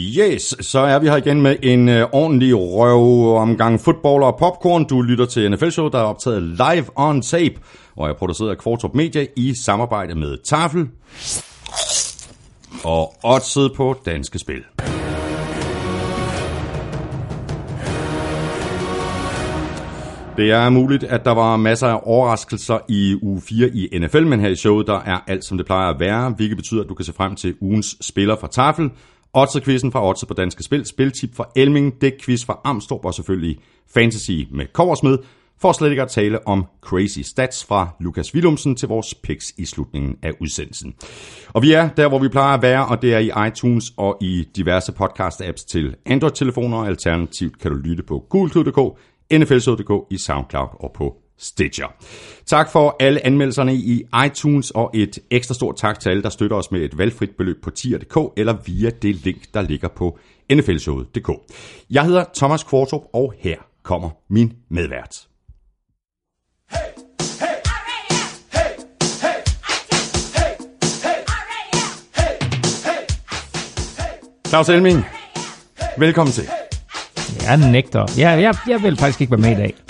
Yes, så er vi her igen med en ordentlig røvomgang fodbold og popcorn. Du lytter til NFL-showet, der er optaget live on tape, og er produceret af Kvartrup Media i samarbejde med Tafel og Oddset på Danske Spil. Det er muligt, at der var masser af overraskelser i uge 4 i NFL, men her i showet der er alt, som det plejer at være, hvilket betyder, at du kan se frem til ugens spiller fra Tafel, Oddset-quizzen fra Oddset på Danske Spil, spiltip fra Elming, dækquiz fra Amstrup og selvfølgelig fantasy med Kobbersmed, for slet ikke at tale om crazy stats fra Lukas Willumsen til vores picks i slutningen af udsendelsen. Og vi er der, hvor vi plejer at være, og det er i iTunes og i diverse podcast-apps til Android-telefoner, og alternativt kan du lytte på Google.dk, NFL.dk, i SoundCloud og på Stitcher. Tak for alle anmeldelserne i iTunes, og et ekstra stort tak til alle, der støtter os med et valgfrit beløb på tier.dk eller via det link, der ligger på nflshowet.dk. Jeg hedder Thomas Kvartrup, og her kommer min medvært. Claus Elming, velkommen til. Jeg nægter. Jeg vil faktisk ikke være med i dag.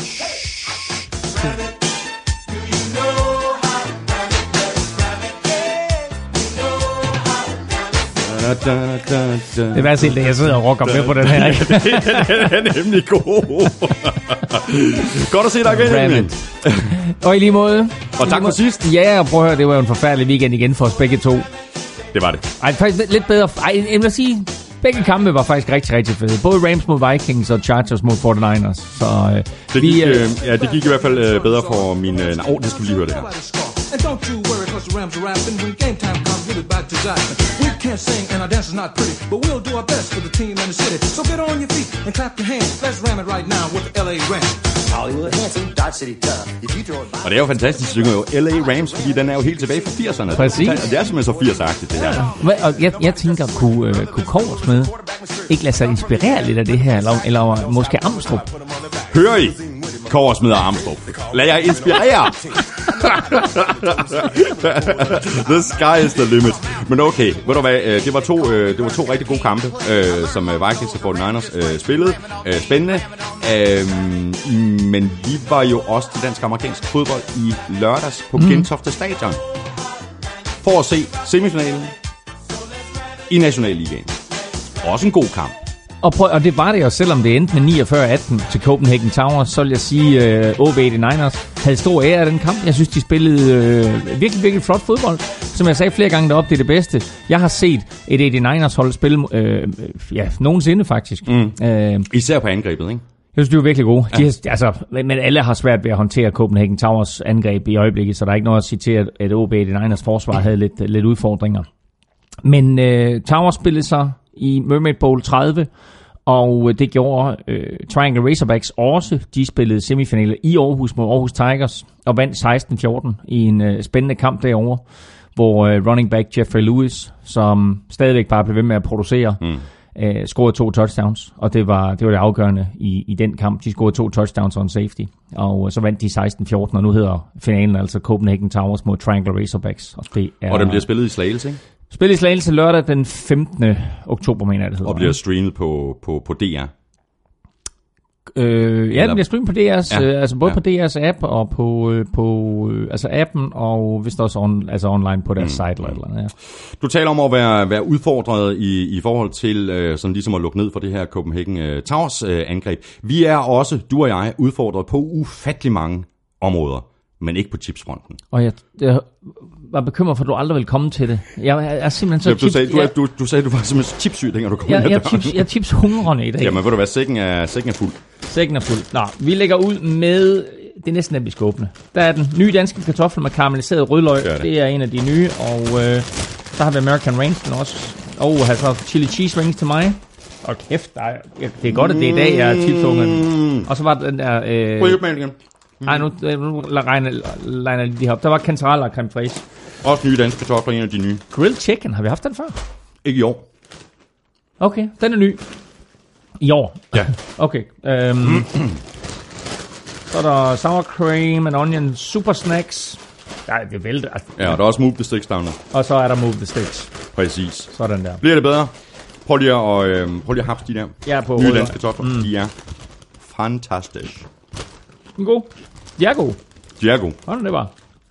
Det er værst, at jeg sidder og rocker med på den her. Den er nemlig god. Godt at se dig igen, Elming. Og i lige måde. Og tak for sidst. Ja, og prøv at høre, det var jo en forfærdelig weekend igen for os begge to. Det var det. Ej, faktisk lidt bedre. Ej, jeg vil sige, begge kampe var faktisk rigtig, rigtig fede. Både Rams mod Vikings og Chargers mod 49ers. Så det gik i hvert fald bedre for min... det skal vi lige høre det her. And don't you worry, cause the Rams are rapping. When game time comes, we'll be back to Jackson. We can't sing and our dance is not pretty, but we'll do our best for the team and the city. So get on your feet and clap your hands. Let's ram it right now with the LA Rams. Hollywood handsome, Dodge City tough. If you throw it... Og det er jo fantastisk, at synger jo LA Rams, fordi den er jo helt tilbage fra 80'erne. Præcis. Og det er simpelthen så 80'agtigt, det her. Og jeg tænker, kunne Kobbersmed ikke lade sig inspirere lidt af det her, eller måske Amstrup? Hører I? Kobbersmed og Amstrup. Lad jer inspirere! The sky is the limit. Men okay, ved du hvad, det var to rigtig gode kampe, som Vikings og 49ers spillede. Spændende. Men vi var jo også til dansk-amerikansk fodbold i lørdags på Gentofte Stadion for at se semifinalen i Nationalligaen. Også en god kamp. Og det var det jo, selvom det endte med 49-18 til Copenhagen Towers, så vil jeg sige, OB89ers havde stor ære af den kamp. Jeg synes, de spillede virkelig, virkelig flot fodbold. Som jeg sagde flere gange deroppe, det er det bedste. Jeg har set et 89ers hold spille, nogensinde faktisk. Især på angrebet, ikke? Jeg synes, de var virkelig gode. Ja. Men alle har svært ved at håndtere Copenhagen Towers angreb i øjeblikket, så der er ikke noget at sige til, at OB89ers forsvar havde lidt udfordringer. Men Towers spillede sig i Mermaid Bowl 30, og det gjorde Triangle Razorbacks også. De spillede semifinaler i Aarhus mod Aarhus Tigers og vandt 16-14 i en spændende kamp derovre, hvor running back Jeffrey Lewis, som stadigvæk bare blev ved med at producere, scorede 2 touchdowns, og det var det afgørende i den kamp. De scorede 2 touchdowns og en safety, og så vandt de 16-14, og nu hedder finalen altså Copenhagen Towers mod Triangle Razorbacks. Og den bliver spillet i Slagelse, ikke? Spillet i Slagelse lørdag den 15. oktober, mener jeg, det hedder. Og bliver streamet på DR. Ja, den bliver streamet på DR's, altså både på DR's app og på appen, og vist også online på deres site eller andet. Ja. Du taler om at være udfordret i forhold til sådan ligesom at lukke ned for det her Copenhagen Towers angreb. Vi er også, du og jeg, udfordret på ufattelig mange områder, men ikke på chipsfronten. Og jeg var bekymret for, at du aldrig ville komme til det. Jeg er simpelthen så du sagde, du var simpelthen chipsyg, dengang du kom ind. Jeg er chipshungrende i dag. Jamen, ved du hvad, sækken er fuld. Sækken er fuld. Nå, vi lægger ud med... Det er næsten, at vi skal åbne. Der er den nye danske kartoffel med karamelliseret rødløg. Det er en af de nye, og så har vi American Range den også. Og har så chili cheese rings til mig. Og kæft, det er godt, at det er i dag, jeg er chipshungren. Og så var den der... Ej, nu legner lige her op. Der var kantarelle og creme fraiche. Også nye danske kartofler, en af de nye. Grilled chicken, har vi haft den før? Ikke i år. Okay, den er ny. I år? Ja. Okay. Så er der sour cream and onion super snacks. Nej, det vælter. Ja, og der er også move the sticks down. Og så er der move the sticks. Præcis. Sådan der. Bliver det bedre? Prøv lige at hapse de der nye danske kartofler. De er fantastiske. God. De er gode. De er gode. Hold det bare.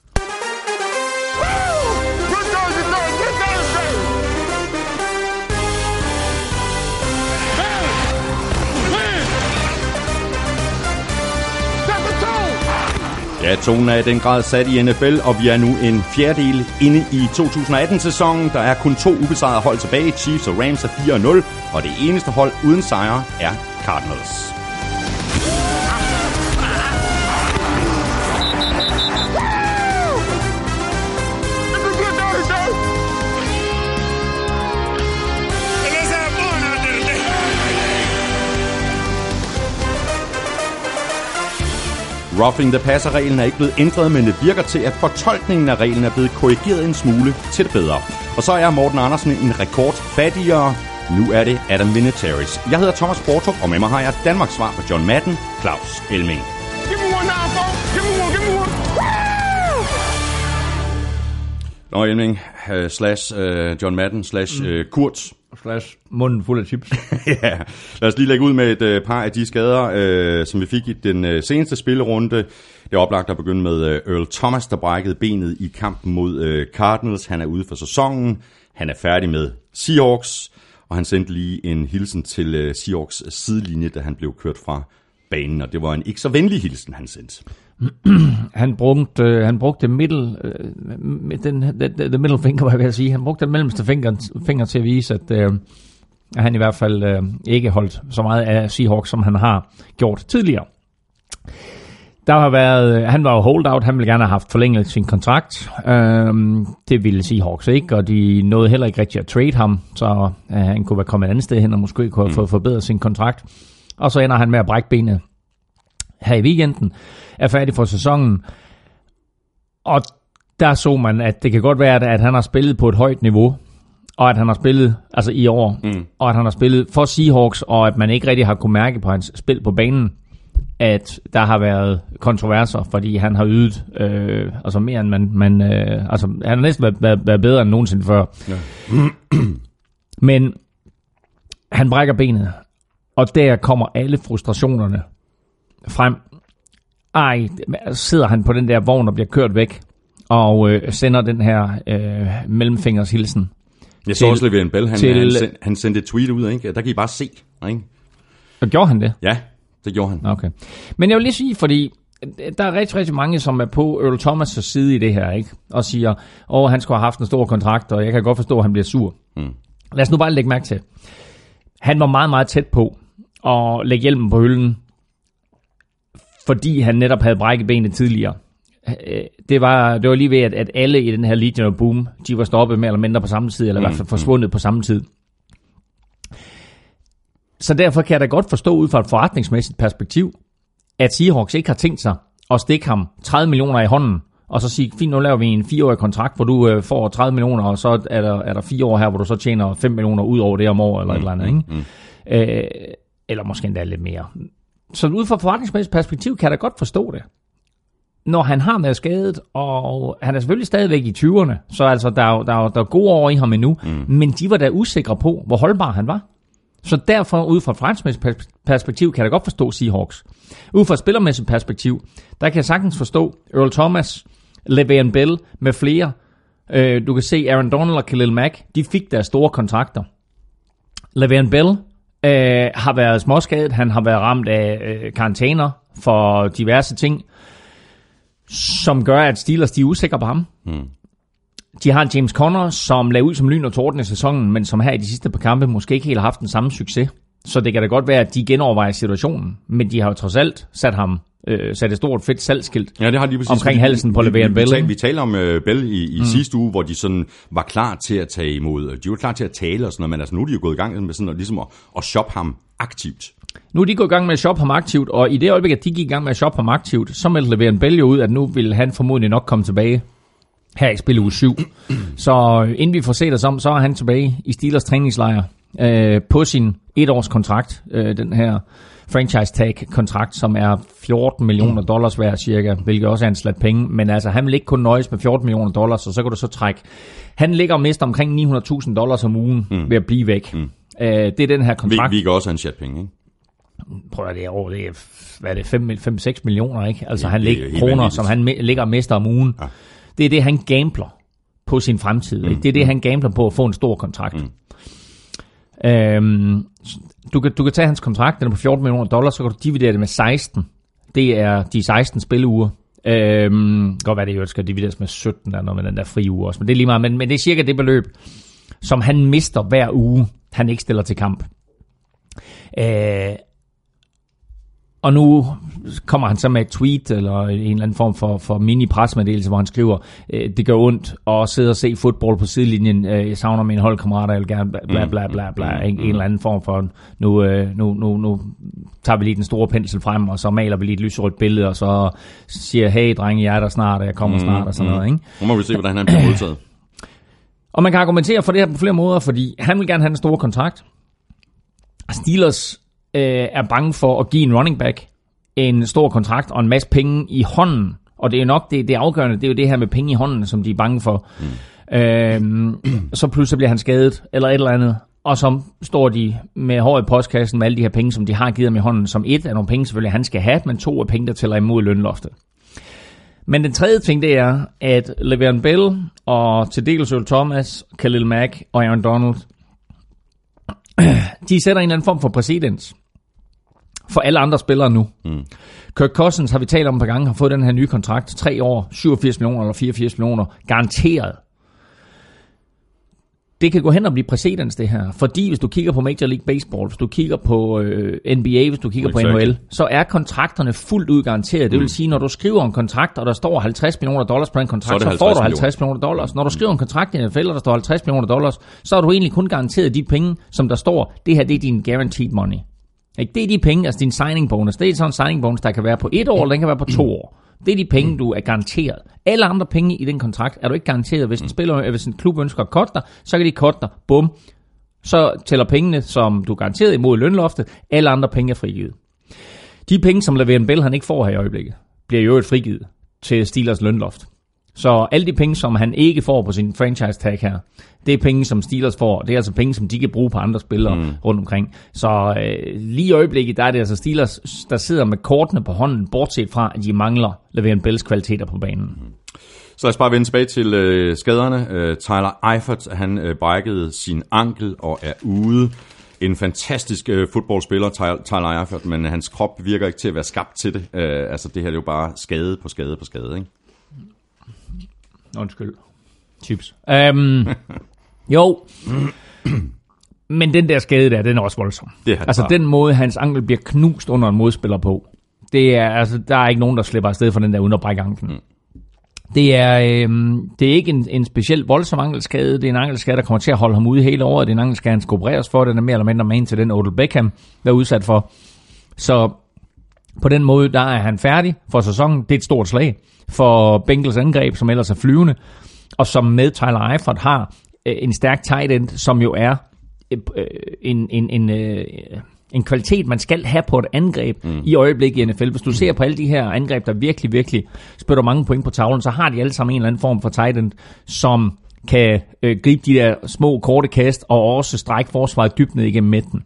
Ja, tonen er i den grad sat i NFL, og vi er nu en fjerdedel inde i 2018-sæsonen. Der er kun 2 ubesejrede hold tilbage. Chiefs og Rams er 4-0, og det eneste hold uden sejre er Cardinals. Roughing the Passer-reglen er ikke blevet ændret, men det virker til, at fortolkningen af reglen er blevet korrigeret en smule til det bedre. Og så er Morten Andersen en rekord fattigere. Nu er det Adam Vinatieri. Jeg hedder Thomas Bortrup, og med mig har jeg Danmarks svar på John Madden, Claus Elming. Nå, Elming, John Madden, Kurt. Munden fuld af chips. Ja, lad os lige lægge ud med et par af de skader, som vi fik i den seneste spillerunde. Det er oplagt at begynde med Earl Thomas, der brækkede benet i kampen mod Cardinals. Han er ude for sæsonen. Han er færdig med Seahawks, og han sendte lige en hilsen til Seahawks sidelinje, da han blev kørt fra banen, og det var en ikke så venlig hilsen, han sendte. Han brugte middle finger, hvad jeg vil sige. Han brugte den mellemste finger til at vise, at han i hvert fald ikke holdt så meget af Seahawks, som han har gjort tidligere. Han var jo holdout, han ville gerne have haft forlænget sin kontrakt. Det ville Seahawks ikke, og de nåede heller ikke rigtig at trade ham, så han kunne være kommet et andet sted hen og måske kunne have fået forbedret sin kontrakt. Og så ender han med at brække benet her i weekenden, er færdig for sæsonen. Og der så man, at det kan godt være, at han har spillet på et højt niveau, og at han har spillet altså i år, og at han har spillet for Seahawks, og at man ikke rigtig har kunne mærke på hans spil på banen, at der har været kontroverser, fordi han har ydet altså mere end man altså han har næsten været bedre end nogensinde før. Ja. Men han brækker benet, og der kommer alle frustrationerne frem. Sidder han på den der vogn og bliver kørt væk og sender den her mellemfingers hilsen. Jeg så også Le'Veon Bell, han sendte et tweet ud, ikke? Der kan I bare se, ikke? Og gjorde han det? Ja, det gjorde han. Okay. Men jeg vil lige sige, fordi der er rigtig, rigtig mange, som er på Earl Thomas' side i det her, ikke? Og siger, han skulle have haft en stor kontrakt, og jeg kan godt forstå, at han bliver sur. Lad os nu bare lægge mærke til. Han var meget, meget tæt på at lægge hjelmen på hylden, fordi han netop havde brækket benet tidligere. Det var lige ved, at alle i den her Legion of Boom, de var stoppet mere eller mindre på samme tid, eller i hvert fald forsvundet på samme tid. Så derfor kan jeg da godt forstå ud fra et forretningsmæssigt perspektiv, at Seahawks ikke har tænkt sig at stikke ham 30 millioner i hånden, og så sige, fint, nu laver vi en 4-årig kontrakt, hvor du får 30 millioner, og så er der 4 år her, hvor du så tjener 5 millioner ud over det om år, eller et eller andet, ikke? Eller måske endda lidt mere. Så ud fra forretningsmæssigt perspektiv kan jeg da godt forstå det. Når han har været skadet, og han er selvfølgelig stadigvæk i 20'erne, så altså, der er gode år i ham endnu, men de var da usikre på, hvor holdbar han var. Så derfor, ud fra et forretningsmæssigt perspektiv, kan jeg da godt forstå Seahawks. Ud fra et spillermæssigt perspektiv, der kan jeg sagtens forstå Earl Thomas, Le'Veon Bell med flere. Du kan se Aaron Donald og Khalil Mack, de fik deres store kontrakter. Le'Veon Bell har været småskadet, han har været ramt af karantæner for diverse ting, som gør, at Steelers de er usikre på ham. De har en James Conner, som lagde ud som lyn og torden i sæsonen, men som her i de sidste par kampe måske ikke helt har haft den samme succes. Så det kan da godt være, at de genovervejer situationen, men de har jo trods alt sat et stort fedt salgskilt omkring halsen på Le'Veon Bell. Vi taler om Bell i sidste uge, hvor de sådan var klar til at tage imod. De var klar til at tale og sådan noget, men altså nu er de jo gået i gang med sådan at, ligesom at shoppe ham aktivt. Nu er de gået i gang med at shoppe ham aktivt, og i det øjeblik, at de gik i gang med at shoppe ham aktivt, så meldte Le'Veon Bell jo ud, at nu vil han formodentlig nok komme tilbage her i spil uge 7. Så inden vi får set os om, så er han tilbage i Steelers træningslejr på sin 1-års kontrakt, den her franchise tag kontrakt, som er $14 millioner værd cirka, hvilket også er en slat penge, men altså han vil ikke kun nøjes med $14 millioner, så kan du så trække. Han ligger og mister omkring $900,000 om ugen ved at blive væk. Det er den her kontrakt. Vi kan også have en chat penge, ikke? Prøv at det år, det er, hvad er det, 5-6 millioner, ikke? Altså han lægger kroner, som han ligger og mister om ugen. Ja. Det er det, han gambler på sin fremtid. Ikke? Det er det, han gambler på at få en stor kontrakt. Du kan tage hans kontrakt, den er på $14 millioner, så kan du dividere det med 16. Det er de 16 spilleuger. Godt være det jo skal divideres med 17 eller noget med den der fri uge også, men det er lige meget. Men det er cirka det beløb, som han mister hver uge, han ikke stiller til kamp. Og nu kommer han så med et tweet eller en eller anden form for mini-pressemeddelelse, hvor han skriver, det gør ondt at sidde og se fodbold på sidelinjen. Jeg savner mine holdkammerater, jeg vil gerne bla bla bla bla. En eller anden form for, nu tager vi lige den store pensel frem, og så maler vi lige et lyserødt billede, og så siger, hey drenge, jeg er der snart, og jeg kommer snart, og sådan noget. Ikke? Nu må vi se, hvordan han bliver modtaget. Og man kan argumentere for det her på flere måder, fordi han vil gerne have en stor kontrakt. Steelers er bange for at give en running back en stor kontrakt og en masse penge i hånden. Og det er nok det afgørende, det er jo det her med penge i hånden, som de er bange for. Så pludselig bliver han skadet, eller et eller andet. Og så står de med hår i postkassen med alle de her penge, som de har givet ham i hånden, som et af nogle penge selvfølgelig, han skal have, men 2 er penge, der tæller imod lønloftet. Men den tredje ting, det er, at Le'Veon Bell og til dels Earl Thomas, Khalil Mack og Aaron Donald, de sætter en eller anden form for præcedens for alle andre spillere nu. Kirk Cousins, har vi talt om et par gange, har fået den her nye kontrakt. 3 år, 87 millioner eller 84 millioner, garanteret. Det kan gå hen og blive præcedens, det her. Fordi hvis du kigger på Major League Baseball, hvis du kigger på NBA, hvis du kigger på NHL, så er kontrakterne fuldt ud garanteret. Det vil sige, når du skriver en kontrakt, og der står $50 millioner på den kontrakt, så får du $50 millioner. Når du skriver en kontrakt i NFL, og der står $50 millioner, så er du egentlig kun garanteret de penge, som der står. Det her, det er din guaranteed money. Det er de penge, altså din signing bonus. Det er sådan en signing bonus, der kan være på 1 år, eller den kan være på 2 år. Det er de penge, du er garanteret. Alle andre penge i den kontrakt er du ikke garanteret. Hvis en klub ønsker at cutte dig, så kan de cutte dig. Bum. Så tæller pengene, som du er garanteret imod lønloftet. Alle andre penge er frigivet. De penge, som Le'Veon Bell han ikke får her i øjeblikket, bliver jo et frigivet til Steelers lønloft. Så alle de penge, som han ikke får på sin franchise tag her, det er penge, som Steelers får. Det er altså penge, som de kan bruge på andre spillere rundt omkring. Så lige i øjeblikket, der er det altså Steelers, der sidder med kortene på hånden, bortset fra, at de mangler Le'Veon Bells kvaliteter på banen. Så lad os bare vende tilbage til skaderne. Tyler Eifert, han brækkede sin ankel og er ude. En fantastisk fodboldspiller, Tyler Eifert, men hans krop virker ikke til at være skabt til det. Altså det her det er jo bare skade på skade på skade, ikke? Undskyld. Chips. Jo. Men den der skade der, den er også voldsom. Altså den måde, hans ankel bliver knust under en modspiller på, det er, altså, der er ikke nogen, der slipper afsted fra den der uden at brække anklen. Det er ikke en specielt voldsom ankelskade. Det er en ankelskade, der kommer til at holde ham ude hele året. Det er en ankelskade, han skal opereres for. Den er mere eller mindre man til den Odell Beckham, der er udsat for. Så på den måde, der er han færdig for sæsonen. Det er et stort slag for Bengals angreb, som ellers er flyvende. Og som med Tyler Eifert har en stærk tight end, som jo er en kvalitet, man skal have på et angreb i øjeblikket i NFL. Hvis du ser på alle de her angreb, der virkelig, virkelig spytter mange point på tavlen, så har de alle sammen en eller anden form for tight end, som kan gribe de der små, korte kast og også strække forsvaret dybt ned igennem midten.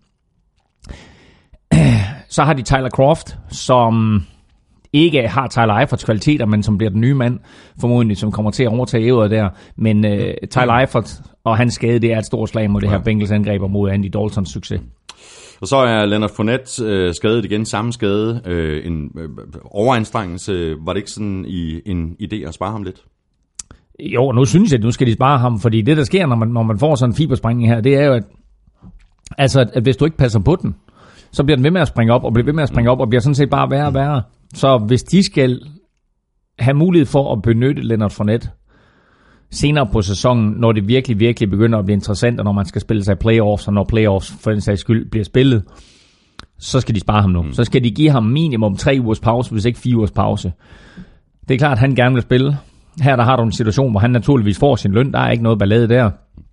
Så har de Tyler Kroft, som ikke har Tyler Eiferts kvaliteter, men som bliver den nye mand, formodentlig, som kommer til at overtage ævret der. Men Tyler Eifert og hans skade, det er et stort slag mod det her Bengals angreb og mod Andy Daltons succes. Og så er Leonard Fournette skadet igen, samme skade, en overanstrengelse. Var det ikke sådan en idé at spare ham lidt? Jo, og nu synes jeg, at nu skal de spare ham, fordi det, der sker, når man får sådan en fibersprængning her, det er jo, at hvis du ikke passer på den, så bliver den ved med at springe op, og bliver ved med at springe op, og bliver sådan set bare værre og værre. Så hvis de skal have mulighed for at benytte Leonard Fournette senere på sæsonen, når det virkelig, virkelig begynder at blive interessant, og når man skal spille sig i playoffs, og når playoffs for den sags skyld bliver spillet, så skal de spare ham nu. Så skal de give ham minimum 3 ugers pause, hvis ikke 4 ugers pause. Det er klart, at han gerne vil spille. Her der har du en situation, hvor han naturligvis får sin løn. Der er ikke noget ballade der.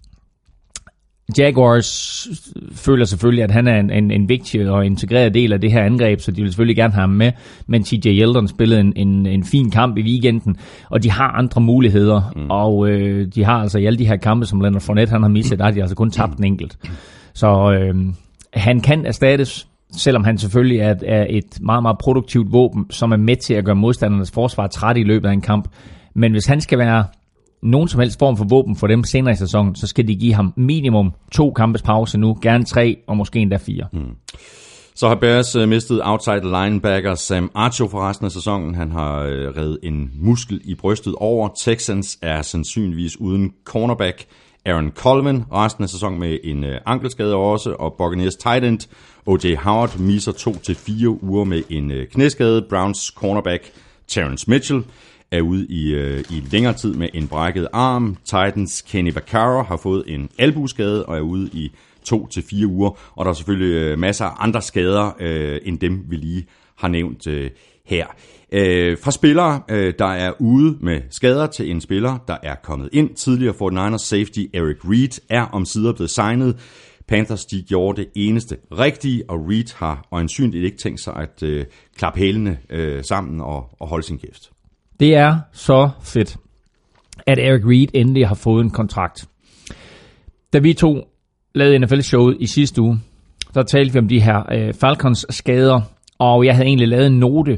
Jaguars føler selvfølgelig, at han er en vigtig og integreret del af det her angreb, så de vil selvfølgelig gerne have ham med. Men TJ Yeldon spillede en fin kamp i weekenden, og de har andre muligheder. Og de har altså i alle de her kampe, som Leonard Fournette han har misset, der har de altså kun tabt en enkelt. Så han kan erstattes, selvom han selvfølgelig er et meget, meget produktivt våben, som er med til at gøre modstandernes forsvar træt i løbet af en kamp. Men hvis han skal være nogen som helst form for våben for dem senere i sæsonen, så skal de give ham minimum 2 kampes pause nu, gerne 3 og måske endda 4. Så har Bears mistet outside linebacker Sam Acho for resten af sæsonen. Han har revet en muskel i brystet over. Texans er sandsynligvis uden cornerback Aaron Coleman resten af sæsonen med en ankelskade også, og Buccaneers tight end O.J. Howard misser 2 til 4 uger med en knæskade. Browns cornerback Terrence Mitchell er ude i længere tid med en brækket arm. Titans Kenny Vaccaro har fået en albueskade og er ude i 2 til 4 uger, og der er selvfølgelig masser af andre skader end dem, vi lige har nævnt her. Fra spillere, der er ude med skader, til en spiller, der er kommet ind. Tidligere 49ers safety Eric Reid er omsider blevet signet. Panthers, de gjorde det eneste rigtige, og Reid har øjensynligt ikke tænkt sig at klappe hælene sammen og holde sin kæft. Det er så fedt, at Eric Reid endelig har fået en kontrakt. Da vi to lavede NFL-showet i sidste uge, der talte vi om de her Falcons skader, og jeg havde egentlig lavet en note,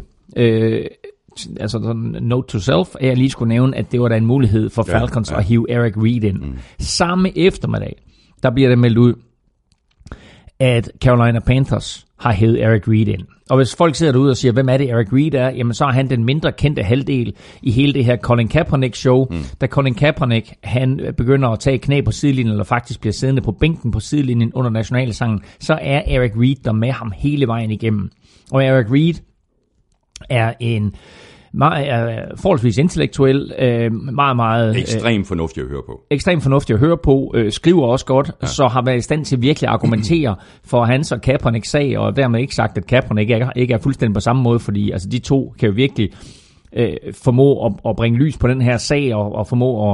altså en note to self, at jeg lige skulle nævne, at det var da en mulighed for Falcons at hive Eric Reid ind. Samme eftermiddag, der bliver det meldt ud, at Carolina Panthers har hævet Eric Reid ind. Og hvis folk sidder derude og siger, hvem er det Eric Reid er, jamen så er han den mindre kendte halvdel i hele det her Colin Kaepernick show. Da Colin Kaepernick, han begynder at tage knæ på sidelinjen, eller faktisk bliver siddende på bænken på sidelinjen under nationalsangen, så er Eric Reid der med ham hele vejen igennem. Og Eric Reid er en forholdsvis intellektuel, meget ekstremt fornuftig at høre på. Ekstremt fornuftig at høre på, skriver også godt, så har været i stand til virkelig at argumentere for hans og Kaepernicks sag, og dermed ikke sagt, at Kaepernick ikke er fuldstændig på samme måde, fordi altså, de to kan jo virkelig formå at bringe lys på den her sag, og formå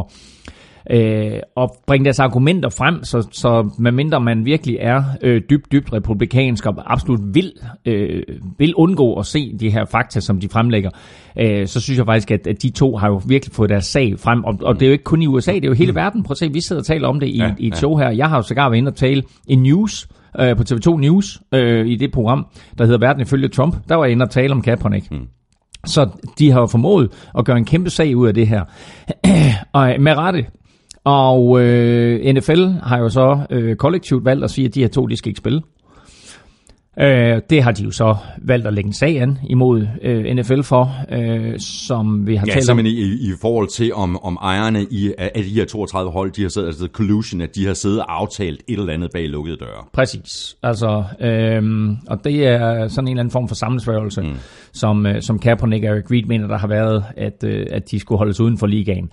at bringe deres argumenter frem, så medmindre man virkelig er dybt republikansk og absolut vil undgå at se de her fakta, som de fremlægger, så synes jeg faktisk, at de to har jo virkelig fået deres sag frem, og det er jo ikke kun i USA, det er jo hele verden. Prøv at se, vi sidder og taler om det i et show her. Jeg har jo sågar været inde og tale i News, på TV2 News, i det program, der hedder Verden ifølge Trump. Der var jeg inde og tale om Kaepernick. Så de har jo formået at gøre en kæmpe sag ud af det her. Og med rette. Og NFL har jo så kollektivt valgt at sige, at de her to, de skal ikke spille. Det har de jo så valgt at lægge en sag an imod NFL for, som vi har talt om. Ja, i forhold til, om ejerne af de her 32 hold, de har siddet, altså collusion, at de har siddet og aftalt et eller andet bag lukkede døre. Præcis. Altså, og det er sådan en eller anden form for sammensværgelse, som Kaepernick og Eric Reid mener, der har været, at de skulle holdes uden for ligaen.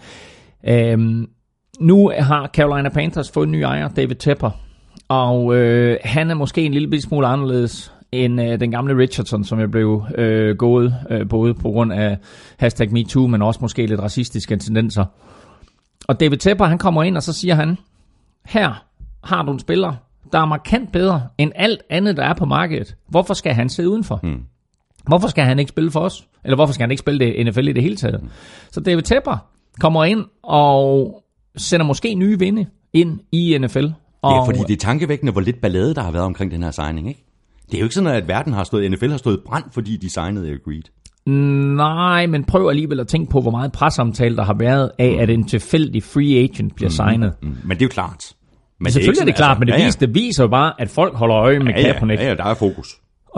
Nu har Carolina Panthers fået en ny ejer, David Tepper, og han er måske en lille smule anderledes end den gamle Richardson, som er blevet gået, både på grund af #MeToo, men også måske lidt racistiske tendenser. Og David Tepper, han kommer ind, og så siger han, her har du en spiller, der er markant bedre end alt andet, der er på markedet. Hvorfor skal han sidde udenfor? Hvorfor skal han ikke spille for os? Eller hvorfor skal han ikke spille det NFL i det hele taget? Så David Tepper kommer ind og sender måske nye vinde ind i NFL. Ja, fordi det er tankevækkende, hvor lidt ballade, der har været omkring den her signing, ikke? Det er jo ikke sådan, at NFL har stået brand, fordi de signede Eric Reid. Nej, men prøv alligevel at tænke på, hvor meget presseomtale der har været af, at en tilfældig free agent bliver signet. Men det er jo klart. Men selvfølgelig er det klart, men det viser jo bare, at folk holder øje med Kaepernick. Ja, der er fokus.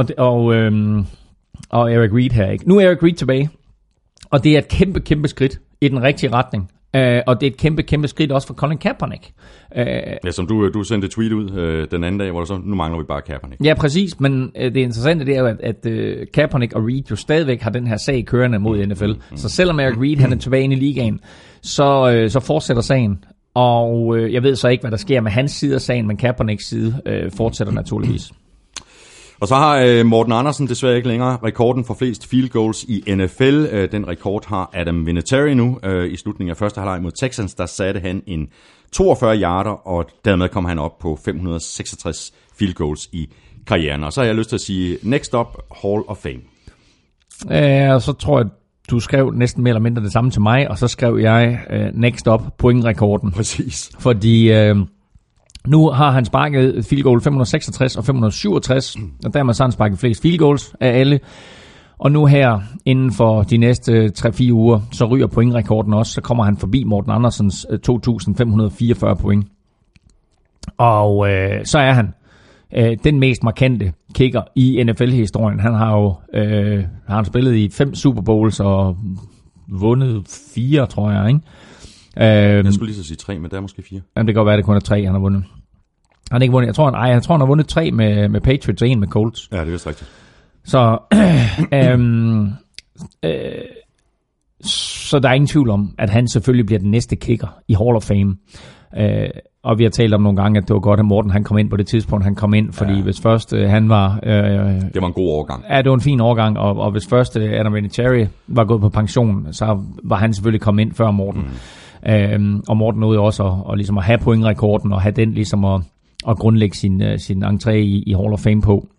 Og Eric Reid her, ikke? Nu er Eric Reid tilbage, og det er et kæmpe, kæmpe skridt i den rigtige retning. Og det er et kæmpe, kæmpe skridt også for Colin Kaepernick. Ja, som du sendte et tweet ud den anden dag, hvor du så, nu mangler vi bare Kaepernick. Ja, præcis, men det interessante det er jo, at Kaepernick og Reid jo stadigvæk har den her sag kørende mod NFL. Så selvom Eric Reid han er tilbage inde i ligaen, så fortsætter sagen. Og jeg ved så ikke, hvad der sker med hans side af sagen, men Kaepernicks side fortsætter naturligvis. Og så har Morten Andersen desværre ikke længere rekorden for flest field goals i NFL. Den rekord har Adam Vinatieri nu. I slutningen af første halvleg mod Texans, der satte han en 42 yarder, og dermed kom han op på 566 field goals i karrieren. Og så har jeg lyst til at sige, next up, Hall of Fame. Og så tror jeg, du skrev næsten mere eller mindre det samme til mig, og så skrev jeg next up, pointrekorden. Præcis. Fordi Nu har han sparket field goal 566 og 567, og dermed så har han sparket flest field goals af alle. Og nu her, inden for de næste 3-4 uger, så ryger pointrekorden også, så kommer han forbi Morten Andersens 2.544 point. Og så er han den mest markante kicker i NFL-historien. Han har jo spillet i 5 Super Bowls og vundet 4, tror jeg, ikke? Jeg skulle lige så sige 3, men der er måske 4. Jamen, det kan godt være, det kun er 3, han har vundet. Han har ikke vundet. Jeg tror, han har vundet 3 med Patriots og 1 med Colts. Ja, det er vist rigtigt. Så, så der er ingen tvivl om, at han selvfølgelig bliver den næste kicker i Hall of Fame. Og vi har talt om nogle gange, at det var godt, at Morten han kom ind på det tidspunkt, han kom ind, fordi hvis først han var... det var en god overgang. Ja, det var en fin overgang, og hvis først Adam Vinatieri var gået på pension, så var han selvfølgelig kommet ind før Morten. Og Morten nåede også at ligesom at have pointrekorden, og have den ligesom at grundlægge sin entré i Hall of Fame på.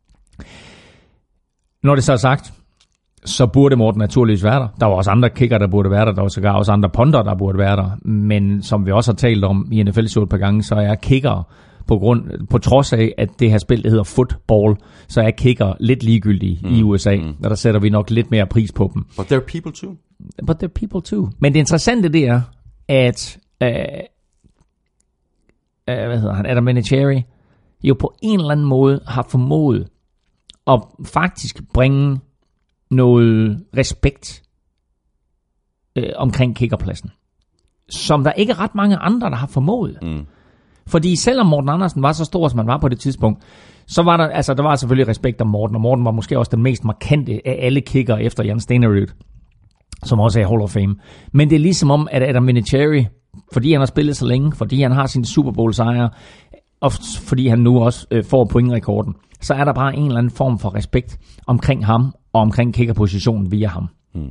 Når det så er sagt, så burde Morten naturligvis være der. Der var også andre kicker, der burde være der. Der var sågar også andre punter, der burde være der. Men som vi også har talt om i NFL-showet et par gange, så er kicker på trods af, at det her spil, det hedder football, så er kicker lidt ligegyldige i USA. Og der sætter vi nok lidt mere pris på dem. But they're people too. But they're people too. Men det interessante, det er, at Adam Vinatieri jo på en eller anden måde har formået at faktisk bringe noget respekt omkring kickerpladsen, som der ikke er ret mange andre, der har formået. Fordi selvom Morten Andersen var så stor, som han var på det tidspunkt, så var der var selvfølgelig respekt om Morten, og Morten var måske også den mest markante af alle kicker efter Jan Stenerud, som også er i Hall of Fame. Men det er ligesom om, at Adam Vinatieri, fordi han har spillet så længe, fordi han har sin Super Bowl sejre, og fordi han nu også får pointrekorden, så er der bare en eller anden form for respekt omkring ham, og omkring kickerpositionen via ham.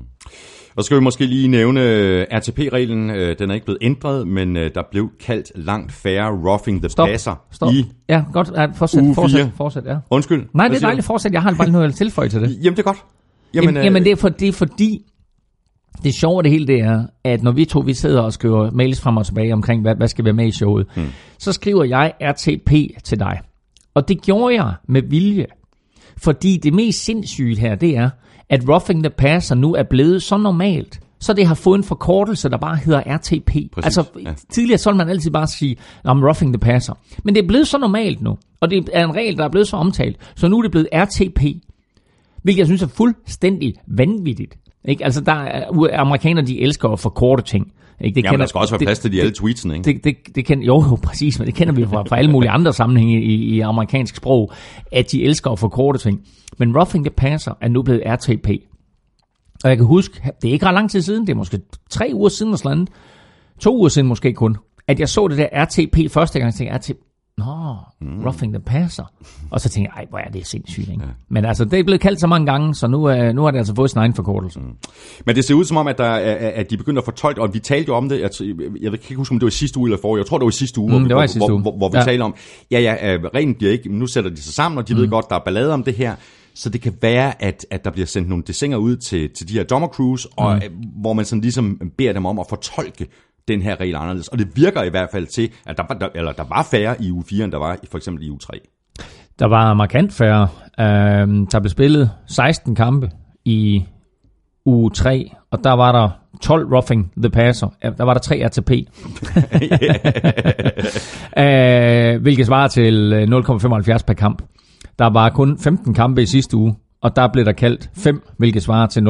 Og så skal vi måske lige nævne RTP-reglen. Den er ikke blevet ændret, men der blev kaldt langt færre roughing the passer i ja, godt. Fortsæt, ja. Undskyld. Nej, det er dejligt, fortsæt. Jeg har bare noget at tilføje til det. Jamen, det er godt. Jamen det er fordi, det sjove af det hele, det er, at når vi sidder og skriver mails frem og tilbage omkring, hvad skal være med i showet, så skriver jeg RTP til dig. Og det gjorde jeg med vilje. Fordi det mest sindssyge her, det er, at roughing the passer nu er blevet så normalt, så det har fået en forkortelse, der bare hedder RTP. Præcis, altså tidligere så ville man altid bare sige, roughing the passer. Men det er blevet så normalt nu, og det er en regel, der er blevet så omtalt, så nu er det blevet RTP, hvilket jeg synes er fuldstændig vanvittigt. Ikke? Altså amerikanere, de elsker at forkorte ting. Ikke? Jamen, der skal også være plads til de alle tweetsene, ikke? Det kender, jo, præcis, men det kender vi fra alle mulige andre sammenhænge i amerikansk sprog, at de elsker at forkorte ting. Men roughing the passer er nu blevet RTP. Og jeg kan huske, det er ikke ret lang tid siden, det er måske 3 uger siden eller sådan 2 uger siden måske kun, at jeg så det der RTP første gang, og tænkte RTP, roughing the passer. Og så tænkte jeg, hvor er det sindssygt, ikke? Ja. Men altså, det er blevet kaldt så mange gange, så nu har det altså fået sin egen forkortelse. Men det ser ud som om, at de begynder at fortolke, og vi talte jo om det, jeg kan ikke huske, om det var sidste uge eller forrige, jeg tror, det var sidste uge, hvor vi talte om, reglen bliver ikke, nu sætter de sig sammen, og de ved godt, der er ballade om det her, så det kan være, at der bliver sendt nogle desinger ud til de her dommercrews, og hvor man sådan ligesom beder dem om at fortolke den her regel anderledes. Og det virker i hvert fald til, at der var færre i uge 4, end der var for eksempel i uge 3. Der var markant færre. Der blev spillet 16 kampe i uge 3, og der var der 12 roughing the passer. Der var der 3 RTP. Hvilket svarer til 0,75 per kamp. Der var kun 15 kampe i sidste uge, og der blev der kaldt 5, hvilket svarer til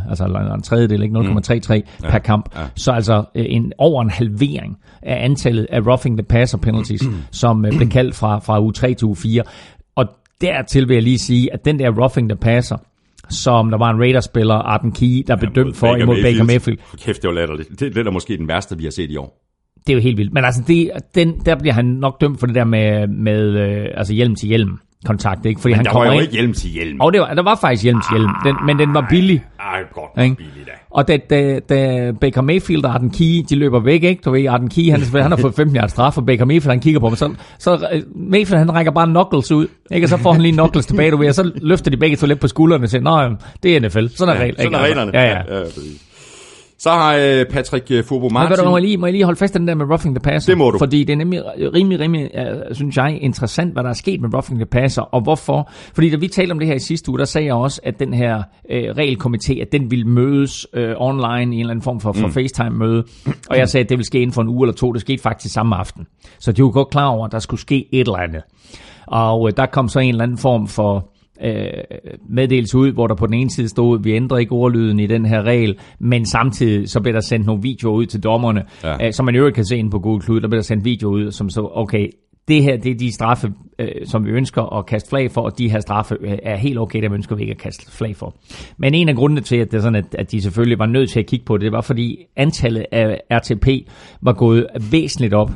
0,33 per kamp. Ja. Så altså over en halvering af antallet af roughing the passer penalties, som blev kaldt fra uge 3 til uge 4. Og dertil vil jeg lige sige, at den der roughing the passer, som der var en Raiders-spiller, Arden Key, der blev dømt for imod Baker Mayfield. Kæft, det var latterligt. Det er måske den værste, vi har set i år. Det er jo helt vildt. Men altså, der bliver han nok dømt for det der med hjelm til hjelm kontakt, ikke? Fordi men han der kommer var jo ind. ikke hjelm til hjelm. Og der var faktisk hjelm til hjelm, men den var billig. Godt billig da. Og da Baker Mayfield og Arden Key, de løber væk, ikke? Du ved, Arden Key, han har fået 15 yards straf, og Baker Mayfield, han kigger på dem. Så Mayfield, han rækker bare knuckles ud, ikke? Og så får han lige knuckles tilbage, du ved, og så løfter de begge to lidt på skuldrene og siger, det er NFL. Sådan er reglerne. Sådan er reglerne. Ja. Så har Patrick Furbo Martin... Må jeg lige holde fast i den der med roughing the passer? Det må du. Fordi det er nemlig rimelig synes jeg, interessant, hvad der er sket med roughing the passer, og hvorfor. Fordi da vi talte om det her i sidste uge, der sagde jeg også, at den her regelkomité, at den ville mødes online i en eller anden form for FaceTime-møde. Og jeg sagde, at det ville ske inden for en uge eller to. Det skete faktisk samme aften. Så de var godt klar over, at der skulle ske et eller andet. Og der kom så en eller anden form for meddelelse ud, hvor der på den ene side stod, vi ændrer ikke ordlyden i den her regel, men samtidig så blev der sendt nogle videoer ud til dommerne, som man jo kan se inde på Google Cloud, der blev der sendt videoer ud, som så, okay, det her, det er de straffe, som vi ønsker at kaste flag for, og de her straffe er helt okay, dem ønsker vi ikke at kaste flag for. Men en af grundene til, at det er sådan, at de selvfølgelig var nødt til at kigge på det, var fordi antallet af RTP var gået væsentligt op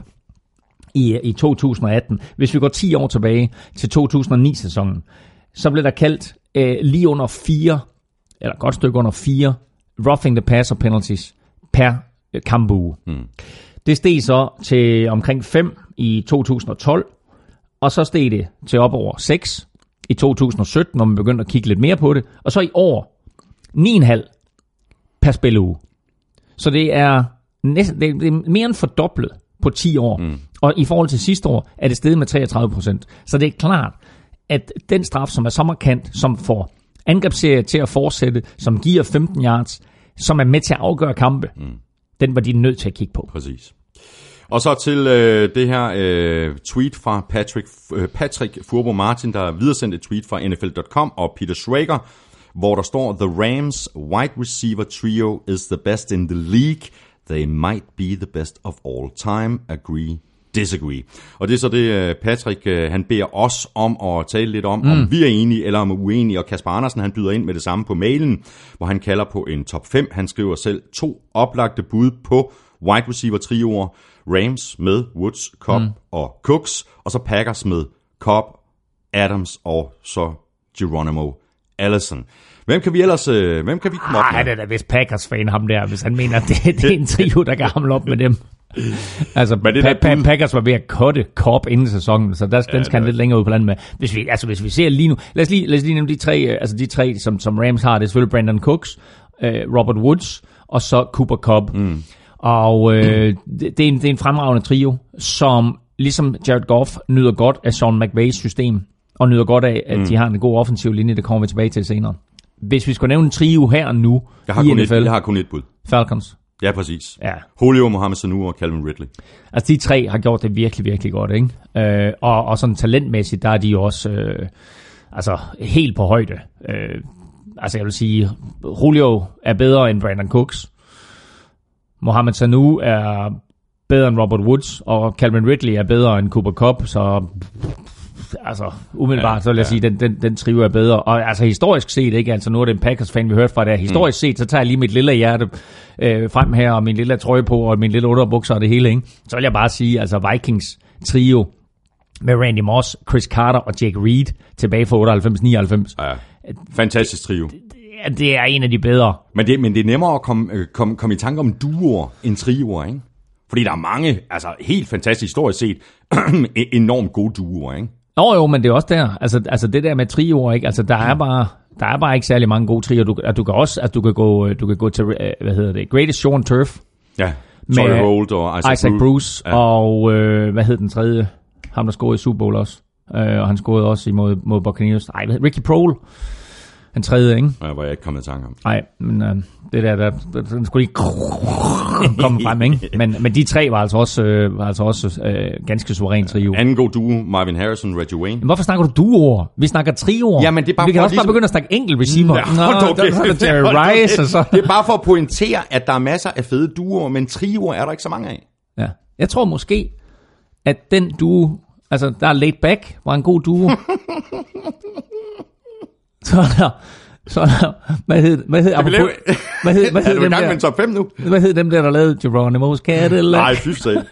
i 2018. Hvis vi går 10 år tilbage til 2009-sæsonen, så blev der kaldt lige under 4, eller godt stykke under 4, roughing the passer penalties per kampuge. Det steg så til omkring 5 i 2012, og så steg det til op over 6 i 2017, når man begyndte at kigge lidt mere på det, og så i år 9,5 per spilleuge. Så det er mere end fordoblet på 10 år, og i forhold til sidste år er det steget med 33%. Så det er klart, at den straf, som er så markant, som får angrebsserier til at fortsætte, som giver 15 yards, som er med til at afgøre kampe, den var de nødt til at kigge på. Præcis. Og så til det her tweet fra Patrick Furbo Martin, der videresendt et tweet fra NFL.com og Peter Schrager, hvor der står, The Rams wide receiver trio is the best in the league. They might be the best of all time. Agree. Disagree. Og det er så det, Patrick han beder os om at tale lidt om vi er enige eller om uenige, og Kasper Andersen han byder ind med det samme på mailen, hvor han kalder på en top 5. Han skriver selv 2 oplagte bud på wide receiver trioer. Rams med Woods, Cobb og Cooks, og så Packers med Cobb, Adams og så Geronimo Allison. Hvem kan vi komme op med? Han er da vist Packers-fan ham der, hvis han mener, at det er en trio, der kan hamle op med dem. Altså, Packers var ved at cutte Cobb inden sæsonen, så den skal han lidt længere ud på landet med. Hvis vi ser lige nu, lad os lige nævne de tre, som Rams har. Det er selvfølgelig Brandon Cooks, Robert Woods og så Cooper Cobb. Og det er en fremragende trio, som ligesom Jared Goff nyder godt af Sean McVays system, og nyder godt af, at de har en god offensiv linje, det kommer vi tilbage til senere. Hvis vi skulle nævne en trio her og nu i NFL. Jeg har kun et bud. Falcons. Ja, præcis. Ja. Julio, Mohamed Sanu og Calvin Ridley. Altså, de tre har gjort det virkelig, virkelig godt, ikke? Og sådan talentmæssigt, der er de jo også helt på højde. Jeg vil sige, Julio er bedre end Brandon Cooks. Mohamed Sanu er bedre end Robert Woods, og Calvin Ridley er bedre end Cooper Kupp, så umiddelbart, så vil jeg sige, den trio er bedre. Og altså historisk set, ikke? Altså nu er det en Packers-fan, vi hørte fra der. Historisk set, så tager jeg lige mit lille hjerte frem her, og min lille trøje på, og min lille underbukser og det hele, ikke? Så vil jeg bare sige, altså Vikings trio med Randy Moss, Chris Carter og Jake Reed tilbage fra 98-99. Ja, fantastisk trio. Det er en af de bedre. Men det er nemmere at komme i tanke om duoer end trioer, ikke? Fordi der er mange, altså helt fantastisk historisk set, enormt gode duoer, ikke? Jo, men det er også der. Altså det der med trioer, ikke? Altså der er bare ikke særlig mange gode trioer. Du kan også, du kan gå til Greatest Show on Turf. Ja. Torrey Holt og Isaac Bruce. Ja. Og hvad hed den tredje? Ham der scorede i Super Bowl også. Og han scorede også mod Buccaneers. Ricky Prohl. Den tredje, ikke? Ja, hvor jeg ikke kommet i tanke om. Nej, men det der den skulle lige komme frem, ikke? Men de tre var altså også ganske suveræn trio. Anden god duo, Marvin Harrison, Reggie Wayne. Men hvorfor snakker du duoer? Vi snakker trioer. Ja, men det er bare vi kan også bare begynde at snakke enkelt receiver. Det er bare for at pointere, at der er masser af fede duoer, men trioer er der ikke så mange af. Ja. Jeg tror måske, at den duo, altså der er Laid Back, var en god duo. Så hvad hed du i gang med en top 5 nu? Hvad hed dem der lavede Geronimo's Cadillac? Nej, fys sagde.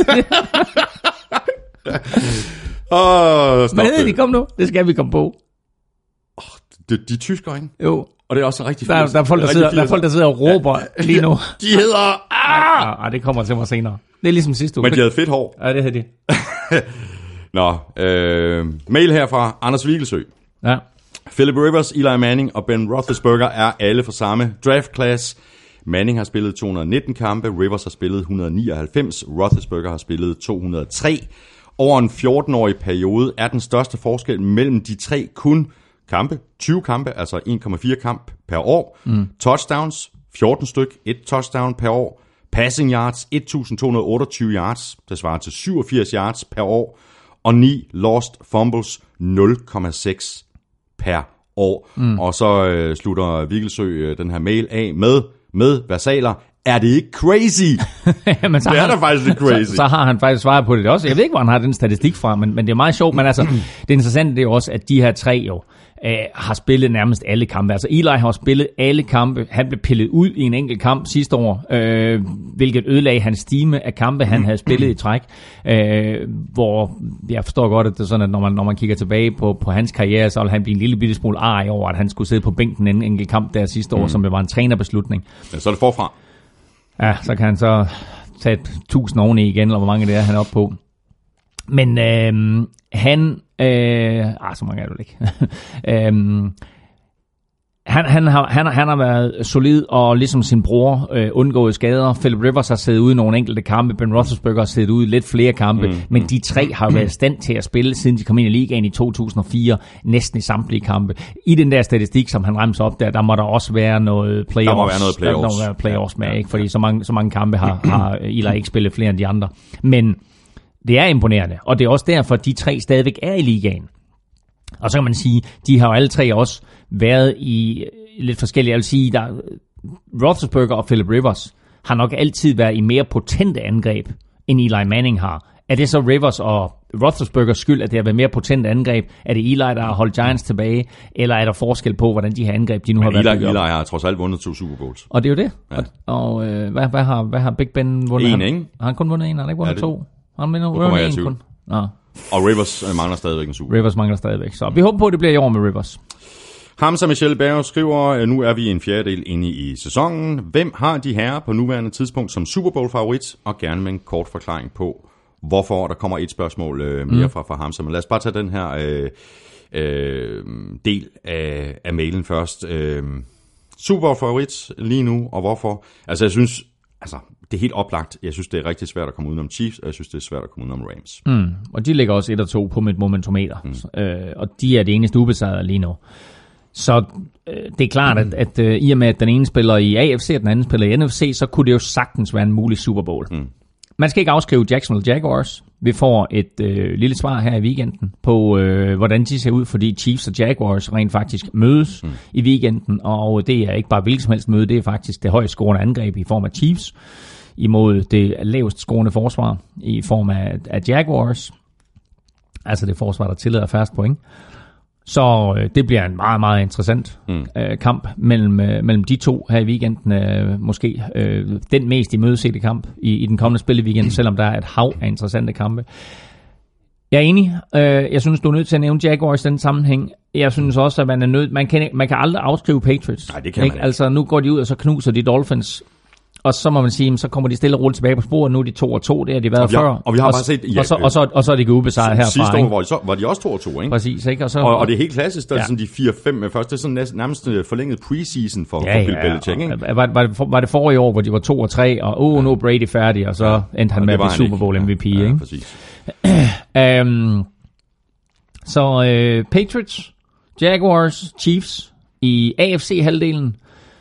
Hvad hed de? Kom nu. Det skal vi komme på. De tyskere, ikke? Jo. Og det er også en rigtig der er folk, der sidder og råber lige nu. De hedder... det kommer til mig senere. Det er ligesom sidste uge. Men de havde fedt hår. Ja, det havde de. Nå, mail her fra Anders Vigelsø. Ja. Philip Rivers, Eli Manning og Ben Roethlisberger er alle fra samme draft class. Manning har spillet 219 kampe, Rivers har spillet 199, Roethlisberger har spillet 203. Over en 14-årig periode er den største forskel mellem de tre kun kampe, 20 kampe, altså 1,4 kamp per år. Touchdowns, 14 styk, 1 touchdown per år. Passing yards, 1.228 yards, det svarer til 87 yards per år. Og 9 lost fumbles, 0,6 per år. Og så slutter Vigelsø den her mail af med versaler. Er det ikke crazy? Men så det er da faktisk lidt crazy. Så har han faktisk svaret på det også. Jeg ved ikke, hvor han har den statistik fra, men det er meget sjovt. Men altså, det interessante det er også, at de her tre jo har spillet nærmest alle kampe. Altså Eli har spillet alle kampe. Han blev pillet ud i en enkelt kamp sidste år, hvilket ødelagde hans stime af kampe, han havde spillet i træk. Hvor jeg forstår godt, at det er sådan, at når man kigger tilbage på hans karriere, så vil han blive en lille bitte smule arg over, at han skulle sidde på bænken en enkelt kamp der sidste år, som det var en trænerbeslutning. Men så er det forfra. Ja, så kan han så tage 1000 oveni igen, eller hvor mange det er, han er oppe på. Men han... så mange er det ikke. Han har været solid og ligesom sin bror undgået skader. Philip Rivers har siddet ude i nogle enkelte kampe. Ben Roethlisberger har siddet ude i lidt flere kampe. Men de tre har været i stand til at spille, siden de kom ind i ligaen i 2004, næsten i samtlige kampe. I den der statistik, som han remser op der må der også være noget playoffs. Der må være playoffs med, ikke? Fordi så mange kampe har Eli ikke spillet flere end de andre. Men det er imponerende, og det er også derfor, at de tre stadigvæk er i ligaen. Og så kan man sige, de har jo alle tre også været i lidt forskellige. Jeg vil sige, der Roethlisberger og Philip Rivers har nok altid været i mere potente angreb, end Eli Manning har. Er det så Rivers og Roethlisbergers skyld, at det har været mere potente angreb? Er det Eli, der har holdt Giants tilbage? Eller er der forskel på, hvordan de her angreb, de nu har været? Eli har trods alt vundet 2 Super Bowls. Og det er jo det. Ja. Og hvad har Big Ben vundet? En, ikke? Har han kun vundet en? Har han ikke vundet 2? Har han vundet en kun? Nå. Og Rivers mangler stadigvæk en Super Bowl. Rivers mangler stadigvæk. Så vi håber på, at det bliver i år med Rivers. Hamza Michelle Berg skriver, nu er vi en fjerdedel inde i sæsonen. Hvem har de herrer på nuværende tidspunkt som Super Bowl favorit? Og gerne med en kort forklaring på, hvorfor. Der kommer et spørgsmål mere fra Hamza. Men lad os bare tage den her del af mailen først. Super Bowl favorit lige nu, og hvorfor? Altså jeg synes, det er helt oplagt. Jeg synes, det er rigtig svært at komme udenom Chiefs, og jeg synes, det er svært at komme udenom Rams. Og de ligger også 1 og 2 på mit momentometer. Og de er det eneste ubesejrede lige nu. Så det er klart, at i og med, at den ene spiller i AFC, og den anden spiller i NFC, så kunne det jo sagtens være en mulig Super Bowl. Man skal ikke afskrive Jacksonville Jaguars. Vi får et lille svar her i weekenden på, hvordan de ser ud, fordi Chiefs og Jaguars rent faktisk mødes i weekenden, og det er ikke bare hvilket som helst møde, det er faktisk det højst scorende angreb i form af Chiefs, imod det lavest scorende forsvar i form af Jaguars. Altså det forsvar, der tillader færrest point. Så det bliver en meget, meget interessant kamp mellem de to her i weekenden. Måske den mest imødesete kamp i den kommende spil i weekenden, selvom der er et hav af interessante kampe. Jeg er enig. Jeg synes, du er nødt til at nævne Jaguars i den sammenhæng. Jeg synes også, at man er nødt. Man kan aldrig afskrive Patriots. Nej, det kan man ikke. Altså nu går de ud, og så knuser de Dolphins. Og så må man sige, så kommer de stille og roligt tilbage på sporet. Nu er de 2-2, det har de været før. Og vi har bare set... Ja, og så er de ikke ubesejret herfra. Sidste år var de også 2-2, ikke? Præcis, ikke? Og det er helt klassisk, der er sådan de 4-5 først. Det er sådan nærmest forlænget preseason for Bill Belichick, ikke? Var det forrige år, hvor de var 2-3, og nu er Brady færdig, og så endte han med at blive Super Bowl MVP, ikke? Ja, præcis. Patriots, Jaguars, Chiefs i AFC-halvdelen.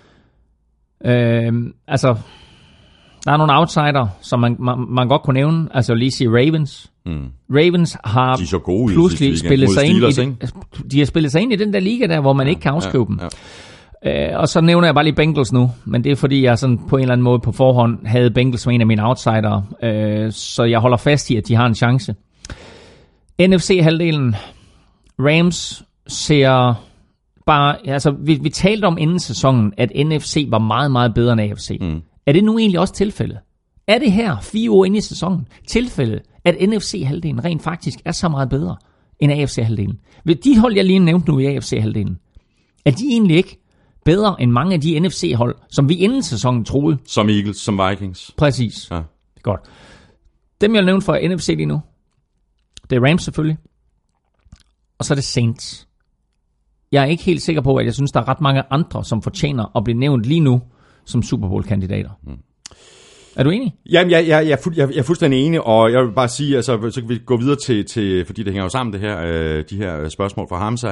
Der er nogle outsider, som man godt kunne nævne. Altså lige sige Ravens. Ravens har pludselig spillet sig ind de har spillet sig ind i den der liga der, hvor man ikke kan afskrive dem. Og så nævner jeg bare lige Bengals nu, men det er fordi jeg sådan på en eller anden måde på forhånd havde Bengals som en af mine outsider, så jeg holder fast i, at de har en chance. NFC-halvdelen, Rams ser bare, altså vi talte om inden sæsonen, at NFC var meget, meget bedre end AFC. Er det nu egentlig også tilfældet? Er det her 4 år inde i sæsonen tilfældet, at NFC-halvdelen rent faktisk er så meget bedre end AFC-halvdelen? De hold, jeg lige nævnte nu i AFC-halvdelen, er de egentlig ikke bedre end mange af de NFC-hold, som vi inden sæsonen troede? Som Eagles, som Vikings. Præcis. Ja. Godt. Dem, jeg nævnte for NFC lige nu, det er Rams selvfølgelig, og så er det Saints. Jeg er ikke helt sikker på, at jeg synes, der er ret mange andre, som fortjener at blive nævnt lige nu, som Super Bowl-kandidater. Er du enig? Jamen, jeg er fuldstændig enig, og jeg vil bare sige, altså, så kan vi gå videre til fordi det hænger jo sammen, det her, de her spørgsmål fra Hamza.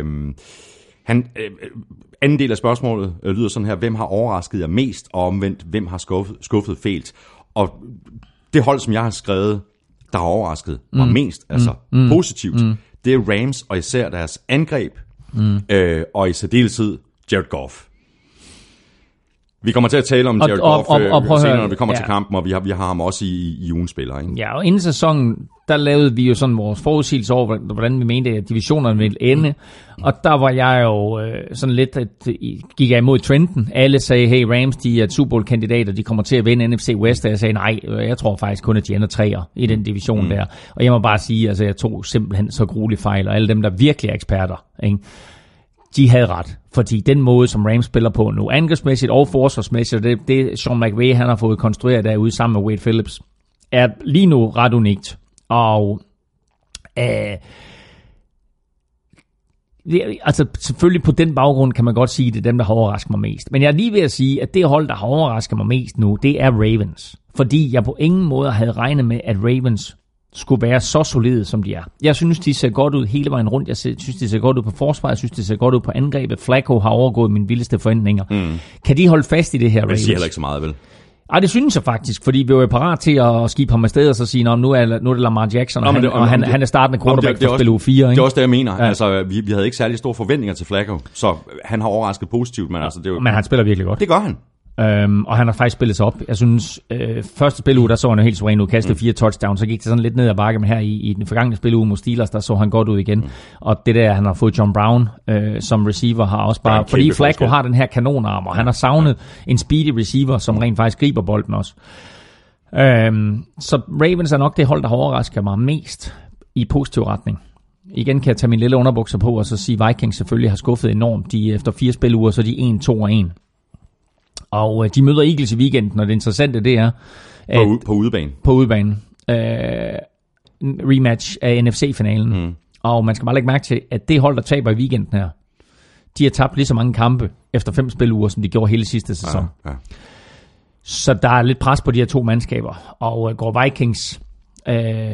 Anden del af spørgsmålet lyder sådan her: hvem har overrasket jer mest, og omvendt, hvem har skuffet fælt? Og det hold, som jeg har skrevet, der har overrasket mig mest, altså positivt, det er Rams, og især deres angreb, og i særdeleshed Jared Goff. Vi kommer til at tale om Jared Goff senere, når vi kommer til kampen, og vi har ham også i ugens spiller. Ikke? Ja, og inden sæsonen, der lavede vi jo sådan vores forudsigelse over, hvordan vi mente, at divisionerne ville ende. Og der var jeg jo sådan lidt, gik jeg imod trenden. Alle sagde, hey, Rams, de er Super Bowl-kandidater, de kommer til at vinde NFC West. Og jeg sagde, nej, jeg tror faktisk kun, at de ender 3'er i den division der. Og jeg må bare sige, altså jeg tog simpelthen så gruelige fejl, og alle dem, der virkelig er eksperter, ikke? De havde ret, fordi den måde, som Rams spiller på nu, angrebsmæssigt og forsvarsmæssigt, det Sean McVay, han har fået konstrueret derude sammen med Wade Phillips, er lige nu ret unikt. Og altså selvfølgelig på den baggrund kan man godt sige, at det er dem, der har overrasket mig mest. Men jeg er lige ved at sige, at det hold, der har overrasket mig mest nu, det er Ravens. Fordi jeg på ingen måde havde regnet med, at Ravens skulle være så solide, som de er. Jeg synes, de ser godt ud hele vejen rundt. Jeg synes, de ser godt ud på forsvaret. Jeg synes, de ser godt ud på angrebet. Flacco har overgået mine vildeste forventninger. Kan de holde fast i det her, Ravens? Det siger heller ikke så meget, vel? Ej, det synes jeg faktisk, fordi vi var jo parat til at skibe ham afsted og så sige, nu er det Lamar Jackson, og han er startende quarterback for spil uge 4. Ikke? Det er også det, jeg mener. Ja. Altså, vi havde ikke særlig store forventninger til Flacco, så han har overrasket positivt. Men, altså, det er jo... men han spiller virkelig godt. Det gør han. Og han har faktisk spillet sig op. Jeg synes, første spileuge, der så han jo helt suveræn ud, kastede 4 touchdowns, så gik det sådan lidt ned ad bakke, men her i den forgangne spileuge mod Steelers, der så han godt ud igen. Og det der, han har fået John Brown som receiver, har også bare, fordi Flacco har den her kanonarm, og han har savnet en speedy receiver, som rent faktisk griber bolden også. Så Ravens er nok det hold, der har overrasket mig mest i positiv retning. Igen kan jeg tage min lille underbukser på, og så sige, Vikings selvfølgelig har skuffet enormt. De efter 4 spiluger, så er de 1-2-1. Og de møder Eagles i weekenden, og det interessante det er... På udebane. På udebanen. Rematch af NFC-finalen. Og man skal bare lægge mærke til, at det hold, der taber i weekenden her, de har tabt lige så mange kampe efter 5 spiluger, som de gjorde hele sidste sæson. Ja. Så der er lidt pres på de her 2 mandskaber. Og går Vikings 1-3-1,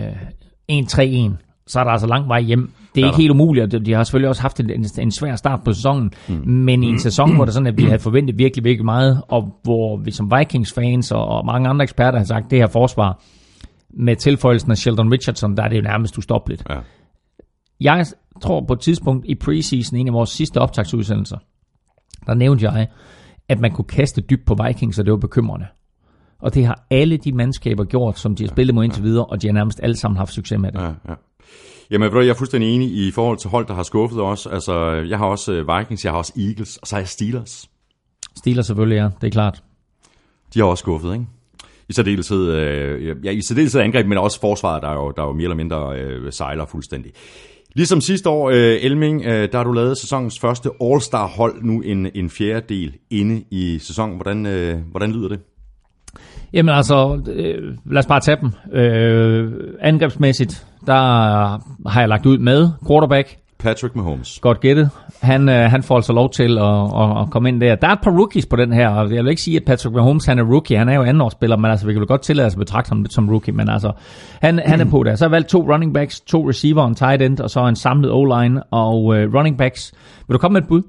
så er der altså lang vej hjem. Det er ikke helt umuligt, de har selvfølgelig også haft en svær start på sæsonen, men i en sæson, hvor der sådan, at vi havde forventet virkelig, virkelig meget, og hvor vi som Vikings-fans og mange andre eksperter har sagt, det her forsvar, med tilføjelsen af Sheldon Richardson, der er det jo nærmest ustoppeligt. Ja. Jeg tror på et tidspunkt i preseason, en af vores sidste optagsudsendelser, der nævnte jeg, at man kunne kaste dybt på Vikings, og det var bekymrende. Og det har alle de mandskaber gjort, som de har spillet mod indtil videre, og de har nærmest alle sammen haft succes med det. Ja. Jamen, jeg er fuldstændig enig i forhold til hold, der har skuffet også. Altså, jeg har også Vikings, jeg har også Eagles, og så har jeg Steelers. Steelers selvfølgelig, ja. Det er klart. De har også skuffet, ikke? I særdeleshed angreb, men også forsvaret, der er jo mere eller mindre sejler fuldstændig. Ligesom sidste år, Elming, der har du lavet sæsonens første All-Star-hold, nu en fjerdedel inde i sæsonen. Hvordan lyder det? Jamen altså, lad os bare tage dem. Angrebsmæssigt, der har jeg lagt ud med quarterback. Patrick Mahomes. Godt gættet. Han får altså lov til at komme ind der. Der er et par rookies på den her, og jeg vil ikke sige, at Patrick Mahomes han er rookie. Han er jo andenårsspiller, men altså, vi kan jo godt tillade os at betragte ham lidt som rookie, men altså, han er på der. Så har jeg valgt 2 running backs, 2 receiver, en tight end, og så en samlet O-line, og running backs. Vil du komme med et bud?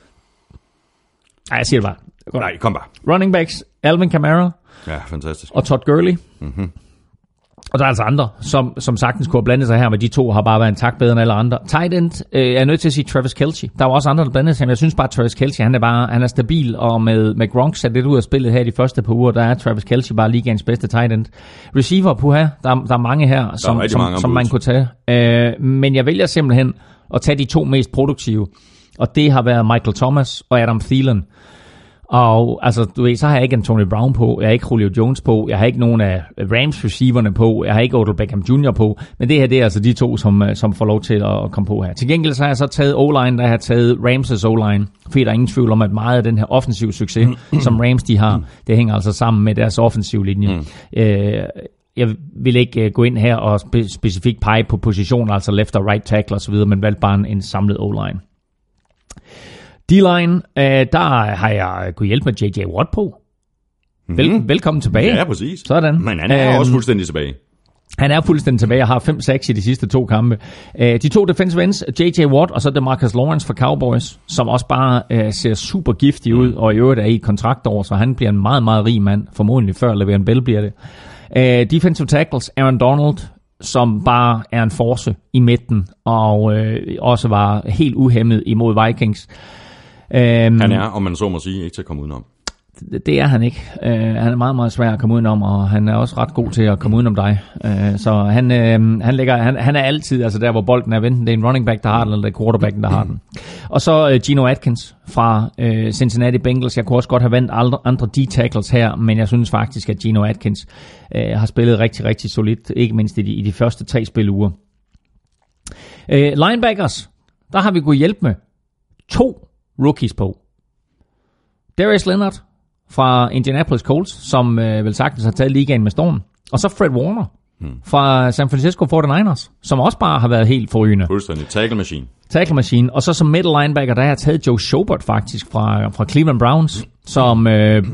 Nej, jeg siger det bare. Nej, kom bare. Running backs, Alvin Kamara. Ja, fantastisk. Og Todd Gurley. Og der er altså andre, som sagtens kunne have blandet sig her, men de 2 har bare været en tak bedre end alle andre. Tight end, jeg er nødt til at sige Travis Kelce. Der var også andre, der blandede sig, men jeg synes bare, at Travis Kelce, han er stabil, og med Gronk sat lidt ud af spillet her de første par uger, der er Travis Kelce bare ligaens bedste tight end. Receiver på her, der er mange her, som man kunne tage. Men jeg vælger simpelthen at tage de 2 mest produktive, og det har været Michael Thomas og Adam Thielen. Og altså, du ved, så har jeg ikke Antonio Brown på, jeg har ikke Julio Jones på, jeg har ikke nogen af Rams receiverne på, jeg har ikke Odell Beckham Jr. på, men det her, det er altså de 2, som får lov til at komme på her. Til gengæld så har jeg så taget O-line, der har taget Rams' O-line, fordi der er ingen tvivl om, at meget af den her offensiv succes, som Rams de har, det hænger altså sammen med deres offensiv linje. Jeg vil ikke gå ind her og specifikt pege på positioner, altså left og right tackle osv., men valgte bare en samlet O-line. D-line, der har jeg kunnet hjælpe med J.J. Watt på. Velkommen tilbage. Ja, præcis. Sådan. Men han er også fuldstændig tilbage. Han er fuldstændig tilbage og har 5-6 i de sidste 2 kampe. De 2 defensive ends, J.J. Watt og så DeMarcus Lawrence fra Cowboys, som også bare ser super giftig ud, og i øvrigt er i kontraktår, så han bliver en meget, meget rig mand, formodentlig før Le'Veon Bell bliver det. Defensive tackles, Aaron Donald, som bare er en force i midten, og også var helt uhæmmet imod Vikings. Han er, om man så må sige, ikke til at komme udenom. Det er han ikke. Han er meget, meget svær at komme udenom, og han er også ret god til at komme udenom dig. Så han er altid altså der, hvor bolden er, enten det er en running back, der har den, eller det er quarterbacken, der har den. Og så Geno Atkins fra Cincinnati Bengals. Jeg kunne også godt have vendt andre D-tackles her, men jeg synes faktisk, at Geno Atkins har spillet rigtig, rigtig solidt, ikke mindst i de første 3 spiluger. Linebackers, der har vi kunnet hjælpe med 2 rookies på. Darius Leonard fra Indianapolis Colts, som vel sagtens har taget ligaen med storm. Og så Fred Warner fra San Francisco 49ers, som også bare har været helt forrygende. Fuldstændig. Tackle machine. Og så som middle linebacker, der har jeg taget Joe Schobert faktisk fra Cleveland Browns, som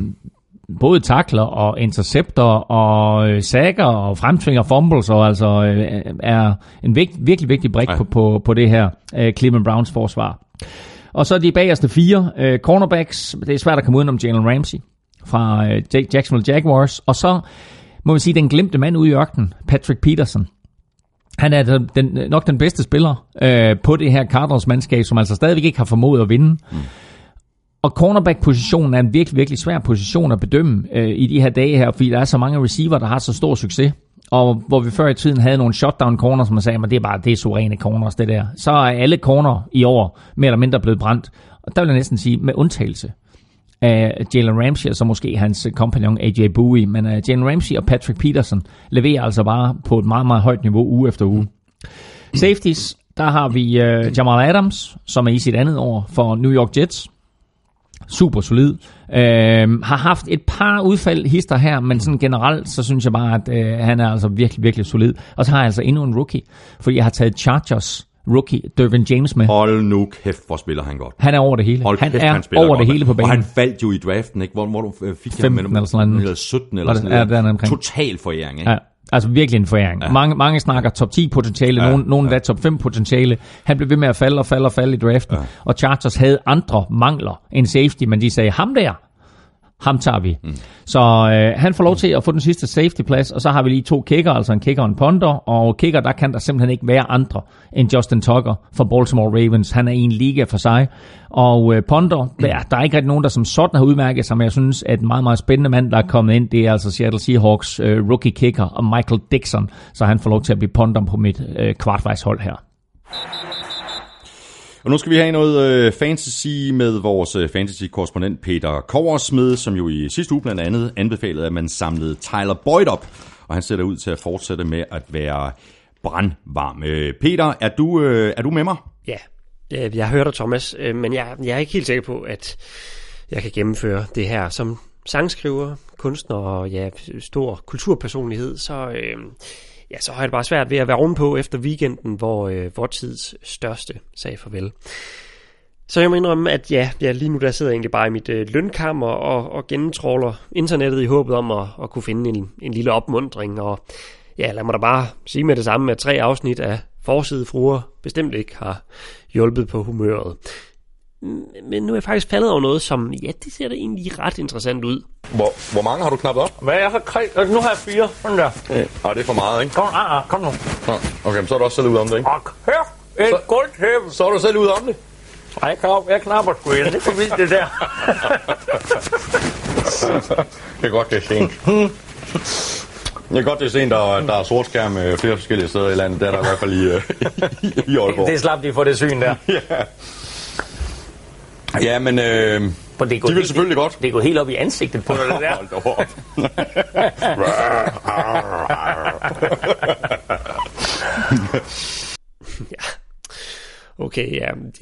både tackler og intercepter og sacker og fremtvinger fumbles, og altså er en virkelig vigtig brik på det her Cleveland Browns forsvar. Og så de bagerste 4 cornerbacks. Det er svært at komme udenom Jalen Ramsey fra Jacksonville Jaguars. Og så må vi sige, den glemte mand ude i ørkenen, Patrick Peterson. Han er nok den bedste spiller på det her Cardinals-mandskab, som altså stadigvæk ikke har formået at vinde. Og cornerback-positionen er en virkelig, virkelig svær position at bedømme i de her dage her, fordi der er så mange receiver, der har så stor succes. Og hvor vi før i tiden havde nogle shutdown corners, som man sagde, men det er suveræne corners, det der. Så er alle corner i år mere eller mindre blevet brændt. Og der vil jeg næsten sige, med undtagelse af Jalen Ramsey, og så måske hans kompagnon AJ Bowie. Men Jalen Ramsey og Patrick Peterson leverer altså bare på et meget, meget højt niveau uge efter uge. Safeties, der har vi Jamal Adams, som er i sit andet år for New York Jets. Super solid. Har haft et par udfald hister her, men sådan generelt, så synes jeg bare, at han er altså virkelig, virkelig solid. Og så har jeg altså endnu en rookie, fordi jeg har taget Chargers rookie Dervin James med. Hold nu kæft, hvor spiller han godt. Han er over det hele. Han er over det hele på banen. Og han faldt jo i draften, ikke? Hvor du fik 15 eller sådan noget. Eller 17 eller sådan noget. Total foræring, ikke? Ja. Altså virkelig en foræring. Ja. Mange snakker top 10 potentiale, nogen der top 5 potentiale. Han blev ved med at falde i draften. Ja. Og Chargers havde andre mangler end safety, men de sagde, ham tager vi. Så han får lov til at få den sidste safety-plads, og så har vi lige 2 kicker, altså en kicker og en punter, og kicker, der kan der simpelthen ikke være andre end Justin Tucker fra Baltimore Ravens. Han er i en liga for sig, og punter, der er ikke rigtig nogen, der som sådan har udmærket sig, men jeg synes, at en meget, meget spændende mand, der er kommet ind, det er altså Seattle Seahawks rookie kicker, og Michael Dixon, så han får lov til at blive punter på mit kvartvejs hold her. Og nu skal vi have noget fantasy med vores fantasy-korrespondent Peter Koversmed, som jo i sidste uge blandt andet anbefalede, at man samlede Tyler Boyd op, og han ser ud til at fortsætte med at være brandvarm. Peter, er du med mig? Ja, jeg hører dig, Thomas, men jeg er ikke helt sikker på, at jeg kan gennemføre det her som sangskriver, kunstner og stor kulturpersonlighed, så har jeg det bare svært ved at være ovenpå efter weekenden, hvor vor tids største sagde farvel. Så jeg må indrømme, at lige nu der sidder jeg egentlig bare i mit lønkammer og gennemtråler internettet i håbet om at kunne finde en lille opmuntring. Og lad mig da bare sige med det samme, at 3 afsnit af Forsidefruer bestemt ikke har hjulpet på humøret. Men nu er jeg faktisk faldet over noget, som, det ser da egentlig ret interessant ud. Hvor mange har du knappet op? Hvad jeg har nu har jeg 4. Sådan der. Det er for meget, ikke? Kom nu. Okay, men så er du også selv ude om det, ikke? Hør, et guldtæppe. Så er du selv ude om det? Nej, jeg knapper sgu ikke. Det er for vildt, det der. Det er godt, det er sent. Det er godt, det er sent, der er sort skærm flere forskellige steder i landet. Det er der i hvert fald i Aalborg. Det er slapt, de får det syn der. Ja, men de vil selvfølgelig godt. Det går helt op i ansigtet på dig, det der. Hold da op. Okay,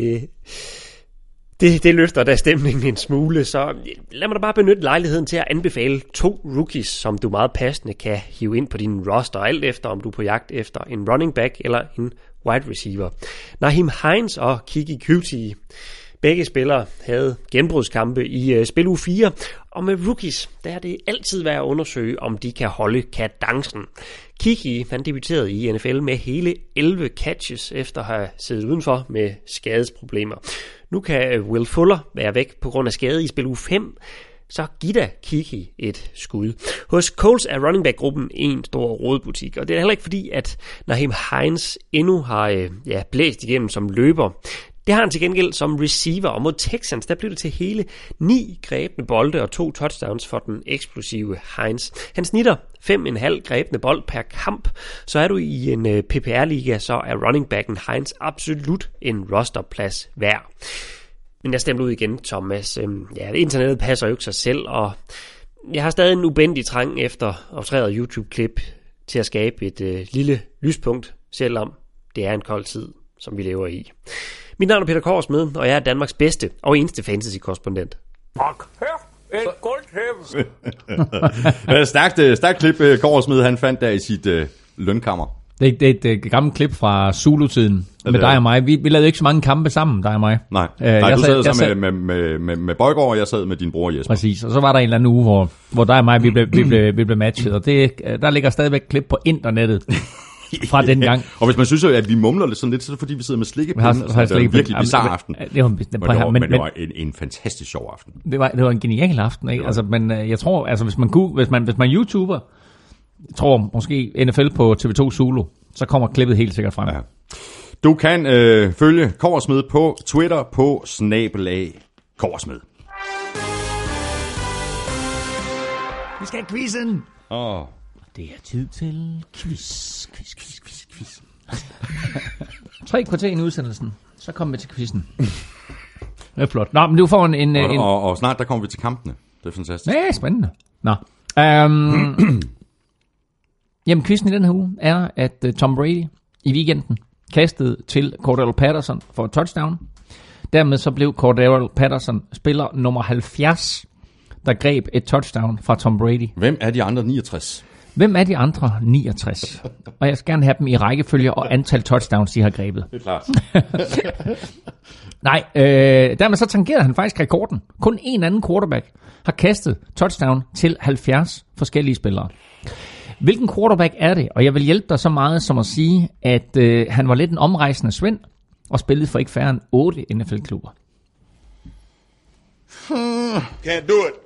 det løfter da stemningen en smule, så lad mig da bare benytte lejligheden til at anbefale 2 rookies, som du meget passende kan hive ind på din roster, alt efter om du er på jagt efter en running back eller en wide receiver. Naheem Hines og Kiki Coutee. Begge spillere havde genbrudskampe i spil uge 4, og med rookies, der er det altid værd at undersøge, om de kan holde kadencen. Kiki, han debuterede i NFL med hele 11 catches, efter at have siddet udenfor med skadesproblemer. Nu kan Will Fuller være væk på grund af skade i spil uge 5, så giv da Kiki et skud. Hos Colts er running back-gruppen en stor rodebutik, og det er heller ikke fordi, at Nyheim Hines endnu har blæst igennem som løber. Det har han til gengæld som receiver, og mod Texans, der blev det til hele 9 grebne bolde og 2 touchdowns for den eksplosive Hines. Han snitter 5,5 grebne bold per kamp, så er du i en PPR-liga, så er running backen Hines absolut en rosterplads værd. Men jeg stemte ud igen, Thomas. Internettet passer jo ikke sig selv, og jeg har stadig en ubendig trang efter aftræret YouTube-klip til at skabe et lille lyspunkt, selvom det er en kold tid, som vi lever i. Mit navn er Peter Korsmed, og jeg er Danmarks bedste og eneste fantasy-korrespondent. Stærkt klip, Korsmed, han fandt der i sit lønkammer. Det er et gammelt klip fra Zulu-tiden med dig og mig. Vi lavede ikke så mange kampe sammen, dig og mig. Nej, du sad sammen med Bøjgaard, og jeg sad med din bror Jesper. Præcis, og så var der en eller anden uge, hvor dig og mig, vi blev matchet, og der ligger stadigvæk klip på internettet fra den gang. Og hvis man synes, at vi mumler lidt sådan lidt, så er det fordi, vi sidder med slikkepinde. Det var en virkelig bizarre aften. Men det var en fantastisk sjov aften. Det var en genial aften, ikke? Altså, men jeg tror, altså hvis man YouTuber, jeg tror måske NFL på TV2 Zulu, så kommer klippet helt sikkert frem. Ja. Du kan følge Korsmed på Twitter på @Korsmed. Vi skal have quizzen! Det er tid til quiz. 3 kvarter i udsendelsen, så kommer vi til quizzen. Det er flot. Nå, men du får en... Og snart der kommer vi til kampene. Det er fantastisk. Ja, spændende. Nå. Jamen, quizzen i den her uge er, at Tom Brady i weekenden kastede til Cordarrelle Patterson for et touchdown. Dermed så blev Cordarrelle Patterson spiller nummer 70, der greb et touchdown fra Tom Brady. Hvem er de andre 69? Hvem er de andre 69? Og jeg skal gerne have dem i rækkefølge og antal touchdowns, de har grebet. Det er klart. Nej, dermed så tangerede han faktisk rekorden. Kun en anden quarterback har kastet touchdown til 70 forskellige spillere. Hvilken quarterback er det? Og jeg vil hjælpe dig så meget som at sige, at han var lidt en omrejsende svend og spillede for ikke færre end 8 NFL-klubber. Can't do it.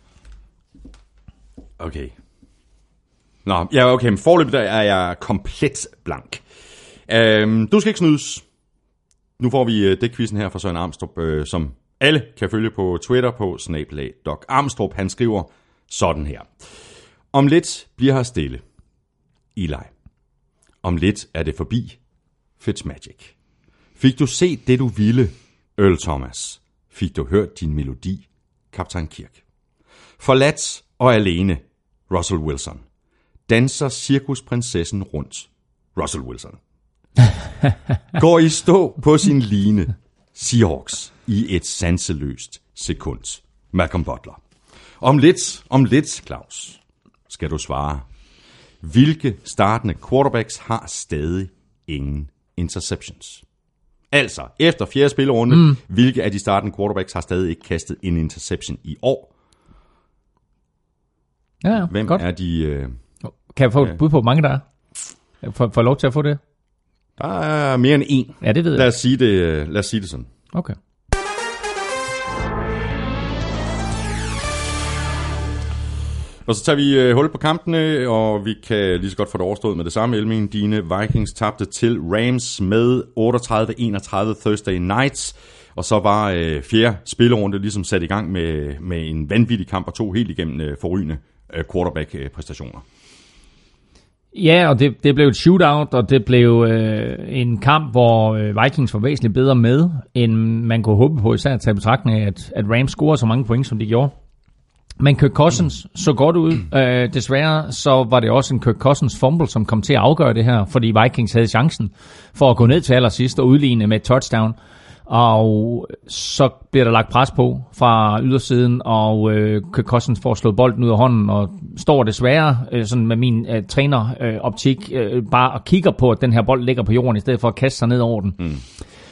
Okay. Nå, ja, okay, men foreløbig der er jeg komplet blank. Du skal ikke snydes. Nu får vi det quizzen her fra Søren Armstrong, som alle kan følge på Twitter på @DocArmstrong. Han skriver sådan her. Om lidt bliver her stille. Eli. Om lidt er det forbi. Fitzmagic. Fik du set det, du ville, Earl Thomas? Fik du hørt din melodi, Kaptajn Kirk? Forladt og alene, Russell Wilson. Danser cirkusprinsessen rundt, Russell Wilson. Går i stå på sin line, Seahawks, i et sanseløst sekund, Malcolm Butler. Om lidt, Claus, skal du svare. Hvilke startende quarterbacks har stadig ingen interceptions? Altså, efter 4. spillerunde, hvilke af de startende quarterbacks har stadig ikke kastet en interception i år? Ja, hvem godt. Er de... Kan jeg få et bud på, hvor mange der er? Får lov til at få det? Der er mere end en. Ja, det ved jeg. Lad os sige det sådan. Okay. Og så tager vi hul på kampene, og vi kan lige så godt få det overstået med det samme. Elming, dine Vikings tabte til Rams med 38-31 Thursday nights. Og så var 4. spillerunde ligesom sat i gang med en vanvittig kamp og 2 helt igennem forrygende quarterback-præstationer. Ja, og det blev et shootout, og det blev en kamp, hvor Vikings var væsentligt bedre med, end man kunne håbe på, især at tage betragtning af, at Rams scorede så mange point, som de gjorde. Men Kirk Cousins så godt ud. Desværre så var det også en Kirk Cousins fumble, som kom til at afgøre det her, fordi Vikings havde chancen for at gå ned til allersidst og udligne med et touchdown. Og så bliver der lagt pres på fra ydersiden, og Kirk Cousins får slået bolden ud af hånden, og står desværre sådan med min træneroptik bare og kigger på, at den her bold ligger på jorden, i stedet for at kaste sig ned over den.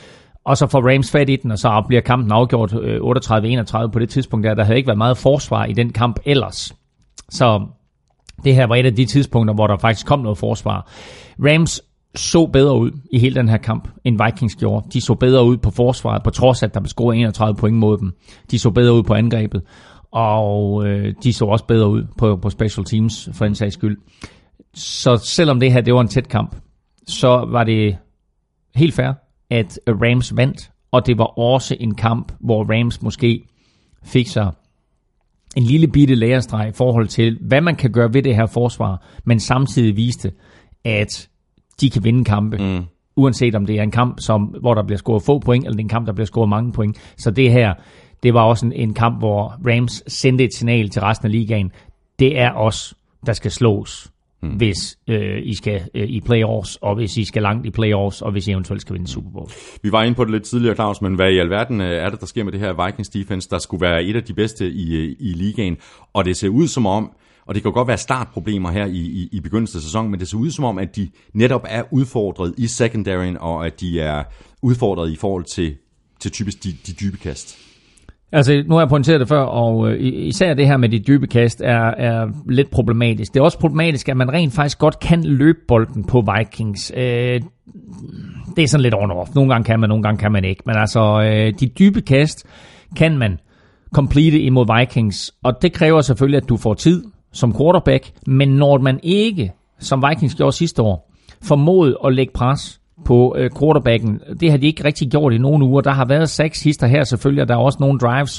Og så får Rams fat i den, og så bliver kampen afgjort 38-31 på det tidspunkt der. Der havde ikke været meget forsvar i den kamp ellers. Så det her var et af de tidspunkter, hvor der faktisk kom noget forsvar. Rams så bedre ud i hele den her kamp, end Vikings gjorde. De så bedre ud på forsvaret, på trods af, at der blev scoret 31 point mod dem. De så bedre ud på angrebet, og de så også bedre ud på special teams, for den sags skyld. Så selvom det her det var en tæt kamp, så var det helt fair, at Rams vandt, og det var også en kamp, hvor Rams måske fik sig en lille bitte lærestreg i forhold til, hvad man kan gøre ved det her forsvar, men samtidig viste, at de kan vinde kampe, uanset om det er en kamp, hvor der bliver scoret få point, eller det er en kamp, der bliver scoret mange point. Så det her, det var også en kamp, hvor Rams sendte et signal til resten af ligaen. Det er os, der skal slås, hvis I skal i playoffs, og hvis I skal langt i playoffs, og hvis I eventuelt skal vinde Super Bowl. Vi var inde på det lidt tidligere, Claus, men hvad i alverden er det, der sker med det her Vikings defense, der skulle være et af de bedste i ligaen, og det ser ud som om, og det kan godt være startproblemer her i begyndelsen af sæsonen, men det ser ud som om, at de netop er udfordret i secondaryen, og at de er udfordret i forhold til typisk de dybe kast. Altså, nu har jeg pointeret det før, og især det her med de dybe kast er lidt problematisk. Det er også problematisk, at man rent faktisk godt kan løbe bolden på Vikings. Det er sådan lidt on off. Nogle gange kan man, nogle gange kan man ikke. Men altså, de dybe kast kan man complete imod Vikings, og det kræver selvfølgelig, at du får tid som quarterback, men når man ikke, som Vikings gjorde sidste år, formået at lægge pres på quarterbacken, det har de ikke rigtig gjort i nogle uger. Der har været 6 hister her selvfølgelig, og der er også nogle drives,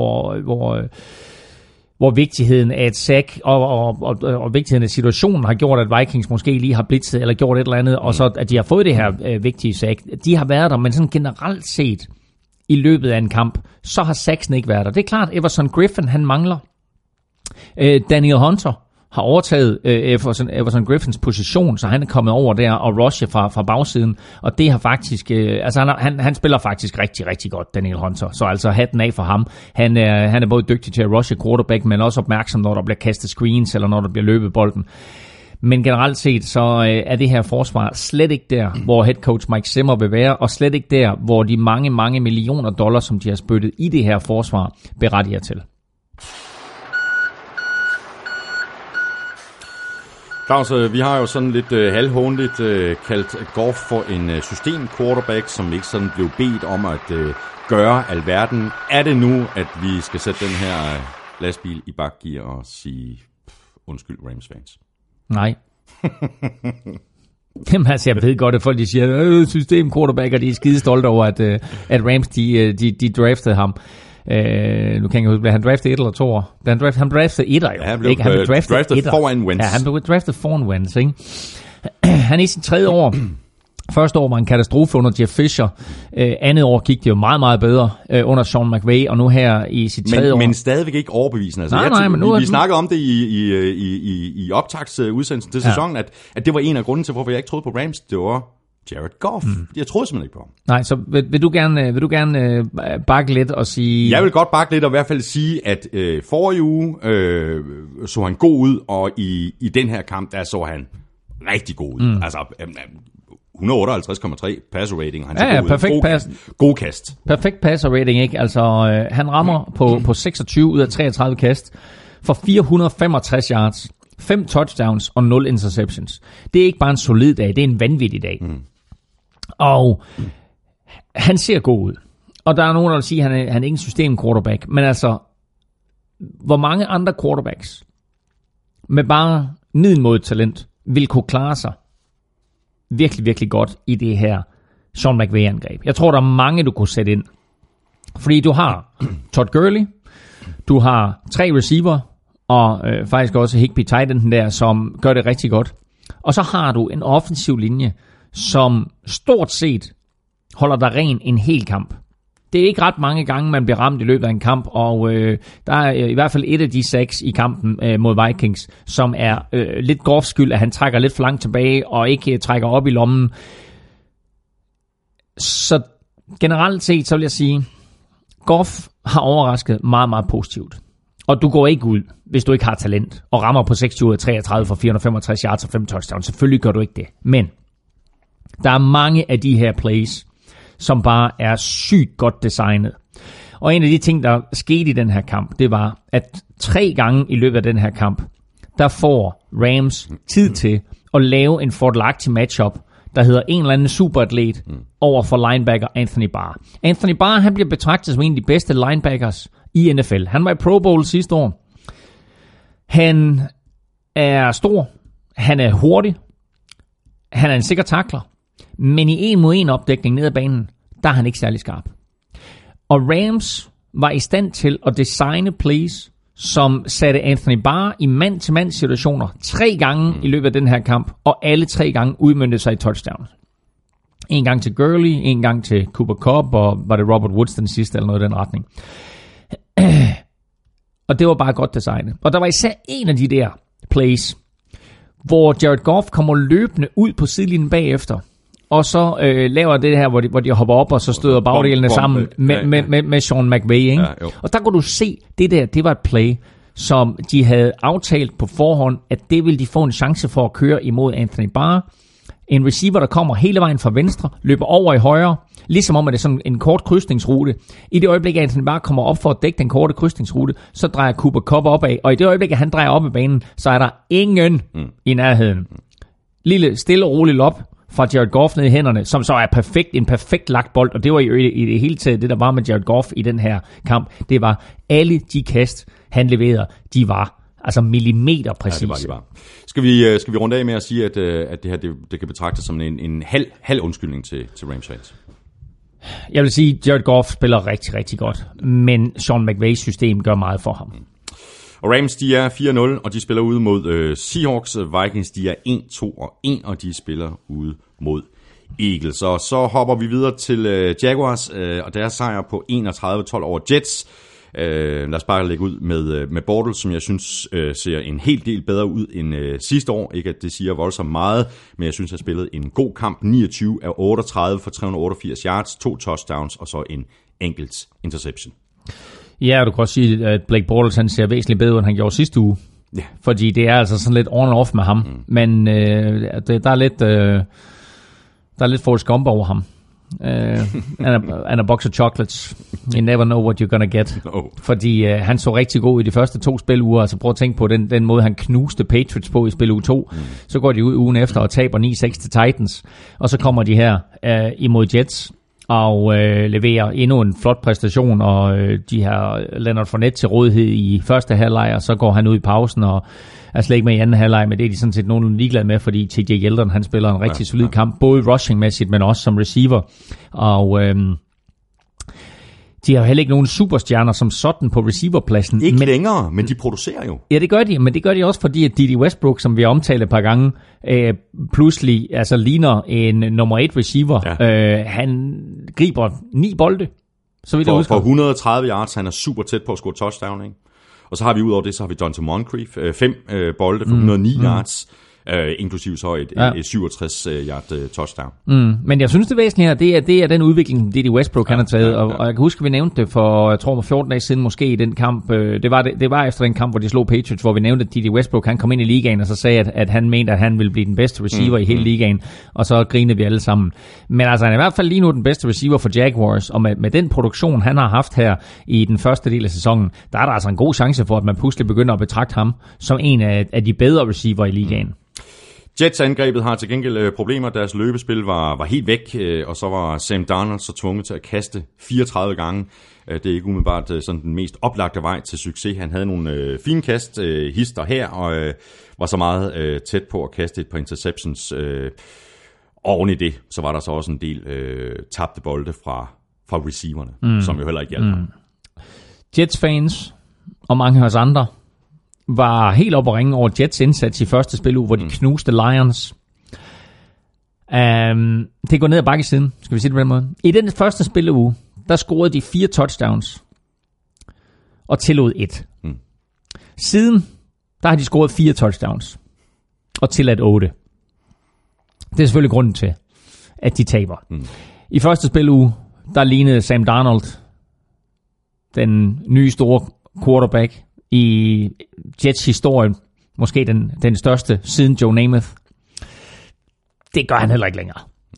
hvor vigtigheden af et sack og vigtigheden af situationen har gjort, at Vikings måske lige har blitzet eller gjort et eller andet, og så at de har fået det her vigtige sack. De har været der, men sådan generelt set i løbet af en kamp, så har sacksen ikke været der. Det er klart, Everson Griffin, han mangler. Daniel Hunter har overtaget Everson Griffins position, så han er kommet over der og rusher fra bagsiden, og det har faktisk, han spiller faktisk rigtig, rigtig godt, Daniel Hunter, så altså hatten af for ham. Han er både dygtig til at rushe quarterback, men også opmærksom, når der bliver kastet screens, eller når der bliver løbet bolden. Men generelt set, så er det her forsvar slet ikke der, hvor head coach Mike Zimmer vil være, og slet ikke der, hvor de mange, mange millioner dollars, som de har spyttet i det her forsvar, berettiger til. Claus, vi har jo sådan lidt halvhåndligt kaldt Goff for en system-quarterback, som ikke sådan blev bedt om at gøre alverden. Er det nu, at vi skal sætte den her lastbil i bakgear og sige undskyld Rams-fans? Nej. Jamen altså, jeg ved godt, at folk de siger, system-quarterback, og de er skide stolte over, at Rams de draftede ham. Nu kan jeg huske, han draftede 1 eller 2 år. Han draftede 1'er jo. Ja, han blev draftet foran Wentz. Ja, han blev draftet foran Wentz, ikke? Han er i sit 3. år. Første år var en katastrofe under Jeff Fisher. Andet år gik det jo meget, meget bedre under Sean McVay, og nu her i sit 3. år. Men stadigvæk ikke overbevisende. Altså, nej, men nu vi snakkede om det i optagsudsendelsen til sæsonen, at det var en af grunden til, hvorfor jeg ikke troede på Rams. Det var Jared Goff. Jeg troede simpelthen ikke på ham. Nej, så vil du gerne bakke lidt og sige... Jeg vil godt bakke lidt og i hvert fald sige, at forrige uge så han god ud, og i den her kamp, der så han rigtig god ud. Altså 158,3 passer rating. Han perfekt pass. God kast. Perfekt passer rating, ikke? Altså, han rammer på 26 ud af 33 kast for 465 yards, 5 touchdowns og 0 interceptions. Det er ikke bare en solid dag, det er en vanvittig dag. Og han ser god ud. Og der er nogen, der vil sige, at han er ikke en system-quarterback. Men altså, hvor mange andre quarterbacks med bare middelmådigt talent vil kunne klare sig virkelig, virkelig godt i det her Sean McVay-angreb. Jeg tror, der er mange, du kunne sætte ind. Fordi du har Todd Gurley, du har 3 receiver, og faktisk også Higbee tight enden der, som gør det rigtig godt. Og så har du en offensiv linje, som stort set holder dig ren en hel kamp. Det er ikke ret mange gange, man bliver ramt i løbet af en kamp, og der er i hvert fald et af de 6 i kampen mod Vikings, som er lidt Goffs skyld, at han trækker lidt for langt tilbage, og ikke trækker op i lommen. Så generelt set, så vil jeg sige, Goff har overrasket meget, meget positivt. Og du går ikke ud, hvis du ikke har talent, og rammer på 26-33 for 465 yards og 5 touchdowns. Selvfølgelig gør du ikke det. Men der er mange af de her plays, som bare er sygt godt designet. Og en af de ting, der skete i den her kamp, det var, at 3 gange i løbet af den her kamp, der får Rams tid til at lave en fordelagtig matchup, der hedder en eller anden superatlet over for linebacker Anthony Barr. Anthony Barr, han bliver betragtet som en af de bedste linebackers i NFL. Han var i Pro Bowl sidste år. Han er stor, han er hurtig, han er en sikker tackler, men i 1-mod-1 opdækning ned ad banen, der er han ikke særlig skarp. Og Rams var i stand til at designe plays, som satte Anthony Barr i mand-til-mand situationer 3 gange i løbet af den her kamp, og alle 3 gange udmøntede sig i touchdown. En gang til Gurley, en gang til Cooper Kupp, og var det Robert Woods den sidste, eller noget i den retning. Og det var bare godt designet. Og der var især en af de der plays, hvor Jared Goff kommer løbende ud på sidelinjen bagefter, og så laver det her, hvor de hopper op, og så støder bagdelene sammen med Sean McVay. Ikke? Ja, og der kunne du se, det var et play, som de havde aftalt på forhånd, at det ville de få en chance for at køre imod Anthony Barr. En receiver, der kommer hele vejen fra venstre, løber over i højre, ligesom om at det er sådan en kort krydsningsrute. I det øjeblik, at Anthony Barr kommer op for at dække den korte krydsningsrute, så drejer Cooper Kupp opad, og i det øjeblik, at han drejer op i banen, så er der ingen i nærheden. Lille, stille og rolig lop fra Jared Goff ned i hænderne, som så er en perfekt lagt bold, og det var jo i det hele taget det, der var med Jared Goff i den her kamp. Det var alle de kast, han leverede, de var altså millimeter præcis. Ja, det var. Skal vi runde af med at sige, at det her det kan betragtes som en halv undskyldning til Rams fans? Jeg vil sige, at Jared Goff spiller rigtig, rigtig godt, men Sean McVays system gør meget for ham. Og Rams, de er 4-0, og de spiller ude mod Seahawks. Vikings, de er 1-2-1, og de spiller ude mod Eagles. Og så hopper vi videre til Jaguars, og deres sejr på 31-12 over Jets. Lad os bare lægge ud med Bortles, som jeg synes ser en hel del bedre ud end sidste år. Ikke at det siger voldsomt meget, men jeg synes, jeg har spillet en god kamp. 29 af 38 for 388 yards, 2 touchdowns og så en enkelt interception. Ja, du kan også sige, at Blake Bortles han ser væsentligt bedre, end han gjorde sidste uge. Ja. Fordi det er altså sådan lidt on and off med ham. Men der er lidt Forrest Gump over ham. And a box of chocolates. You never know what you're gonna get. No. Fordi han så rigtig god i de første 2 spiluger. Altså prøv at tænke på den måde, han knuste Patriots på i spiluge 2. Så går de ud ugen efter og taber 9-6 til Titans. Og så kommer de her imod Jets og leverer endnu en flot præstation, og de har Leonard Fournette til rådighed i første halvleg, og så går han ud i pausen og er slet ikke med i anden halvleg, men det er de sådan set nogenlunde ligeglade med, fordi TJ Yeldon, han spiller en rigtig solid kamp, både rushing-mæssigt, men også som receiver, og de har jo heller ikke nogen superstjerner som sådan på receiverpladsen. Ikke længere, men de producerer jo. Ja, det gør de, men det gør de også, fordi at Dede Westbrook, som vi har omtalt et par gange, pludselig altså ligner en nummer 1 receiver. Ja. Han griber 9 bolde, så vidt jeg husker. For 130 yards, han er super tæt på at score touchdown, ikke? Og så har vi ud over det, så har vi Donta Moncrief, 5 bolde for 109 yards. Inklusiv så et 67-yard touchdown. Men jeg synes, det væsentlige her, det er den udvikling, Dede Westbrook han har taget. Og jeg kan huske, at vi nævnte det for, jeg tror, 14 dage siden måske i den kamp. Det var efter den kamp, hvor de slog Patriots, hvor vi nævnte, at Dede Westbrook han kom ind i ligaen, og så sagde, at han mente, at han ville blive den bedste receiver i hele ligaen. Og så grinede vi alle sammen. Men altså, han er i hvert fald lige nu den bedste receiver for Jaguars, og med den produktion, han har haft her i den første del af sæsonen, der er der altså en god chance for, at man pludselig begynder at betragte ham som en af de bedre receiver i ligaen. Jets-angrebet har til gengæld problemer. Deres løbespil var helt væk, og så var Sam Darnold så tvunget til at kaste 34 gange. Det er ikke umiddelbart sådan den mest oplagte vej til succes. Han havde nogle fine kast, hister her, og var så meget tæt på at kaste et par interceptions. Oven i det, så var der så også en del tabte bolde fra receiverne, som jo heller ikke hjalp ham. Jets-fans og mange af os andre var helt op at ringe over Jets indsats i første spiluge, hvor de knuste Lions. Det går ned ad bakke siden, skal vi sige det på den måde. I den første spiluge, der scorede de 4 touchdowns og tillod 1. Siden, der har de scoret 4 touchdowns og tilladt 8. Det er selvfølgelig grunden til, at de taber. I første spiluge, der lignede Sam Darnold den nye store quarterback i Jets historie, måske den største siden Joe Namath. Det gør han heller ikke længere.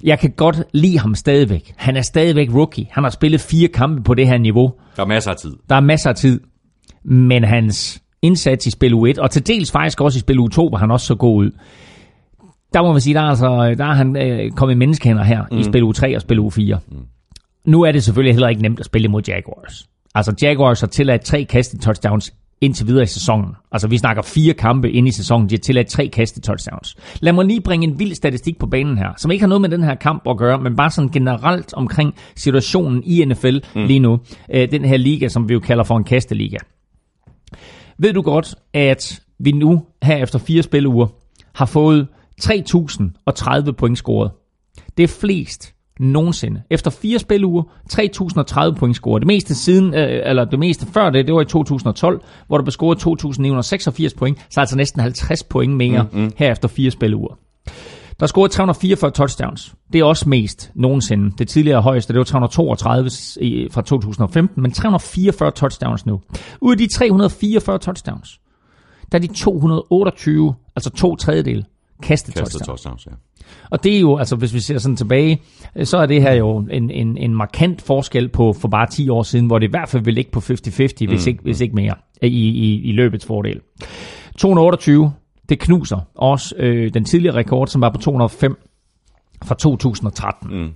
Jeg kan godt lide ham stadigvæk. Han er stadigvæk rookie. Han har spillet 4 kampe på det her niveau. Der er masser af tid. Der er masser af tid. Men hans indsats i spil U1, og til dels faktisk også i spil U2, hvor han også så god ud. Der må man sige, der er han kommet menneskehænder her i spil U3 og spil U4. Nu er det selvfølgelig heller ikke nemt at spille imod Jaguars. Altså Jaguars har tilladt 3 kastet touchdowns indtil videre i sæsonen. Altså vi snakker 4 kampe ind i sæsonen, de har tilladt 3 kastet touchdowns. Lad mig lige bringe en vild statistik på banen her, som ikke har noget med den her kamp at gøre, men bare sådan generelt omkring situationen i NFL lige nu. Den her liga, som vi jo kalder for en kasteliga. Ved du godt, at vi nu her efter 4 spiluger har fået 3.030 point scoret. Det er flest nogensinde. Efter 4 spiluger, 3.030 point scoret. Det meste siden, eller det meste før det var i 2012, hvor der blev scoret 2.986 point, så altså næsten 50 point mere her efter 4 spiluger. Der er scoret 344 touchdowns. Det er også mest nogensinde. Det tidligere højeste, det var 332 fra 2015, men 344 touchdowns nu. Ud af de 344 touchdowns, der er de 228, altså 2/3 kastet touchdowns. Ja. Og det er jo, altså hvis vi ser sådan tilbage, så er det her jo en markant forskel på for bare 10 år siden, hvor det i hvert fald vil ligge på 50-50, hvis ikke mere, i løbets fordel. 228, det knuser også den tidligere rekord, som var på 205 fra 2013.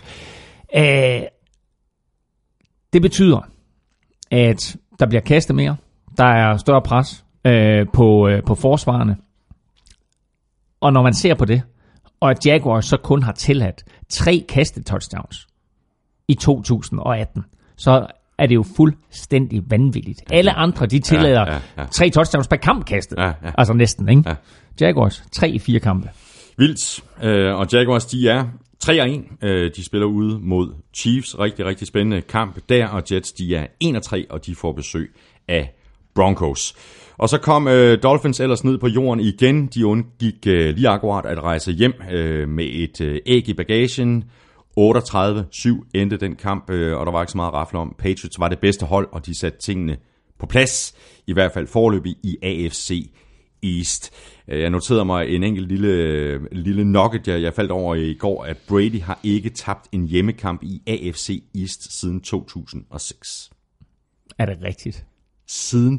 Det betyder, at der bliver kastet mere, der er større pres på forsvarerne, og når man ser på det, og at Jaguars så kun har tilladt 3 kastet touchdowns i 2018, så er det jo fuldstændig vanvittigt. Alle andre, de tillader 3 touchdowns per kamp kastet. Altså næsten, ikke? Ja. Jaguars, 3 i 4 kampe. Vildt. Og Jaguars, de er 3-1. De spiller ude mod Chiefs. Rigtig, rigtig spændende kamp der. Og Jets, de er 1-3, og de får besøg af Broncos. Og så kom Dolphins ellers ned på jorden igen. De undgik lige akkurat at rejse hjem med et æg i bagagen. 38-7 endte den kamp, og der var ikke så meget at rafle om. Patriots var det bedste hold, og de satte tingene på plads, i hvert fald foreløbig i AFC East. Jeg noterede mig en enkelt lille nugget, jeg faldt over i går, at Brady har ikke tabt en hjemmekamp i AFC East siden 2006. Er det rigtigt? Siden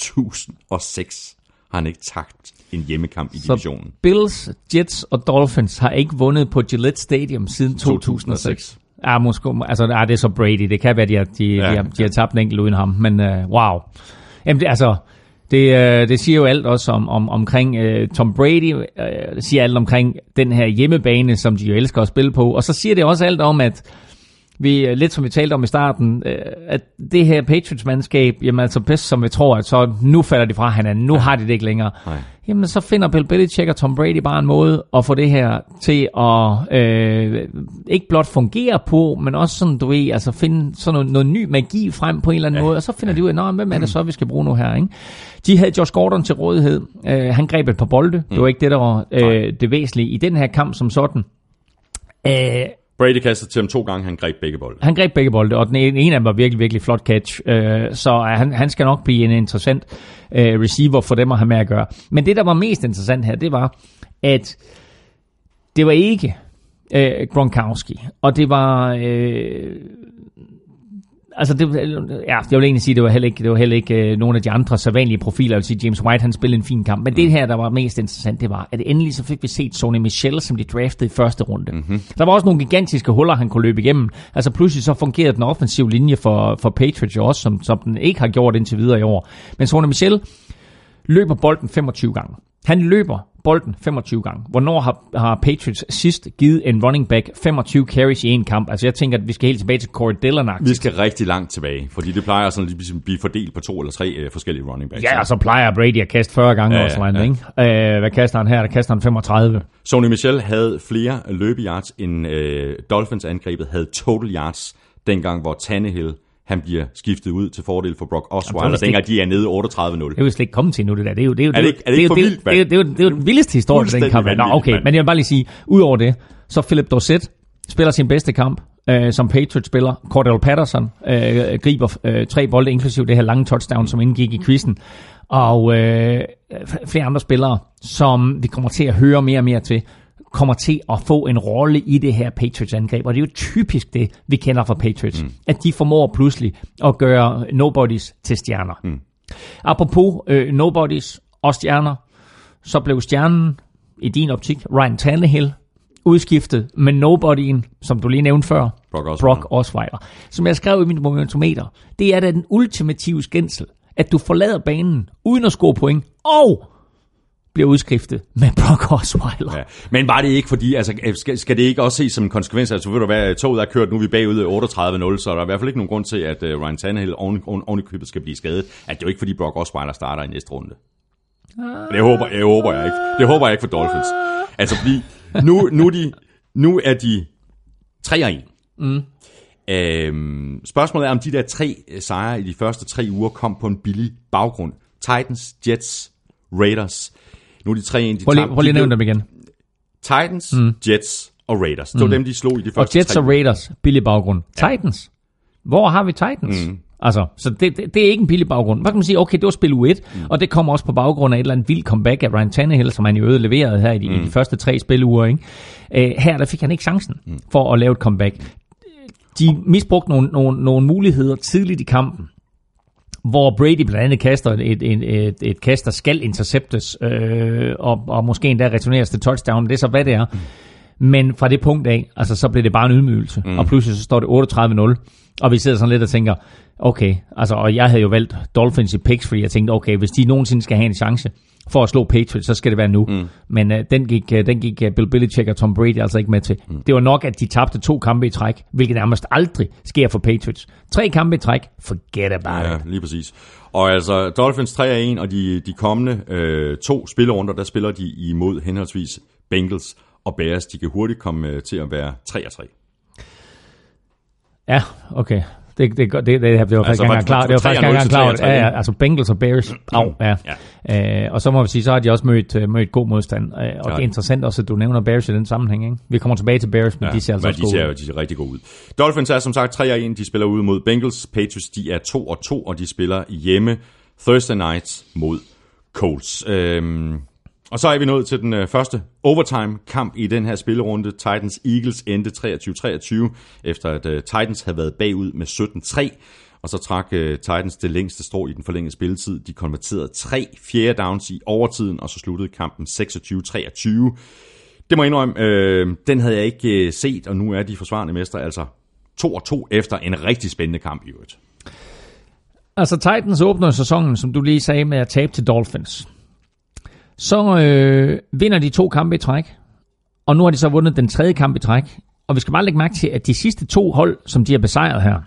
2006 har han ikke tabt en hjemmekamp i divisionen. Så Bills, Jets og Dolphins har ikke vundet på Gillette Stadium siden 2006. Ja, måske, altså det er så Brady. Det kan være, de har tabt en enkelt uden ham, men wow. Jamen, det siger jo alt også omkring Tom Brady. Det siger alt omkring den her hjemmebane, som de jo elsker at spille på. Og så siger det også alt om, at vi, lidt som vi talte om i starten, at det her Patriots-mandskab, jamen altså bedst som vi tror, at så nu falder de fra hinanden, nu har de det ikke længere. Nej. Jamen så finder Bill Belichick og Tom Brady bare en måde at få det her til at ikke blot fungere på, men også sådan, du ved, altså finde sådan noget ny magi frem på en eller anden måde, og så finder de ud af, hvem er det så, vi skal bruge nu her, ikke? De havde Josh Gordon til rådighed. Han greb et par bolde. Det var ikke det, der var det væsentlige i den her kamp som sådan. Brady kastede til ham 2 gange, han greb begge bolde. Han greb begge bolde, og den ene af dem var virkelig, virkelig flot catch. Så han skal nok blive en interessant receiver for dem at have med at gøre. Men det, der var mest interessant her, det var, at det var ikke Gronkowski, og det var... Altså, jeg vil egentlig sige, det var heller ikke nogen af de andre sædvanlige profiler. Jeg vil sige, James White, han spillede en fin kamp. Men det her, der var mest interessant, det var, at endelig så fik vi set Sony Michel, som de draftede i første runde. Der var også nogle gigantiske huller, han kunne løbe igennem. Altså, pludselig så fungerede den offensive linje for Patriots også, som den ikke har gjort indtil videre i år. Men Sony Michel løber bolden 25 gange. Han løber bolden 25 gange. Hvornår har Patriots sidst givet en running back 25 carries i en kamp? Altså jeg tænker, at vi skal helt tilbage til Corey Dillon. Vi skal rigtig langt tilbage, fordi det plejer sådan at blive fordelt på 2 eller 3 forskellige running backs. Ja, og så plejer Brady at kaste 40 gange også. Ikke? Hvad kaster han her? Der kaster han 35. Sony Michel havde flere løbeyards end Dolphins angrebet havde total yards, dengang hvor Tannehill han bliver skiftet ud til fordel for Brock Osweiler, og dengang de er nede 38-0. Det vil slet ikke komme til nu, det der. Det er jo det er den vildeste historie, den kamp. Nå, okay, men jeg vil bare lige sige, udover det, så Philip Dorsett spiller sin bedste kamp som Patriots-spiller. Cordell Patterson griber 3 bolde, inklusive det her lange touchdown, som indgik i quizzen. Og flere andre spillere, som vi kommer til at høre mere og mere til, kommer til at få en rolle i det her Patriots-angreb. Og det er jo typisk det, vi kender fra Patriots. At de formår pludselig at gøre nobodies til stjerner. Apropos nobodies og stjerner, så blev stjernen i din optik Ryan Tannehill udskiftet med nobodyen, som du lige nævnte før, Brock Osweiler. Som jeg skrev i min momentometer, det er da den ultimative skændsel, at du forlader banen uden at score point, og bliver udskiftet med Brock Osweiler. Ja. Men var det ikke fordi, altså skal det ikke også ses som en konsekvens, altså ved du hvad, toget er kørt, nu er vi bagud 38-0, så der er i hvert fald ikke nogen grund til, at Ryan Tannehill oven i købet skal blive skadet, at det jo ikke fordi Brock Osweiler starter i næste runde. Det håber jeg ikke. Det håber jeg ikke for Dolphins. Altså fordi, nu er de 3-1. Spørgsmålet er, om de der 3 sejre i de første 3 uger kom på en billig baggrund. Titans, Jets, Raiders. Nu er de 3-1. Prøv lige nævne dem igen. Titans, Jets og Raiders. Det var dem, de slog i de første 3 uger. Og Jets og Raiders, billig baggrund. Ja. Titans. Hvor har vi Titans? Altså, så det er ikke en billig baggrund. Hvad kan man sige? Okay, det var spil U1, og det kommer også på baggrund af et eller andet vildt comeback af Ryan Tannehill, som han jo leverede her i de første 3 spiluger. Ikke? Her der fik han ikke chancen for at lave et comeback. De misbrugte nogle muligheder tidligt i kampen, hvor Brady blandt andet kaster et kast, der skal interceptes, og måske endda returneres til touchdown. Det er så, hvad det er. Men fra det punkt af, altså, så blev det bare en ydmygelse, og pludselig så står det 38-0, og vi sidder sådan lidt og tænker, okay, altså, og jeg havde jo valgt Dolphins i picks, fordi jeg tænkte, okay, hvis de nogensinde skal have en chance for at slå Patriots, så skal det være nu. Men den gik Bill Belichick og Tom Brady altså ikke med til. Det var nok, at de tabte 2 kampe i træk, hvilket nærmest aldrig sker for Patriots. 3 kampe i træk, forget about it. Ja, lige præcis. Og altså, Dolphins 3-1, og de kommende 2 spillerunder, der spiller de imod henholdsvis Bengals og Bears. De kan hurtigt komme til at være 3-3. Ja, okay. Det var faktisk ikke klar. Det var faktisk ikke klar. Ja, altså Bengals og Bears. Og så må vi sige, så har de også mødt god modstand. Og det er interessant også, at du nævner Bears i den sammenhæng. Ikke? Vi kommer tilbage til Bears, men de ser altså også gode ud. De ser rigtig gode ud. Dolphins er som sagt 3-1. De spiller ude mod Bengals. Patriots, de er 2-2, og de spiller hjemme Thursday night mod Colts. Og så er vi nået til den første overtime-kamp i den her spillerunde. Titans-Eagles endte 23-23, efter at Titans havde været bagud med 17-3. Og så trak Titans det længste strå i den forlængede spilletid. De konverterede 3 fjerde downs i overtiden, og så sluttede kampen 26-23. Det må jeg indrømme, den havde jeg ikke set, og nu er de forsvarende mestre altså 2-2 efter en rigtig spændende kamp i øvrigt. Altså Titans åbner sæsonen, som du lige sagde, med at tabe til Dolphins. Så vinder de 2 kampe i træk, og nu har de så vundet den 3. kamp i træk. Og vi skal bare lægge mærke til, at de sidste 2 hold, som de har besejret her,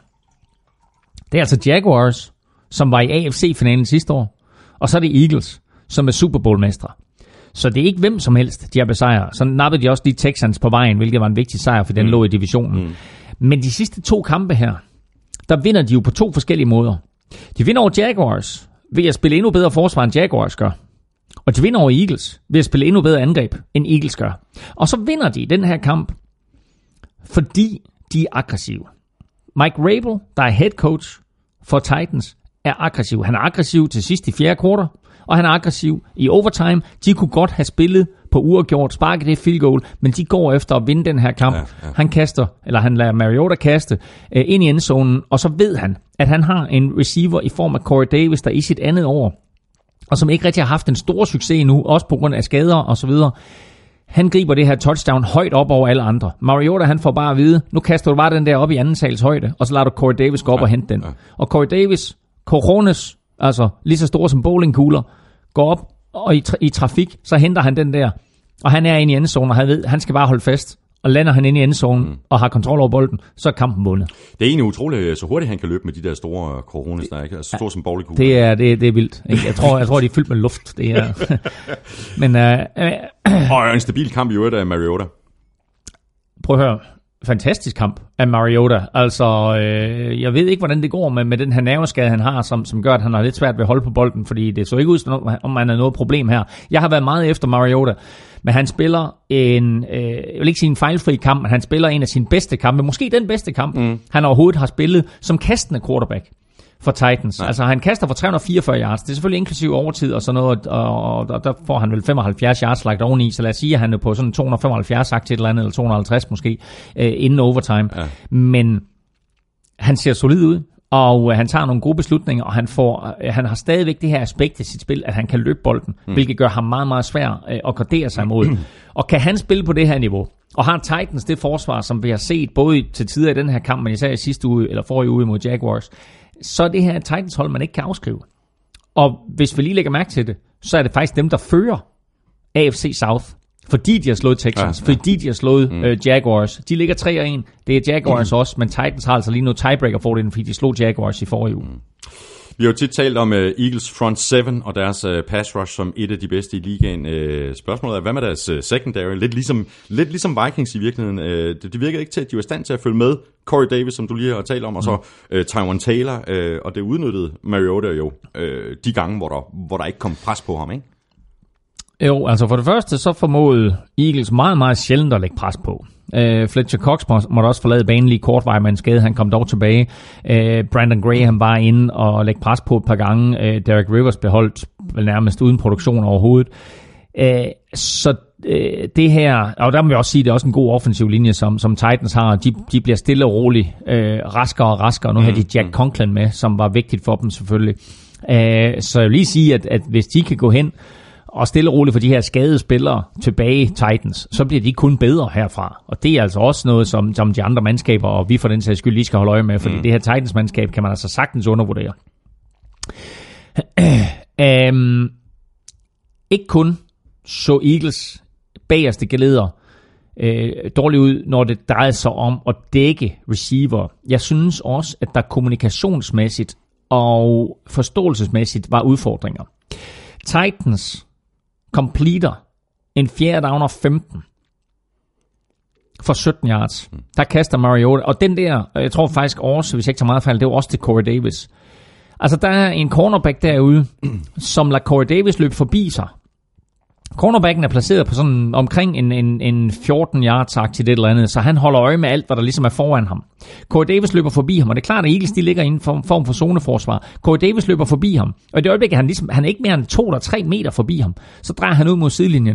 det er altså Jaguars, som var i AFC-finalen sidste år, og så er det Eagles, som er Super Bowl-mestre. Så det er ikke hvem som helst, de har besejret. Så nappede de også de Texans på vejen, hvilket var en vigtig sejr, for den lå i divisionen. Men de sidste 2 kampe her, der vinder de jo på 2 forskellige måder. De vinder over Jaguars ved at spille endnu bedre forsvar, end Jaguars gør. Og de vinder over Eagles ved at spille endnu bedre angreb, end Eagles gør. Og så vinder de den her kamp, fordi de er aggressive. Mike Vrabel, der er head coach for Titans, er aggressiv. Han er aggressiv til sidst i 4. kvartal, og han er aggressiv i overtime. De kunne godt have spillet på uafgjort, sparket det field goal, men de går efter at vinde den her kamp. Ja. Han lader Mariota kaste ind i endzonen, og så ved han, at han har en receiver i form af Corey Davis, der i sit andet år, og som ikke rigtig har haft en stor succes endnu, også på grund af skader og så videre. Han griber det her touchdown højt op over alle andre. Mariota, han får bare at vide, nu kaster du bare den der op i anden sals højde, og så lader du Corey Davis gå op og hente den. Og Corey Davis, coronas, altså lige så store som bowlingkugler, går op og i trafik, så henter han den der, og han er inde i endzonen, og han ved, han skal bare holde fast. Og lander han inde i endzonen og har kontrol over bolden, så er kampen vundet. Det er egentlig utroligt, så hurtigt han kan løbe med de der store coronas, der ikke? Altså store som bowlingkugler. Det er vildt. Jeg tror, de er fyldt med luft. Det er. Men og en stabil kamp i øvrigt af Mariota. Prøv at høre. Fantastisk kamp af Mariota. Altså, jeg ved ikke, hvordan det går med den her nerveskade, han har, som gør, at han har lidt svært ved at holde på bolden, fordi det så ikke ud, om man har noget problem her. Jeg har været meget efter Mariota, men han spiller jeg vil ikke sige en fejlfri kamp, men han spiller en af sine bedste kampe, måske den bedste kamp, han overhovedet har spillet som kastende quarterback. for Titans. Nej. Altså han kaster for 344 yards. Det er selvfølgelig inklusiv overtid og sådan noget, og der får han vel 75 yards lagt oveni, så lad os sige, at han er på sådan 275 sagt til et eller andet, eller 250 måske, inden overtime. Ja. Men han ser solid ud, og han tager nogle gode beslutninger, og han har stadigvæk det her aspekt i sit spil, at han kan løbe bolden, hvilket gør ham meget, meget svær at gardere sig imod. Og kan han spille på det her niveau, og har Titans det forsvar, som vi har set både til tider i den her kamp, men især i sidste uge, eller forrige uge mod Jaguars, så er det her Titans hold, man ikke kan afskrive. Og hvis vi lige lægger mærke til det, så er det faktisk dem, der fører AFC South, fordi de har slået Texans, fordi de har slået Jaguars. De ligger 3-1, det er Jaguars også, men Titans har altså lige noget tiebreaker-fordelen, fordi de slog Jaguars i forrige uge. Vi har jo tit talt om Eagles front seven og deres pass rush som et af de bedste i ligaen. Spørgsmålet er, hvad med deres secondary? Lidt ligesom Vikings i virkeligheden. Det virkede ikke til, at de var i stand til at følge med Corey Davis, som du lige har talt om, og så Tyron Taylor, og det udnyttede Mariota jo de gange, hvor der ikke kom pres på ham, ikke? Jo, altså for det første, så formåede Eagles meget, meget sjældent at lægge pres på. Fletcher Cox måtte også forlade banen lige kortvej med en skade, han kom dog tilbage. Brandon Graham var inde og lægge pres på et par gange. Derek Rivers blev holdt vel nærmest uden produktion overhovedet. Så det her, og der må jeg også sige, at det er også en god offensiv linje, som Titans har. De bliver stille og roligt raskere og raskere. Nu har de Jack Conklin med, som var vigtigt for dem selvfølgelig. Så jeg vil lige sige, at hvis de kan gå hen og stille og roligt for de her skadede spillere tilbage Titans, så bliver de kun bedre herfra. Og det er altså også noget, som de andre mandskaber, og vi for den sags skyld lige skal holde øje med, fordi det her Titans-mandskab kan man altså sagtens undervurdere. Ikke kun så Eagles bagerste geleder dårligt ud, når det drejer sig om at dække receiver. Jeg synes også, at der kommunikationsmæssigt og forståelsesmæssigt var udfordringer. Titans completer en 4. down og 15 for 17 yards. Der kaster Mariota, og den der, jeg tror faktisk også, hvis jeg ikke tager meget fejl, det var også til Corey Davis. Altså der er en cornerback derude, som lader Corey Davis løbe forbi sig. Cornerbacken er placeret på sådan omkring en 14 yards-agtigt et eller andet, så han holder øje med alt, hvad der ligesom er foran ham. Corey Davis løber forbi ham, og det er klart, at Eagles de ligger i en form for zoneforsvar. Corey Davis løber forbi ham, og i det øjeblik, han er ikke mere end 2 eller 3 meter forbi ham, så drejer han ud mod sidelinjen.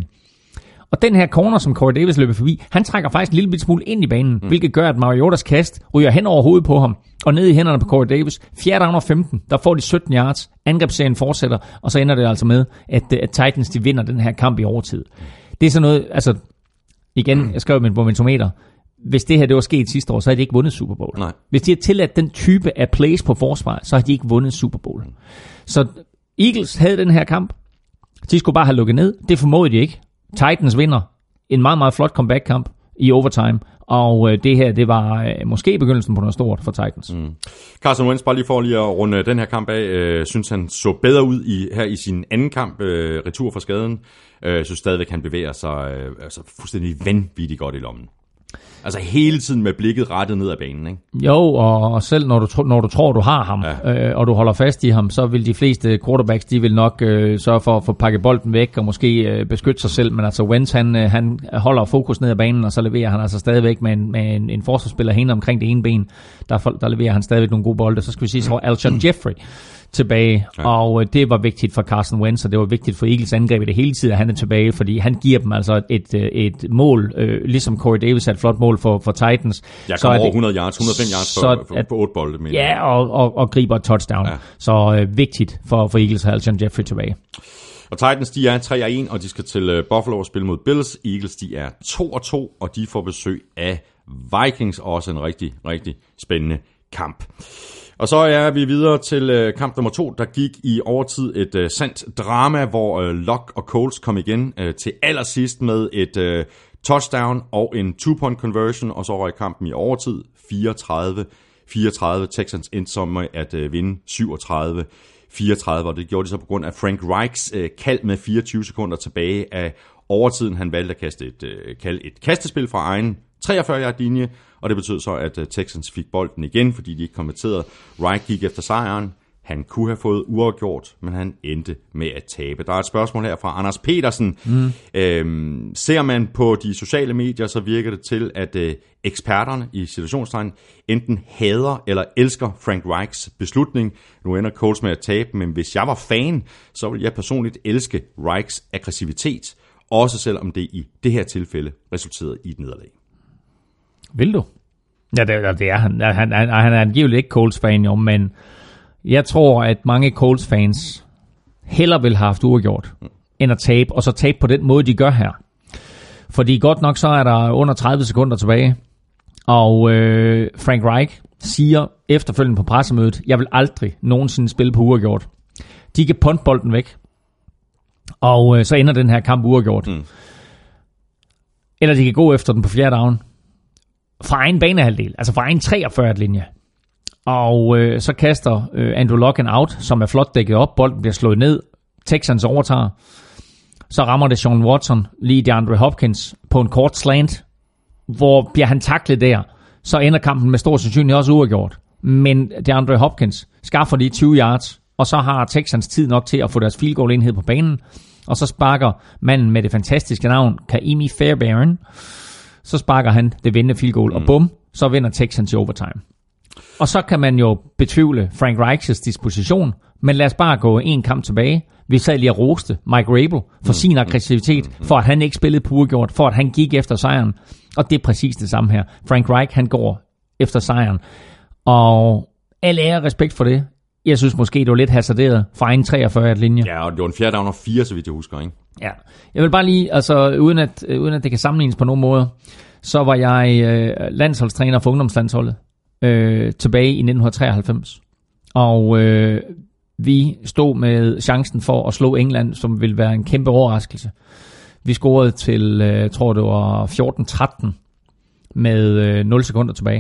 Og den her corner, som Corey Davis løber forbi, han trækker faktisk en lille smule ind i banen, hvilket gør, at Mariotas kast ryger hen over hovedet på ham, og ned i hænderne på Corey Davis. 4. down og 15, der får de 17 yards, angrebsserien fortsætter, og så ender det altså med, at Titans de vinder den her kamp i overtid. Det er sådan noget, altså, igen, jeg skrev mit momentometer, hvis det her det var sket sidste år, så havde de ikke vundet Super Bowl. Nej. Hvis de har tilladt den type af plays på forsvar, så har de ikke vundet Super Bowl. Så Eagles havde den her kamp, de skulle bare have lukket ned, det formåede de ikke. Titans vinder en meget, meget flot comeback-kamp i overtime, og det her, det var måske begyndelsen på noget stort for Titans. Carson Wentz, bare lige for lige at runde den her kamp af, synes han så bedre ud her i sin anden kamp, retur fra skaden. Synes stadigvæk, han bevæger sig fuldstændig vanvittigt godt i lommen. Altså hele tiden med blikket rettet ned ad banen, ikke? Jo, og selv når du tror, du har ham, og du holder fast i ham, så vil de fleste quarterbacks, de vil nok sørge for at få pakket bolden væk, og måske beskytte sig selv, men altså Wentz, han holder fokus ned ad banen, og så leverer han altså stadigvæk med en forsvarsspiller hen omkring det ene ben, der leverer han stadigvæk nogle gode bolde. Så skal vi sige, så var Alshon Jeffrey tilbage, og det var vigtigt for Carson Wentz, og det var vigtigt for Eagles angreb i det hele tiden, at han er tilbage, fordi han giver dem altså et mål, ligesom Corey Davis har et flot mål for Titans. Jeg kommer over 100 yards, 105 yards på 8 bolde. Men ja, og griber et touchdown. Ja. Så vigtigt for Eagles at have Alshon Jeffrey tilbage. Og Titans, de er 3-1, og de skal til Buffalo og spille mod Bills. Eagles, de er 2-2, og de får besøg af Vikings, også en rigtig, rigtig spændende kamp. Og så er vi videre til kamp nummer 2, der gik i overtid et sandt drama, hvor Luck og Colts kom igen til allersidst med et touchdown og en 2-point conversion, og så røg kampen i overtid 34-34. Texans endte så med at vinde 37-34, og det gjorde de så på grund af Frank Reichs kald med 24 sekunder tilbage af overtiden. Han valgte at kalde et kastespil fra egen 43-yard linje, og det betød så, at Texans fik bolden igen, fordi de ikke konverterede. Wright gik efter sejren. Han kunne have fået uafgjort, men han endte med at tabe. Der er et spørgsmål her fra Anders Petersen. Ser man på de sociale medier, så virker det til, at eksperterne i situationstegn enten hader eller elsker Frank Reichs beslutning. Nu ender Colts med at tabe, men hvis jeg var fan, så ville jeg personligt elske Reichs aggressivitet, også selvom det i det her tilfælde resulterede i et nederlag. Vil du? Ja, det er han. Han er angiveligt ikke Colts-fan, jo, men jeg tror, at mange Colts-fans hellere vil have haft uafgjort, end at tabe, og så tabe på den måde, de gør her. Fordi godt nok, så er der under 30 sekunder tilbage, og Frank Reich siger efterfølgende på pressemødet, jeg vil aldrig nogensinde spille på uafgjort. De kan punt bolden væk, og så ender den her kamp uafgjort. Eller de kan gå efter den på fjerde down, fra egen banehalvdel, altså fra egen 43-linje. Og så kaster Andrew Luck en out, som er flot dækket op. Bolden bliver slået ned. Texans overtager. Så rammer det Sean Watson lige DeAndre Hopkins på en kort slant. Hvor bliver han taklet der, så ender kampen med stor sandsynlighed også uafgjort. Men DeAndre Hopkins skaffer de 20 yards, og så har Texans tid nok til at få deres field goal enhed på banen. Og så sparker manden med det fantastiske navn, Kaimi Fairbairn, så sparker han det vindende field goal, og bum, så vinder Texans i overtime. Og så kan man jo betvivle Frank Reichs disposition, men lad os bare gå en kamp tilbage. Vi sad lige at roste Mike Rabel for sin aggressivitet, for at han ikke spillede på uafgjort, for at han gik efter sejren. Og det er præcis det samme her. Frank Reich, han går efter sejren. Og al ære respekt for det. Jeg synes måske, det var lidt hasarderet fra egen 43-linje. Ja, og det var en fjerde down og 4, så vidt jeg husker, ikke? Ja. Jeg vil bare lige, altså uden at det kan sammenlignes på nogen måde, så var jeg landsholdstræner for ungdomslandsholdet tilbage i 1993. Og vi stod med chancen for at slå England, som ville være en kæmpe overraskelse. Vi scorede til, tror det var 14-13 med 0 sekunder tilbage.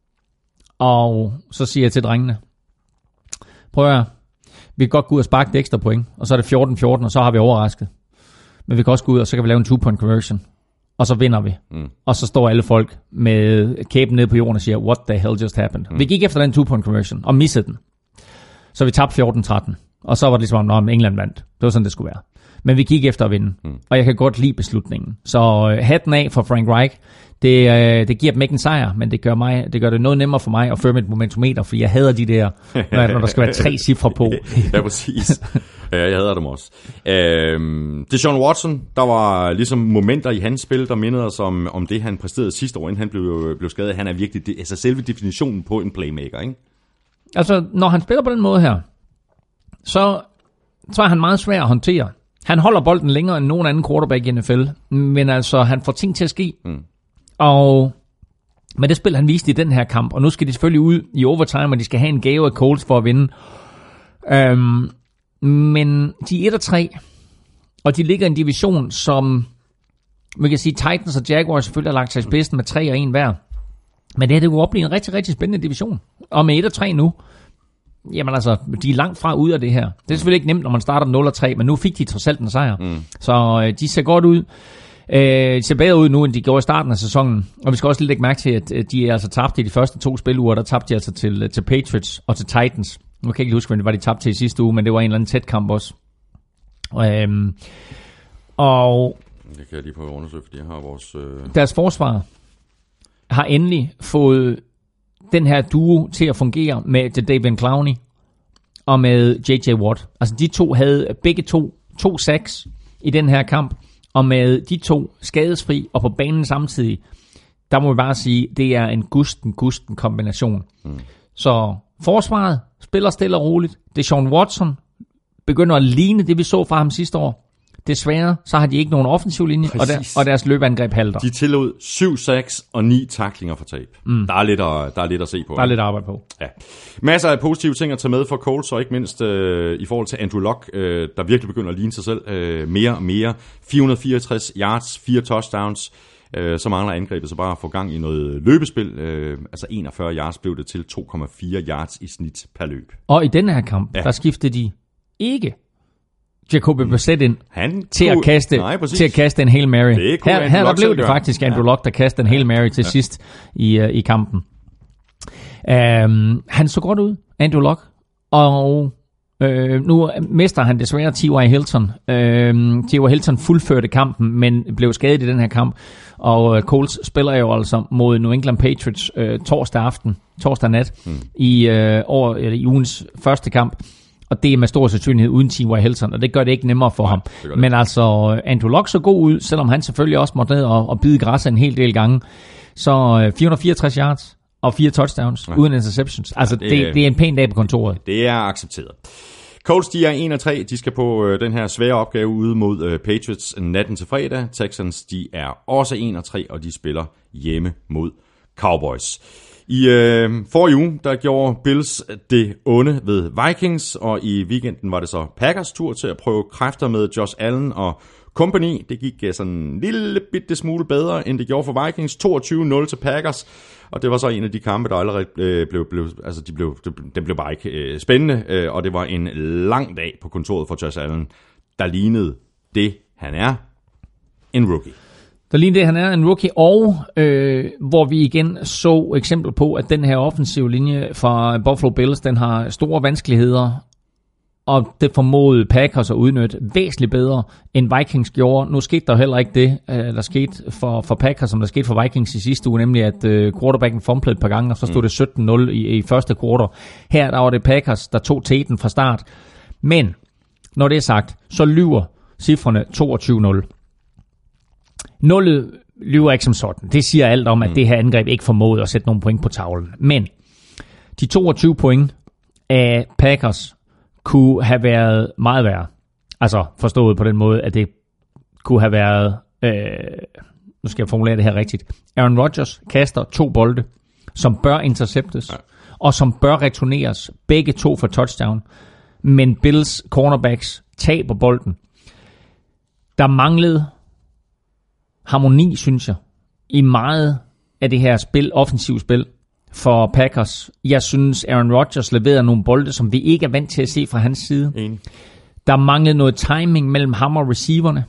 Og så siger jeg til drengene, prøv at høre, vi kan godt gå ud og sparke det ekstra point, og så er det 14-14, og så har vi overrasket. Men vi kan også gå ud, og så kan vi lave en 2-point conversion, og så vinder vi. Og så står alle folk med kæben nede på jorden og siger, what the hell just happened? Vi gik efter den 2-point conversion, og missede den. Så vi tabte 14-13, og så var det ligesom, om England vandt. Det var sådan, det skulle være. Men vi gik efter at vinde, og jeg kan godt lide beslutningen. Så hatten af for Frank Reich. Det giver dem ikke en sejr, men det gør det noget nemmere for mig at føre mit momentometer, fordi jeg hader de der, når der skal være 3 cifre på. Ja, præcis. Jeg hader dem også. Deshaun Watson, der var ligesom momenter i hans spil, der mindede os om det, han præsterede sidste år, inden han blev skadet. Han er virkelig altså selve definitionen på en playmaker, ikke? Altså, når han spiller på den måde her, så er han meget svær at håndtere. Han holder bolden længere end nogen anden quarterback i NFL, men altså, han får ting til at ske. Og med det spil, han viste i den her kamp, og nu skal de selvfølgelig ud i overtime, og de skal have en gave af Colts for at vinde. Men de er 1-3, og de ligger i en division, som man kan sige, Titans og Jaguars selvfølgelig har lagt sig i spidsen med 3-1 hver. Men det kunne blive en rigtig, rigtig spændende division. Og med 1-3 nu, jamen altså, de er langt fra ud af det her. Det er selvfølgelig ikke nemt, når man starter 0-3, men nu fik de trods alt en sejr. Så de ser godt ud. De ser bedre ud nu, end de gjorde i starten af sæsonen. Og vi skal også lige lægge mærke til, at de er altså tabt i de første 2 spiluger. Der tabte de altså til Patriots og til Titans. Nu kan jeg ikke huske, hvem det var, de tabte til i sidste uge, men det var en eller anden tæt kamp også. Og det kan jeg lige prøve at undersøge, fordi jeg har vores deres forsvar har endelig fået den her duo til at fungere med David Clowney og med J.J. Watt. Altså de to havde begge to sacks i den her kamp, og med de to skadesfri og på banen samtidig, der må vi bare sige, det er en gusten kombination. Så forsvaret spiller stille og roligt. Deshaun Watson begynder at ligne det, vi så fra ham sidste år. Desværre, så har de ikke nogen offensiv linje, og deres løbeangreb halter. De tillod 7 sacks og 9 tacklinger for tab. Der er lidt at se på. Der er lidt arbejde på. Ja. Masser af positive ting at tage med for Colts, og ikke mindst i forhold til Andrew Luck, der virkelig begynder at ligne sig selv mere og mere. 464 yards, 4 touchdowns. Så mangler angrebet så bare at få gang i noget løbespil. Altså 41 yards blev det til 2,4 yards i snit per løb. Og i denne her kamp, der skiftede de ikke Jacoby Brissett ind til at kaste en Hail Mary. Her der blev det faktisk Andrew Luck, der kastede en Hail Mary til sidst i kampen. Han så godt ud, Andrew Luck. Og nu mister han desværre T.Y. Hilton. T.Y. Hilton fuldførte kampen, men blev skadet i den her kamp. Og Colts spiller jo altså mod New England Patriots torsdag nat i ugens første kamp. Og det er med stor sandsynlighed uden T.Y. Hilton, og det gør det ikke nemmere for ham. Men altså, Andrew Luck så god ud, selvom han selvfølgelig også måtte ned og bide græsset en hel del gange. Så 464 yards og 4 touchdowns uden interceptions. Altså, det er en pæn dag på kontoret. Det er accepteret. Colts, de er 1-3. De skal på den her svære opgave ude mod Patriots natten til fredag. Texans, de er også 1-3, og de spiller hjemme mod Cowboys. I forrige uge, der gjorde Bills det onde ved Vikings, og i weekenden var det så Packers tur til at prøve kræfter med Josh Allen og company. Det gik sådan en lille bitte smule bedre, end det gjorde for Vikings. 22-0 til Packers, og det var så en af de kampe, der allerede den blev bare ikke spændende, og det var en lang dag på kontoret for Josh Allen, der lignede det, han er, en rookie. Der lignede det, han er en rookie, og hvor vi igen så eksempel på, at den her offensive linje fra Buffalo Bills, den har store vanskeligheder, og det formåede Packers at udnytte væsentligt bedre, end Vikings gjorde. Nu skete der heller ikke det, der skete for Packers, som der skete for Vikings i sidste uge, nemlig at quarterbacken fumblede et par gange, og så stod det 17-0 i første quarter. Her der var det Packers, der tog teten fra start. Men, når det er sagt, så lyver cifrene 22-0. Nullet lyver ikke som sådan. Det siger alt om, at det her angreb ikke formåede at sætte nogle point på tavlen. Men de 22 point af Packers kunne have været meget værre. Altså forstået på den måde, at det kunne have været, nu skal jeg formulere det her rigtigt, Aaron Rodgers kaster 2 bolde, som bør interceptes, og som bør returneres, begge 2 for touchdown, men Bills cornerbacks taber bolden. Der manglede harmoni, synes jeg, i meget af det her spil, offensiv spil for Packers. Jeg synes, Aaron Rodgers leverer nogle bolde, som vi ikke er vant til at se fra hans side. Der manglede noget timing mellem ham og receiverne.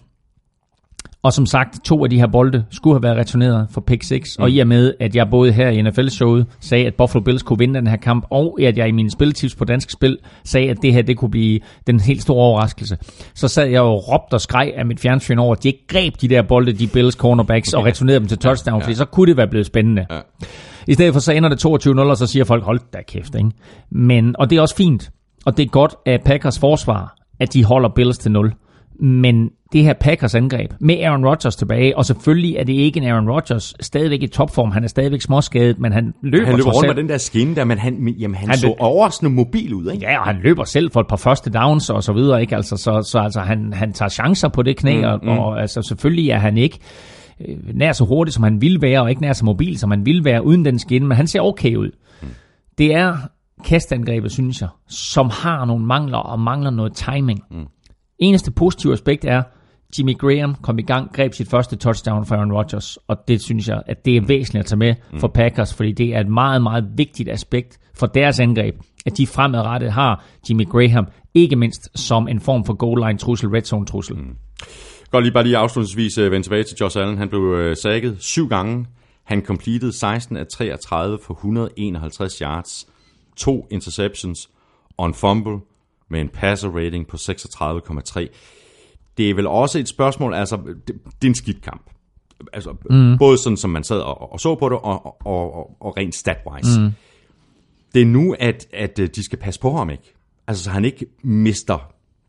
Og som sagt, 2 af de her bolde skulle have været returneret for pick 6. Og i og med, at jeg både her i NFL-showet sagde, at Buffalo Bills kunne vinde den her kamp, og at jeg i mine spiltips på dansk spil sagde, at det her det kunne blive den helt store overraskelse, så sad jeg og råbte og skreg af mit fjernsyn over, at de ikke greb de der bolde, de Bills cornerbacks, og returnerede dem til touchdown, fordi så kunne det være blevet spændende. I stedet for så ender det 22-0, og så siger folk, hold da kæft, ikke? Men, og det er også fint, og det er godt af Packers forsvar, at de holder Bills til 0. Men det her Packers angreb med Aaron Rodgers tilbage, og selvfølgelig er det ikke en Aaron Rodgers stadigvæk i topform, han er stadigvæk småskadet, men han løber rundt med den der skinne der, men han så overraskende mobil ud, ikke? Ja, og han løber selv for et par første downs og så videre, ikke? Altså, så altså, han tager chancer på det knæ, og altså, selvfølgelig er han ikke nær så hurtigt, som han ville være, og ikke nær så mobil, som han ville være uden den skinne, men han ser okay ud. Det er kastangrebet, synes jeg, som har nogle mangler, og mangler noget timing. Eneste positive aspekt er, Jimmy Graham kom i gang, greb sit første touchdown for Aaron Rodgers, og det synes jeg, at det er væsentligt at tage med for Packers, fordi det er et meget, meget vigtigt aspekt for deres angreb, at de fremadrettet har Jimmy Graham, ikke mindst som en form for goal line trussel, red zone trussel. Godt bare lige afslutningsvis vende tilbage til Josh Allen. Han blev sacket 7 gange. Han completed 16 af 33 for 151 yards, 2 interceptions og en fumble med en passer rating på 36,3. Det er vel også et spørgsmål, altså det er en skidt kamp. Altså, både sådan, som man sad og så på det, og rent stat-wise. Det er nu, at de skal passe på ham, ikke? Altså, så han ikke mister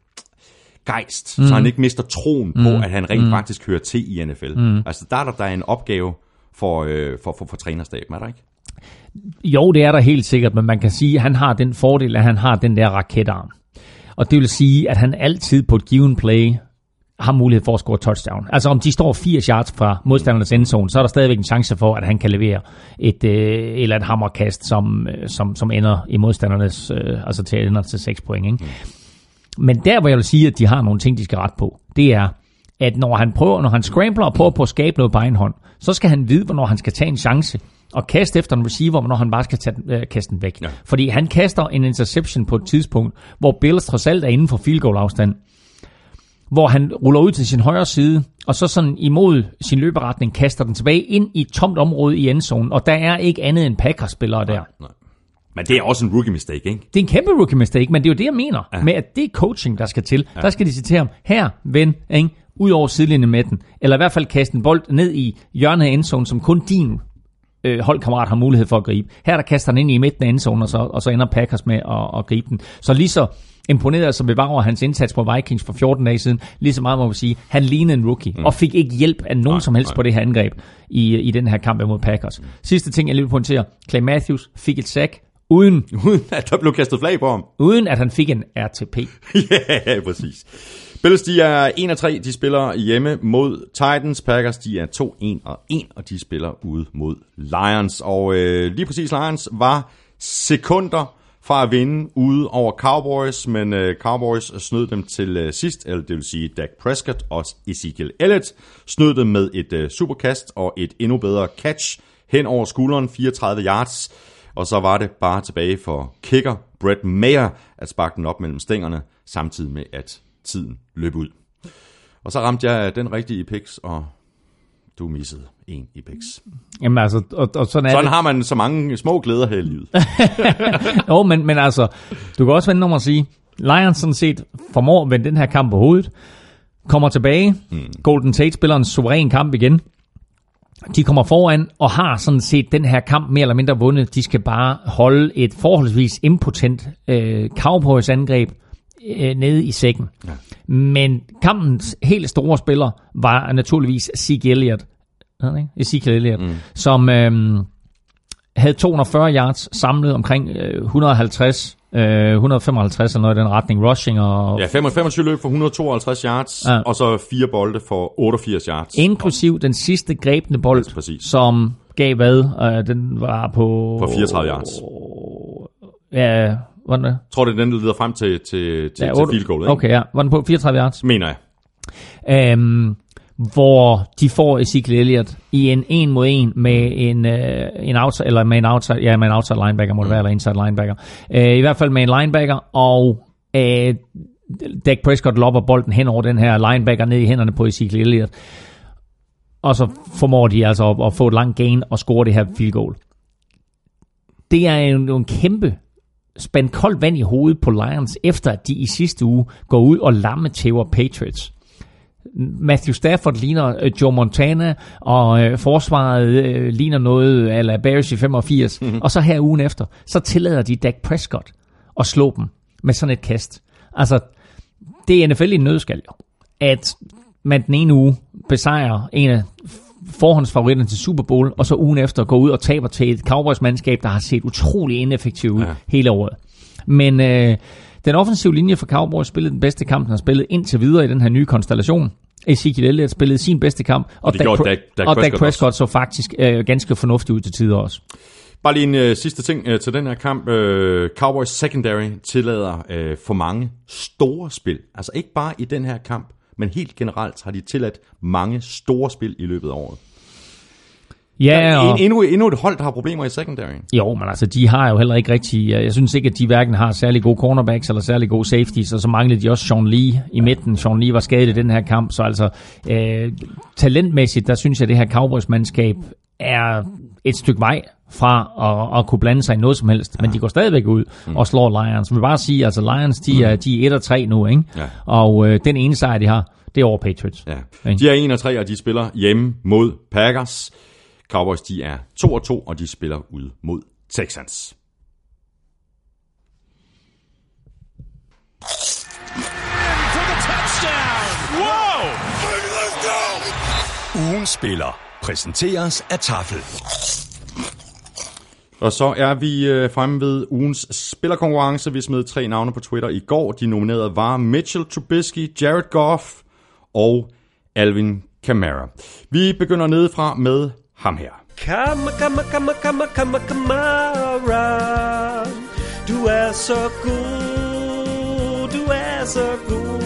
gejst, så han ikke mister troen på, at han rent faktisk hører til i NFL. Altså, der er en opgave for trænerstaben, er der ikke? Jo, det er der helt sikkert, men man kan sige, at han har den fordel, at han har den der raketarm. Og det vil sige, at han altid på et given play har mulighed for at score touchdown. Altså om de står 80 yards fra modstandernes endzone, så er der stadigvæk en chance for, at han kan levere et eller et hammerkast, som ender i modstandernes, altså til ender til 6 point. Ikke? Men der, hvor jeg vil sige, at de har nogle ting, de skal rette på, det er, at når han scrambler og prøver på at skabe noget på egen hånd, så skal han vide, hvornår han skal tage en chance og kaste efter en receiver, når han bare skal tage kasten væk. Ja. Fordi han kaster en interception på et tidspunkt, hvor Bills trods alt er inden for field goal afstand, hvor han ruller ud til sin højre side, og så sådan imod sin løberetning kaster den tilbage ind i et tomt område i endzonen, og der er ikke andet end Packers-spillere der. Nej. Men det er også en rookie mistake, ikke? Det er en kæmpe rookie mistake, men det er jo det, jeg mener, med at det er coaching, der skal til. Der skal de sige til ham, her, ven, ikke? Ud over sidelinjen med den, eller i hvert fald kaste en bold ned i hjørnet af endzone, som kun din holdkammerat har mulighed for at gribe. Her der kaster han ind i midten af endzone, og så ender Packers med at gribe den. Så lige så imponeret som vi var over hans indsats på Vikings for 14 dage siden, lige så meget må vi sige, han lignede en rookie, og fik ikke hjælp af nogen som helst på det her angreb i den her kamp mod Packers. Sidste ting, jeg lige vil pointere, Clay Matthews fik et sack, uden at der blev kastet flag på ham. Uden at han fik en RTP. Ja, præcis. Bills, de er 1-3, de spiller hjemme mod Titans. Packers, de er 2-1-1, og de spiller ude mod Lions. Og lige præcis Lions var sekunder fra at vinde ude over Cowboys, men Cowboys snød dem til sidst, eller det vil sige Dak Prescott og Ezekiel Elliott snød dem med et superkast og et endnu bedre catch hen over skulderen, 34 yards. Og så var det bare tilbage for kicker Brett Maher at sparke den op mellem stængerne, samtidig med at tiden løb ud. Og så ramte jeg den rigtige i picks, og du missede en i picks. Jamen altså, og sådan har man så mange små glæder her i livet. Jo, men altså, du kan også vende om at sige, Lions sådan set formår at vende den her kamp på hovedet, kommer tilbage, Golden Tate spiller en suveræn kamp igen, de kommer foran og har sådan set den her kamp mere eller mindre vundet. De skal bare holde et forholdsvis impotent Cowboys angreb nede i sækken. Ja. Men kampens helt store spiller var naturligvis Ezekiel Elliott, som havde 240 yards samlet omkring 150 155 eller noget i den retning, rushing og... Ja, 25 løb for 152 yards, og så 4 bolde for 88 yards. Inklusiv den sidste grebne bold, som gav hvad? Den var på... For 34 yards. Ja, hvordan det? Jeg tror, det er den, der leder frem til field goal, ikke? Okay, ja. Var den på 34 yards? Mener jeg. Hvor de får Ezekiel Elliott i en 1 mod 1 med en outside, eller med en outside linebacker må det være, eller inside linebacker. I hvert fald med en linebacker, og Dak Prescott lopper bolden hen over den her linebacker ned i hænderne på Ezekiel Elliott. Og så formår de altså at få et langt gain og score det her field goal. Det er jo en kæmpe spand koldt vand i hovedet på Lions, efter at de i sidste uge går ud og lammetæver Patriots. Matthew Stafford ligner Joe Montana, og forsvaret ligner noget a la Bears i 85. Og så her ugen efter, så tillader de Dak Prescott at slå dem med sådan et kast. Altså, det er NFL i en nødskal jo. At man den ene uge besejrer en af forhåndsfavoritterne til Super Bowl, og så ugen efter går ud og taber til et Cowboys-mandskab, der har set utrolig ineffektivt ud hele året. Men den offensive linje for Cowboys spillede den bedste kamp, den har spillet indtil videre i den her nye konstellation. Ezekiel Elliott spillede sin bedste kamp, og Dak Prescott så faktisk ganske fornuftigt ud til tider også. Bare lige en sidste ting til den her kamp. Cowboys secondary tillader for mange store spil. Altså ikke bare i den her kamp, men helt generelt har de tilladt mange store spil i løbet af året. Ja, og endnu et hold, der har problemer i secondary. Jo, men altså, de har jo heller ikke rigtig... Jeg synes ikke, at de hverken har særlig gode cornerbacks eller særlig gode safeties, og så manglede de også Sean Lee i midten. Sean Lee var skadet i den her kamp, så altså talentmæssigt, der synes jeg, at det her Cowboys-mandskab er et stykke vej fra at kunne blande sig i noget som helst, men de går stadigvæk ud og slår Lions. Jeg vil bare sige, altså Lions, de er 1-3 nu, ikke? Ja. Og den ene sejr, de har, det er over Patriots. Ja. De er 1-3, og de spiller hjemme mod Packers. Cowboys, de er 2-2, og de spiller ud mod Texans. Ugens spiller præsenteres af Tafel. Og så er vi fremme ved ugens spillerkonkurrence. Vi smed 3 navne på Twitter i går. De nominerede var Mitchell Trubisky, Jared Goff og Alvin Kamara. Vi begynder nedefra med ham her. Kamara. Du er så god, du er så god.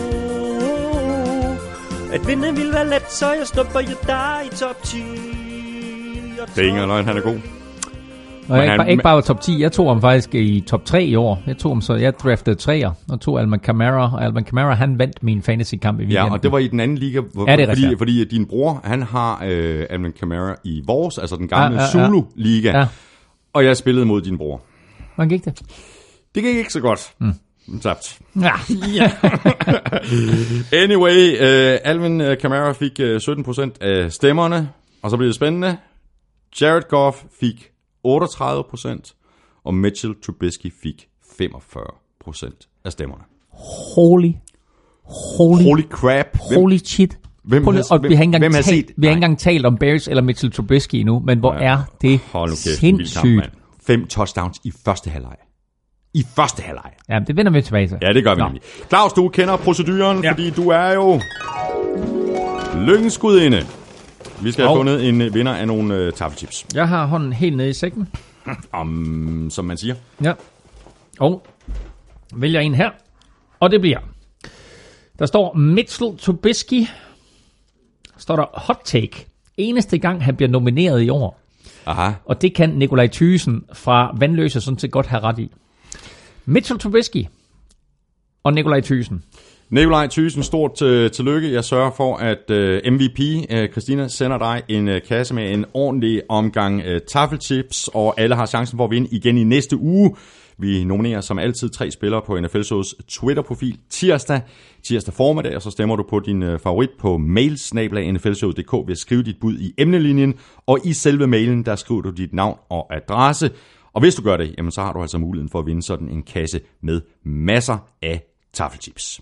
At vinde vil være let, så jeg snupper jeg dig i top 10. Det er ingen løgn, han er god. Og ikke bare top 10, jeg tog ham faktisk i top 3 i år. Jeg draftede 3'er og tog Alvin Kamara, og Alvin Kamara, han vandt min fantasy-kamp i weekenden. Ja, og det var i den anden liga, fordi din bror, han har Alvin Kamara i vores, altså den gamle Zulu-liga, og jeg spillede mod din bror. Hvordan gik det? Det gik ikke så godt. Tabt. Ja. Anyway, Alvin Kamara fik 17% af stemmerne, og så blev det spændende. Jared Goff fik 38%, og Mitchell Trubisky fik 45% af stemmerne. Holy crap. Holy shit. Vi har ikke engang talt om Bears eller Mitchell Trubisky endnu, men hvor er det sindssygt. 5 touchdowns i første halvleg. Ja, det vender vi tilbage til. Ja, det gør vi nemlig. Claus, du kender proceduren, fordi du er jo lykkens gudinde. Vi skal have fundet en vinder af nogle taffelchips. Jeg har hånden helt nede i sækken. Som man siger. Ja. Og vælger en her. Og det bliver. Der står Mitchell Trubisky. Står der hot take. Eneste gang han bliver nomineret i år. Aha. Og det kan Nikolaj Thyssen fra Vandløse sådan set godt have ret i. Mitchell Trubisky og Nikolaj Thyssen. Nikolaj Thyssen, stort tillykke. Jeg sørger for, at MVP, Christina, sender dig en kasse med en ordentlig omgang taffelchips, og alle har chancen for at vinde igen i næste uge. Vi nominerer som altid 3 spillere på NFL Shows Twitter-profil tirsdag formiddag, og så stemmer du på din favorit på mail@nflshows.dk ved at skrive dit bud i emnelinjen, og i selve mailen, der skriver du dit navn og adresse. Og hvis du gør det, jamen, så har du altså muligheden for at vinde sådan en kasse med masser af taffelchips.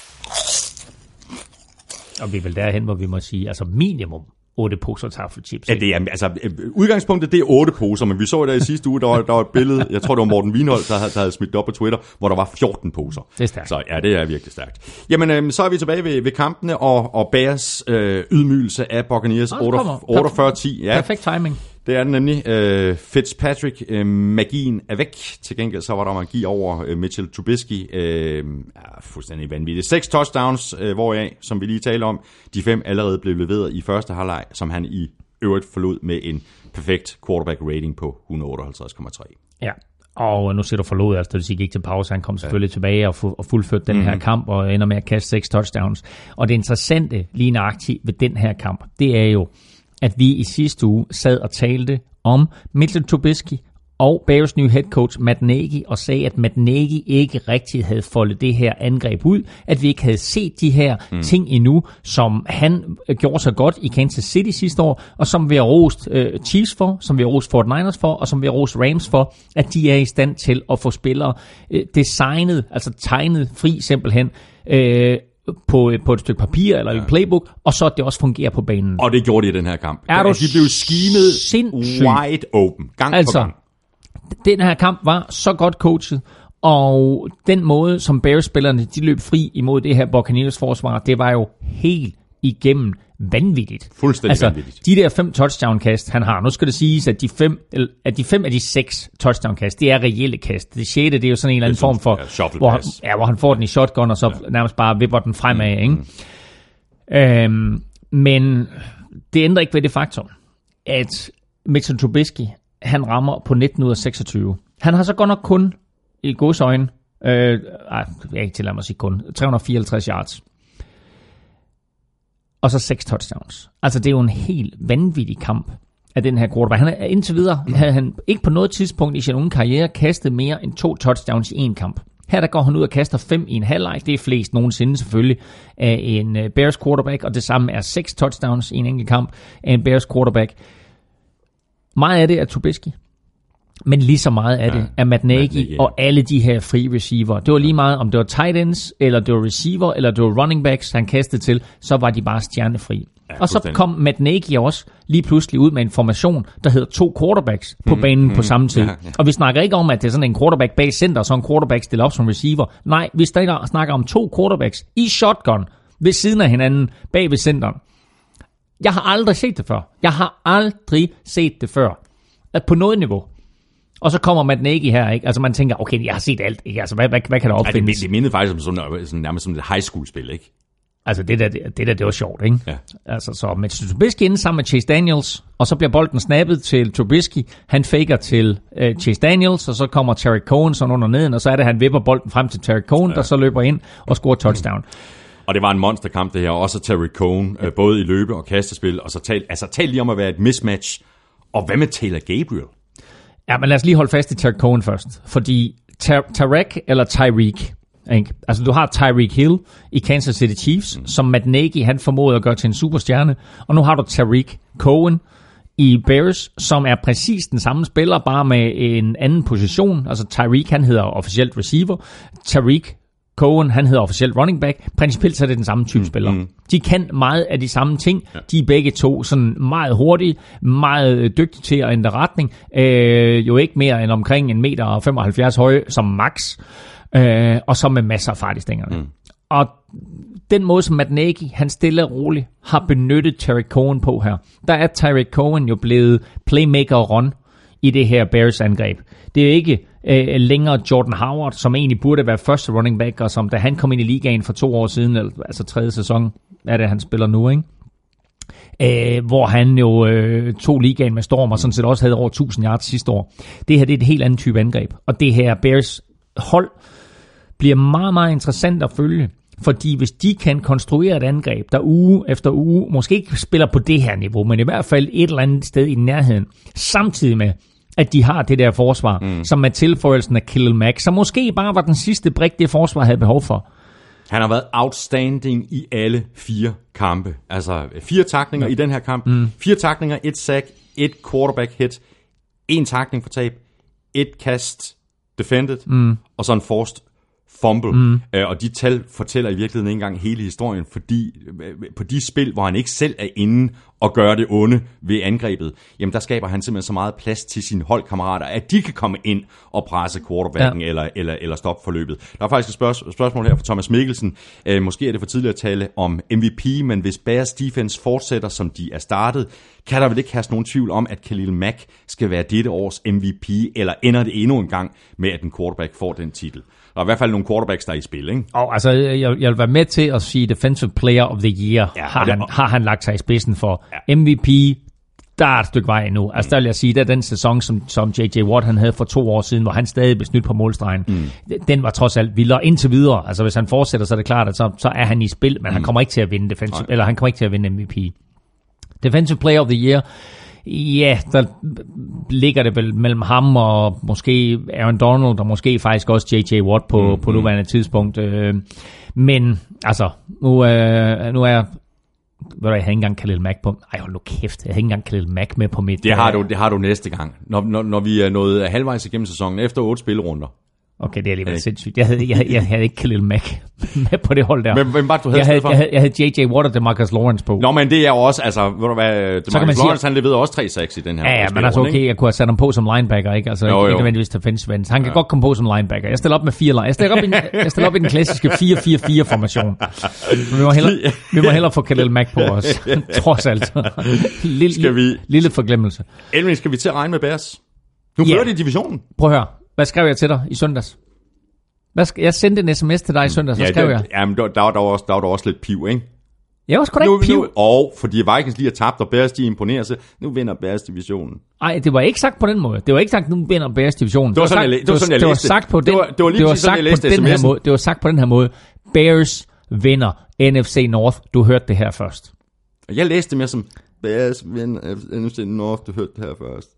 Og vi er vel derhen, hvor vi må sige, altså minimum 8 poser taffelchips. Ja, det er, altså, udgangspunktet det er 8 poser, men vi så der i sidste uge, der var et billede, jeg tror det var Morten Wienhold, der havde smidt det op på Twitter, hvor der var 14 poser. Det er stærkt. Så ja, det er virkelig stærkt. Jamen, så er vi tilbage ved kampene, og Bears ydmygelse af Buccaneers 48-10. Ja. Perfekt timing. Det er den nemlig. Fitzpatrick, magien er væk. Til gengæld så var der magi over Mitchell Trubisky. Fuldstændig vanvittigt. 6 touchdowns, hvoraf, som vi lige talte om, de 5 allerede blev leveret i første halvleg, som han i øvrigt forlod med en perfekt quarterback rating på 158,3. Ja, og nu ser du forlod, altså det vil sige, gik til pause. Han kom selvfølgelig tilbage og fuldførte den her kamp, og ender med at kaste 6 touchdowns. Og det interessante lige nøjagtigt ved den her kamp, det er jo, at vi i sidste uge sad og talte om Mitchell Trubisky og Bears nye head coach Matt Nagy, og sagde, at Matt Nagy ikke rigtig havde foldet det her angreb ud, at vi ikke havde set de her ting endnu, som han gjorde så godt i Kansas City sidste år, og som vi har rost Chiefs for, som vi har rost 49ers for, og som vi har rost Rams for, at de er i stand til at få spillere designet, altså tegnet fri simpelthen, på et stykke papir eller en playbook, og så det også fungerer på banen. Og det gjorde de i den her kamp. De blev skimet wide open, gang på gang. Den her kamp var så godt coachet, og den måde, som Bears-spillerne de løb fri imod det her Buccaneers forsvar, det var jo helt igennem vanvittigt. Fuldstændig vanvittigt. De der 5 touchdown-kast, han har. Nu skal det siges, at de 5 af de 6 touchdown-kast, det er reelle kast. Det 6. det er jo sådan en eller anden form for, hvor han får den i shotgun, og så nærmest bare vipper den fremad. Ikke? Men det ændrer ikke ved det faktum, at Mitchell Trubisky, han rammer på 19 ud af 26. Han har så godt nok kun i godsøjne, jeg ikke tillader mig at sige kun, 354 yards. Og så 6 touchdowns. Altså det er jo en helt vanvittig kamp af den her quarterback. Han er indtil videre, havde han ikke på noget tidspunkt i sin unge karriere kastet mere end 2 touchdowns i en kamp. Her der går han ud og kaster 5 i en halvleg. Det er flest nogensinde selvfølgelig af en Bears quarterback, og det samme er 6 touchdowns i en enkelt kamp af en Bears quarterback. Meget af det er Trubisky, men lige så meget af det er Matt Nagy og alle de her free receiver. Det var lige meget, om det var tight ends, eller det var receiver, eller det var running backs, han kastede til, så var de bare stjernefri. Ja, og så kom Matt Nagy også lige pludselig ud med en formation, der hedder 2 quarterbacks på banen på samme tid. Ja. Og vi snakker ikke om, at det er sådan en quarterback bag center, og så en quarterback stiller op som receiver. Nej, vi snakker om 2 quarterbacks i shotgun ved siden af hinanden bag ved centeren. Jeg har aldrig set det før. At på noget niveau. Og så kommer Matt Nagy her, ikke? Altså man tænker, okay, jeg har set alt, ikke? Altså hvad kan der opfindes? Det mindede faktisk om sådan nærmest som et high school spil, ikke? Altså det var sjovt, ikke? Ja. Altså så med Trubisky inde sammen med Chase Daniels, og så bliver bolden snappet til Trubisky, han faker til Chase Daniels, og så kommer Terry Cohen sådan under neden, og så er det, han vipper bolden frem til Terry Cohen, der så løber ind og scorer touchdown. Og det var en monsterkamp det her, også Terry Cohen, både i løbe- og kastespil, og så tal lige om at være et mismatch. Og hvad med Taylor Gabriel? Ja, men lad os lige holde fast i Tarik Cohen først. Fordi Tyreek, ikke? Altså du har Tyreek Hill i Kansas City Chiefs, som Matt Nagy han formåede at gøre til en superstjerne. Og nu har du Tarik Cohen i Bears, som er præcis den samme spiller, bare med en anden position. Altså Tyreek, han hedder officielt receiver. Tarik Cohen, han hedder officielt running back. Principielt så er det den samme type spiller. De kan meget af de samme ting. Ja. De er begge to sådan meget hurtige, meget dygtige til at ændre retning. Jo ikke mere end omkring 1,75 meter høje som max. Og så med masser af fart i stængerne. Og den måde, som Matt Nagy, han stille og roligt har benyttet Tarik Cohen på her, der er Tarik Cohen jo blevet playmaker og run i det her Bears angreb. Det er ikke længere Jordan Howard, som egentlig burde være første running back, og som da han kom ind i ligaen for 2 år siden, altså 3. sæson, er det, han spiller nu, ikke? Hvor han jo tog ligaen med storm, og sådan set også havde over 1000 yards sidste år. Det her, det er et helt andet type angreb, og det her Bears hold bliver meget, meget interessant at følge. Fordi hvis de kan konstruere et angreb, der uge efter uge, måske ikke spiller på det her niveau, men i hvert fald et eller andet sted i nærheden, samtidig med, at de har det der forsvar, som med tilføjelsen af Khalil Mack, som måske bare var den sidste brik, det forsvar havde behov for. Han har været outstanding i alle 4 kampe. Altså 4 tacklinger i den her kamp, 4 tacklinger, 1 sack, 1 quarterback hit, 1 tackling for tab, 1 kast defended, og så en forced fumble. Og de tal fortæller i virkeligheden ikke engang hele historien, fordi på de spil, hvor han ikke selv er inde og gør det onde ved angrebet, jamen der skaber han simpelthen så meget plads til sine holdkammerater, at de kan komme ind og presse quarterbacken eller stoppe forløbet. Der er faktisk et spørgsmål her fra Thomas Mikkelsen. Måske er det for tidligt at tale om MVP, men hvis Bears defense fortsætter, som de er startet, kan der vel ikke have nogen tvivl om, at Khalil Mack skal være dette års MVP, eller ender det endnu en gang med, at en quarterback får den titel? Der er i hvert fald nogle quarterbacks, der er i spil, ikke? Og altså, jeg vil være med til at sige Defensive Player of the Year, har han lagt sig i spidsen for. Ja. MVP, der er et stykke vej endnu. Altså, der vil jeg sige, der den sæson, som J.J. Watt han havde for 2 år siden, hvor han stadig blev snydt på målstregen, den var trods alt vildere indtil videre. Altså, hvis han fortsætter, så er det klart, at så er han i spil, men han kommer ikke til at vinde eller han kommer ikke til at vinde MVP. Defensive Player of the Year, ja, der ligger det vel mellem ham og måske Aaron Donald, og måske faktisk også J.J. Watt på nuværende tidspunkt. Men altså, nu er jeg har ikke engang Khalil Mack på. Ej, hold nu kæft, jeg har ikke engang Khalil Mack med på mit. Det har du næste gang, når vi er nået halvvejs igennem sæsonen, efter 8 spillerunder. Okay, det er alligevel sindssygt. Jeg havde ikke Khalil Mack med på det hold der. Hvem var det, du havde? Jeg havde J.J. Watt og DeMarcus Lawrence på. Nå, men det er jo også, altså, ved du hvad, DeMarcus Lawrence, han leverede også 3-6 i den her. Ja, men altså okay, jeg kunne have sat ham på som linebacker, ikke? Altså ikke nødvendigvis defensive end. Han kan godt komme på som linebacker. Jeg stiller op med 4 Jeg stiller op i den klassiske 4-4-4-formation. Vi må hellere få Khalil Mack på os. Trods alt. Lille forglemmelse. Elving, skal vi til at regne med Bears? Nu fører de divisionen. Prøv at høre. Hvad skrev jeg til dig i søndags? Jeg sendte en sms til dig i søndags. Hvad skrev jeg? Jamen, der var også lidt piv, ikke? Jeg var sgu da ikke piv. Og fordi Vikings lige har tabt, og Bears de imponerer sig, nu vinder Bears divisionen. Nej, det var ikke sagt på den måde. Det var ikke sagt, nu vinder Bears divisionen. Det var sådan, jeg læste. Det var sagt på den. Det var lige præcis sådan, jeg læste sms'en. Det var sagt på den her måde. Bears vinder NFC North. Du hørte det her først. Jeg læste det mere som, Bears vinder NFC North. Du hørte det her først.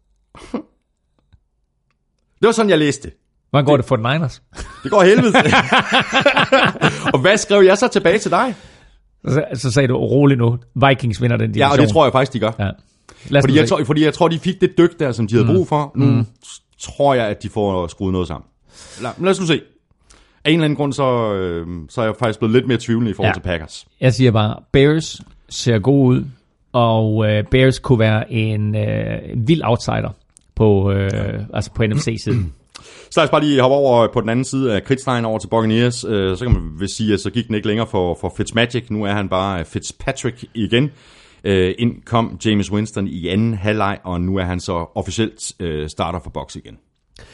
Det var sådan, jeg læste. Hvordan går det for den Niners? Det går helvede. Og hvad skrev jeg så tilbage til dig? Så sagde du, roligt nu, Vikings vinder den division. Ja, og det tror jeg faktisk, de gør. Ja. Fordi jeg tror, de fik det dyk der, som de havde brug for. Nu tror jeg, at de får skruet noget sammen. Lad os nu se. Af en eller anden grund, så er jeg faktisk blevet lidt mere tvivlende i forhold til Packers. Jeg siger bare, Bears ser god ud, og Bears kunne være en vild outsider på NFC-siden. Så lad os bare lige hoppe over på den anden side af kridtstregen over til Buccaneers. Så kan man vel sige, at så gik den ikke længere for Fitzmagic. Nu er han bare Fitzpatrick igen. Ind kom Jameis Winston i anden halvleg, og nu er han så officielt starter for Bucs igen.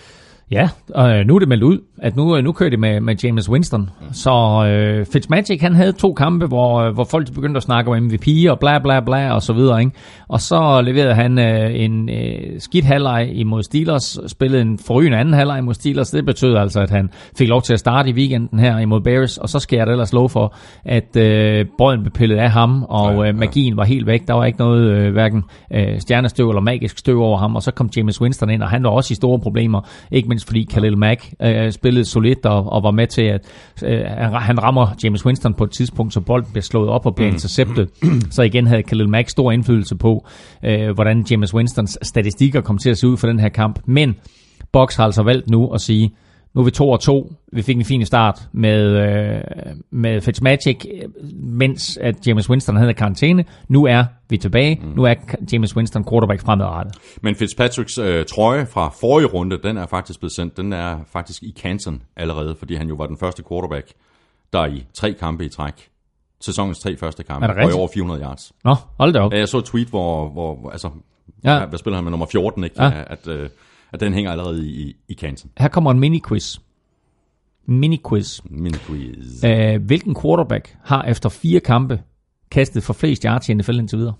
Ja, og nu er det meldt ud, at nu kører de med Jameis Winston. Så Fitzmagic, han havde 2 kampe, hvor folk begyndte at snakke om MVP og bla bla bla og så videre, ikke? Og så leverede han en skidt halvleg imod Steelers, spillede en forrygende anden halvleg imod Steelers. Det betød altså, at han fik lov til at starte i weekenden her imod Bears, og så skal jeg da ellers love for, at brøden blev pillet af ham, og magien var helt væk. Der var ikke noget hverken stjernestøv eller magisk støv over ham, og så kom Jameis Winston ind, og han var også i store problemer, ikke mindst fordi Khalil Mack spillede solidt og var med til, at han rammer Jameis Winston på et tidspunkt, så bolden bliver slået op og bliver interceptet. Så igen havde Khalil Mack stor indflydelse på, hvordan Jameis Winstons statistikker kom til at se ud for den her kamp. Men Bucs har altså valgt nu at sige, nu er vi 2-2. Vi fik en fin start med Fitzmagic, mens at Jameis Winston havde karantæne. Nu er vi tilbage. Nu er Jameis Winston quarterback fremadrettet. Men Fitzpatricks trøje fra forrige runde, den er faktisk blevet sendt. Den er faktisk i Canton allerede, fordi han jo var den første quarterback, der i 3 kampe i træk. Sæsonens 3 første kampe. Og i over 400 yards. Nå, hold da op. Jeg så et tweet, hvor altså, hvad spiller han med nummer 14, ikke? Ja. At den hænger allerede i Canton. Her kommer en mini-quiz. Hvilken quarterback har efter 4 kampe kastet for flest yards i NFL indtil videre?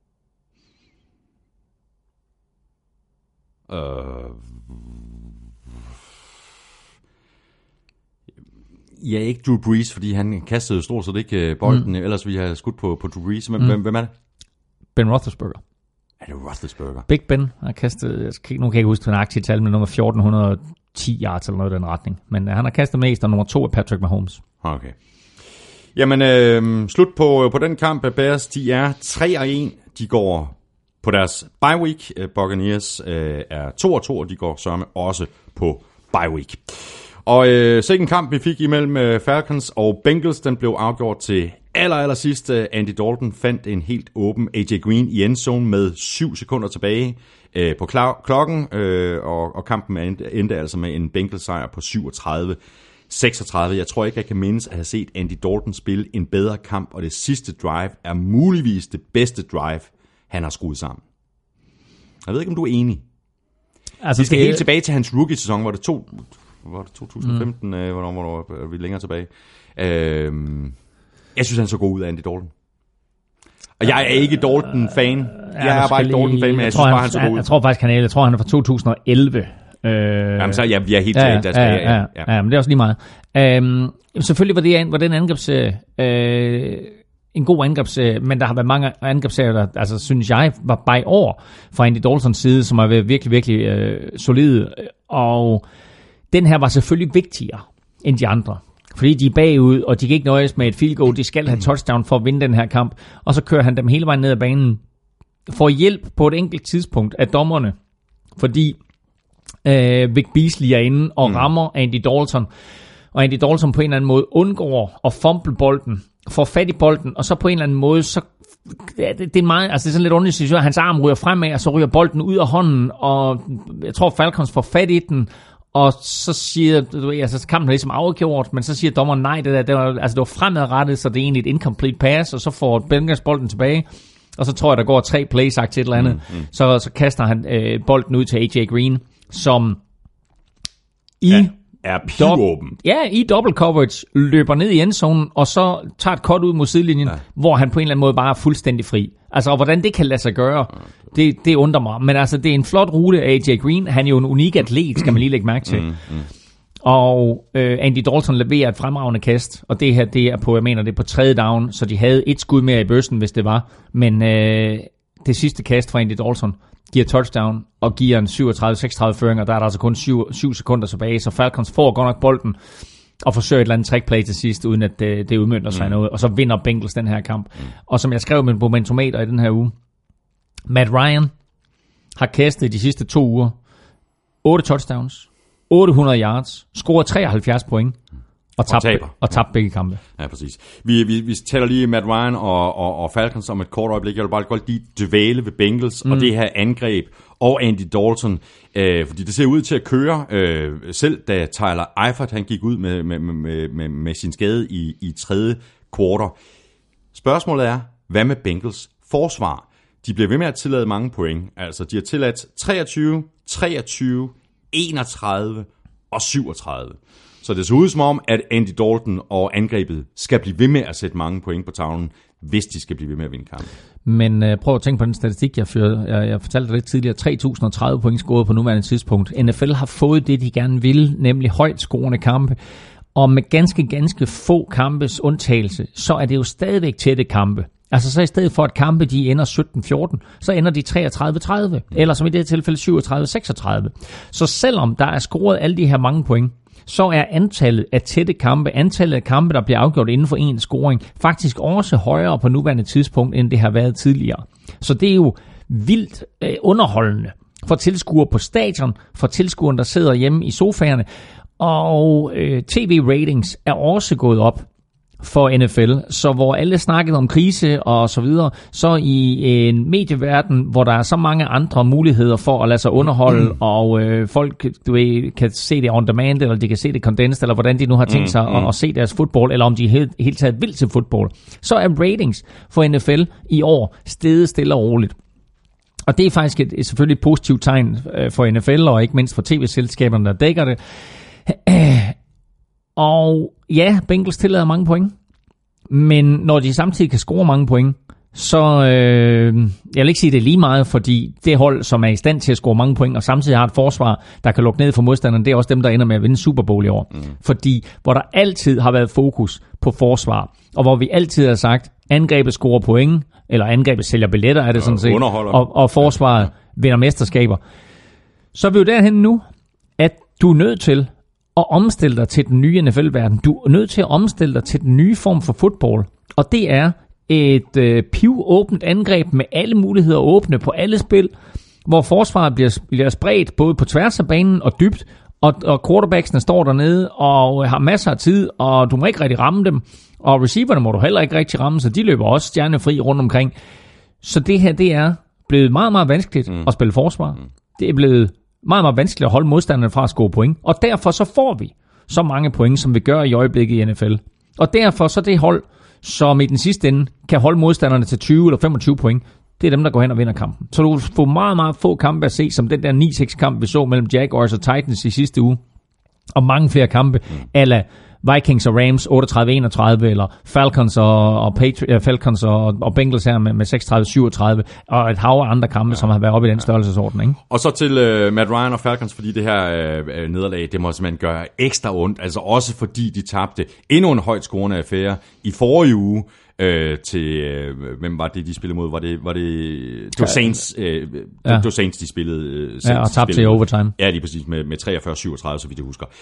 Ja, ikke Drew Brees, fordi han kastede stort set ikke bolden, ellers vi har skudt på Drew Brees. Hvem er det? Ben Roethlisberger. Er det Roethlisberger? Nu kan jeg ikke huske den aktive tal, men nummer 1410 yards eller noget i den retning. Men han har kastet mest, og nummer 2 er Patrick Mahomes. Okay. Jamen, slut på den kamp. Bears, de er 3-1. De går på deres bye week. Buccaneers er 2-2, og de går sørme også på bye week. Og sikken kamp, vi fik imellem Falcons og Bengals, den blev afgjort til aller sidst. Andy Dalton fandt en helt åben AJ Green i endzone med 7 sekunder tilbage på klokken, og kampen endte altså med en Bengals sejr på 37-36. Jeg tror ikke, jeg kan mindes at have set Andy Dalton spille en bedre kamp, og det sidste drive er muligvis det bedste drive, han har skruet sammen. Jeg ved ikke, om du er enig. Altså, vi skal helt tilbage til hans rookie-sæson, hvor det 2015, hvornår er vi længere tilbage. Jeg synes, han så god ud af Andy Dalton. Og jeg er ikke Dalton-fan. Jeg er bare ikke Dalton-fan, men jeg synes bare, han så god ud. Jeg tror faktisk, han er fra 2011. Jamen, så jeg er helt tilbage. Ja, men det er også lige meget. Selvfølgelig var den angrebsserie en god angrebsserie, men der har været mange angrebsserier, der, altså, synes jeg, var by over fra Andy Daltons side, som har været virkelig, virkelig solide. Og den her var selvfølgelig vigtigere end de andre. Fordi de er bagud, og de kan ikke nøjes med et field goal. De skal have touchdown for at vinde den her kamp. Og så kører han dem hele vejen ned ad banen. Får hjælp på et enkelt tidspunkt af dommerne. Fordi Vic Beasley er inde og rammer Andy Dalton. Og Andy Dalton på en eller anden måde undgår at fumble bolden. Får fat i bolden, og så på en eller anden måde, så det er meget, altså det er sådan lidt underligt situation. Hans arm ryger fremad, og så ryger bolden ud af hånden. Og jeg tror, Falcons får fat i den. Og så siger, altså kampen er ligesom afgjort, men så siger dommeren nej, det var fremadrettet, så det er egentlig et incomplete pass, og så får Bengals bolden tilbage, og så tror jeg, der går 3 plays til et eller andet, så kaster han bolden ud til AJ Green, som er pivåben. I double coverage løber ned i endzonen, og så tager et cut ud mod sidelinjen, hvor han på en eller anden måde bare er fuldstændig fri. Altså, og hvordan det kan lade sig gøre, det undrer mig. Men altså, det er en flot rute af AJ Green. Han er jo en unik atlet, skal man lige lægge mærke til. Og Andy Dalton leverer et fremragende kast, og det her, det er på, jeg mener, det er på 3. down, så de havde et skud mere i bøssen, hvis det var. Men det sidste kast fra Andy Dalton giver touchdown og giver en 37-36 føring, og der er der altså kun 7 sekunder tilbage, så Falcons får godt nok bolden og forsøger et eller andet trickplay til sidst, uden at det udmønter sig noget, og så vinder Bengals den her kamp. Og som jeg skrev med momentometer i den her uge, Matt Ryan har kastet de sidste 2 uger 8 touchdowns, 800 yards, scoret 73 point, og tabt begge kampe. Ja, præcis. Vi taler lige Matt Ryan og Falcons om et kort øjeblik. Jeg vil bare godt lige dvæle ved Bengals og det her angreb og Andy Dalton, fordi det ser ud til at køre. Selv da Tyler Eifert han gik ud med sin skade i 3. kvartal. Spørgsmålet er, hvad med Bengals forsvar? De bliver ved med at tillade mange point. Altså, de har tilladt 23, 23, 31 og 37. Så det ser ud som om, at Andy Dalton og angrebet skal blive ved med at sætte mange point på tavlen, hvis de skal blive ved med at vinde kampen. Men prøv at tænke på den statistik, jeg førte. Jeg fortalte dig lidt tidligere. 3.030 point scoret på nuværende tidspunkt. NFL har fået det, de gerne vil, nemlig højt scorende kampe. Og med ganske få kampes undtagelse, så er det jo stadigvæk tætte kampe. Altså så i stedet for at kampe de ender 17-14, så ender de 33-30, eller som i det her tilfælde 37-36. Så selvom der er scoret alle de her mange point, så er antallet af tætte kampe, antallet af kampe, der bliver afgjort inden for en scoring, faktisk også højere på nuværende tidspunkt, end det har været tidligere. Så det er jo vildt underholdende for tilskuere på stadion, for tilskuerne, der sidder hjemme i sofaerne, og tv-ratings er også gået op for NFL, så hvor alle snakkede om krise og så videre, så i en medieverden, hvor der er så mange andre muligheder for at lade sig underholde, og folk kan se det on demand, eller de kan se det condensed, eller hvordan de nu har tænkt sig at se deres fodbold, eller om de helt taget vil til fodbold, så er ratings for NFL i år steget stille og roligt. Og det er faktisk selvfølgelig et positivt tegn for NFL, og ikke mindst for tv-selskaberne, der dækker det. Og ja, Bengals tillader mange point, men når de samtidig kan score mange point, så jeg vil ikke sige, det er lige meget, fordi det hold, som er i stand til at score mange point, og samtidig har et forsvar, der kan lukke ned for modstanderne, det er også dem, der ender med at vinde Super Bowl i år. Fordi hvor der altid har været fokus på forsvar, og hvor vi altid har sagt, angrebet scorer point, eller angrebet sælger billetter, er det sådan set, og forsvaret vinder mesterskaber. Så er vi jo derhen nu, at du er nødt til at omstille dig til den nye NFL-verden. Du er nødt til at omstille dig til den nye form for fodbold. Og det er et pivåbent angreb med alle muligheder åbne på alle spil, hvor forsvaret bliver spredt både på tværs af banen og dybt, og quarterbacksene står dernede og har masser af tid, og du må ikke rigtig ramme dem, og receiverne må du heller ikke rigtig ramme, så de løber også stjernefri rundt omkring. Så det her, det er blevet meget, meget vanskeligt at spille forsvar. Det er blevet meget, meget vanskeligt at holde modstanderne fra at score point. Og derfor så får vi så mange point, som vi gør i øjeblikket i NFL. Og derfor så det hold, som i den sidste ende kan holde modstanderne til 20 eller 25 point, det er dem, der går hen og vinder kampen. Så du får meget, meget få kampe at se, som den der 9-6-kamp, vi så mellem Jaguars og Titans i sidste uge. Og mange flere kampe, a la Vikings og Rams 38-31, eller Falcons og Bengals her med 36-37, og et hav af andre kampe, som har været oppe i den størrelsesorden, ikke? Og så til Matt Ryan og Falcons, fordi det her nederlag, det må simpelthen gøre ekstra ondt, altså også fordi de tabte endnu en højt scorende affære i forrige uge, til hvem var det de spillede mod? Var det var Saints? Det var Saints de spillede. Og tabte i overtime. Ja, lige præcis med 43-37, så vidt jeg husker.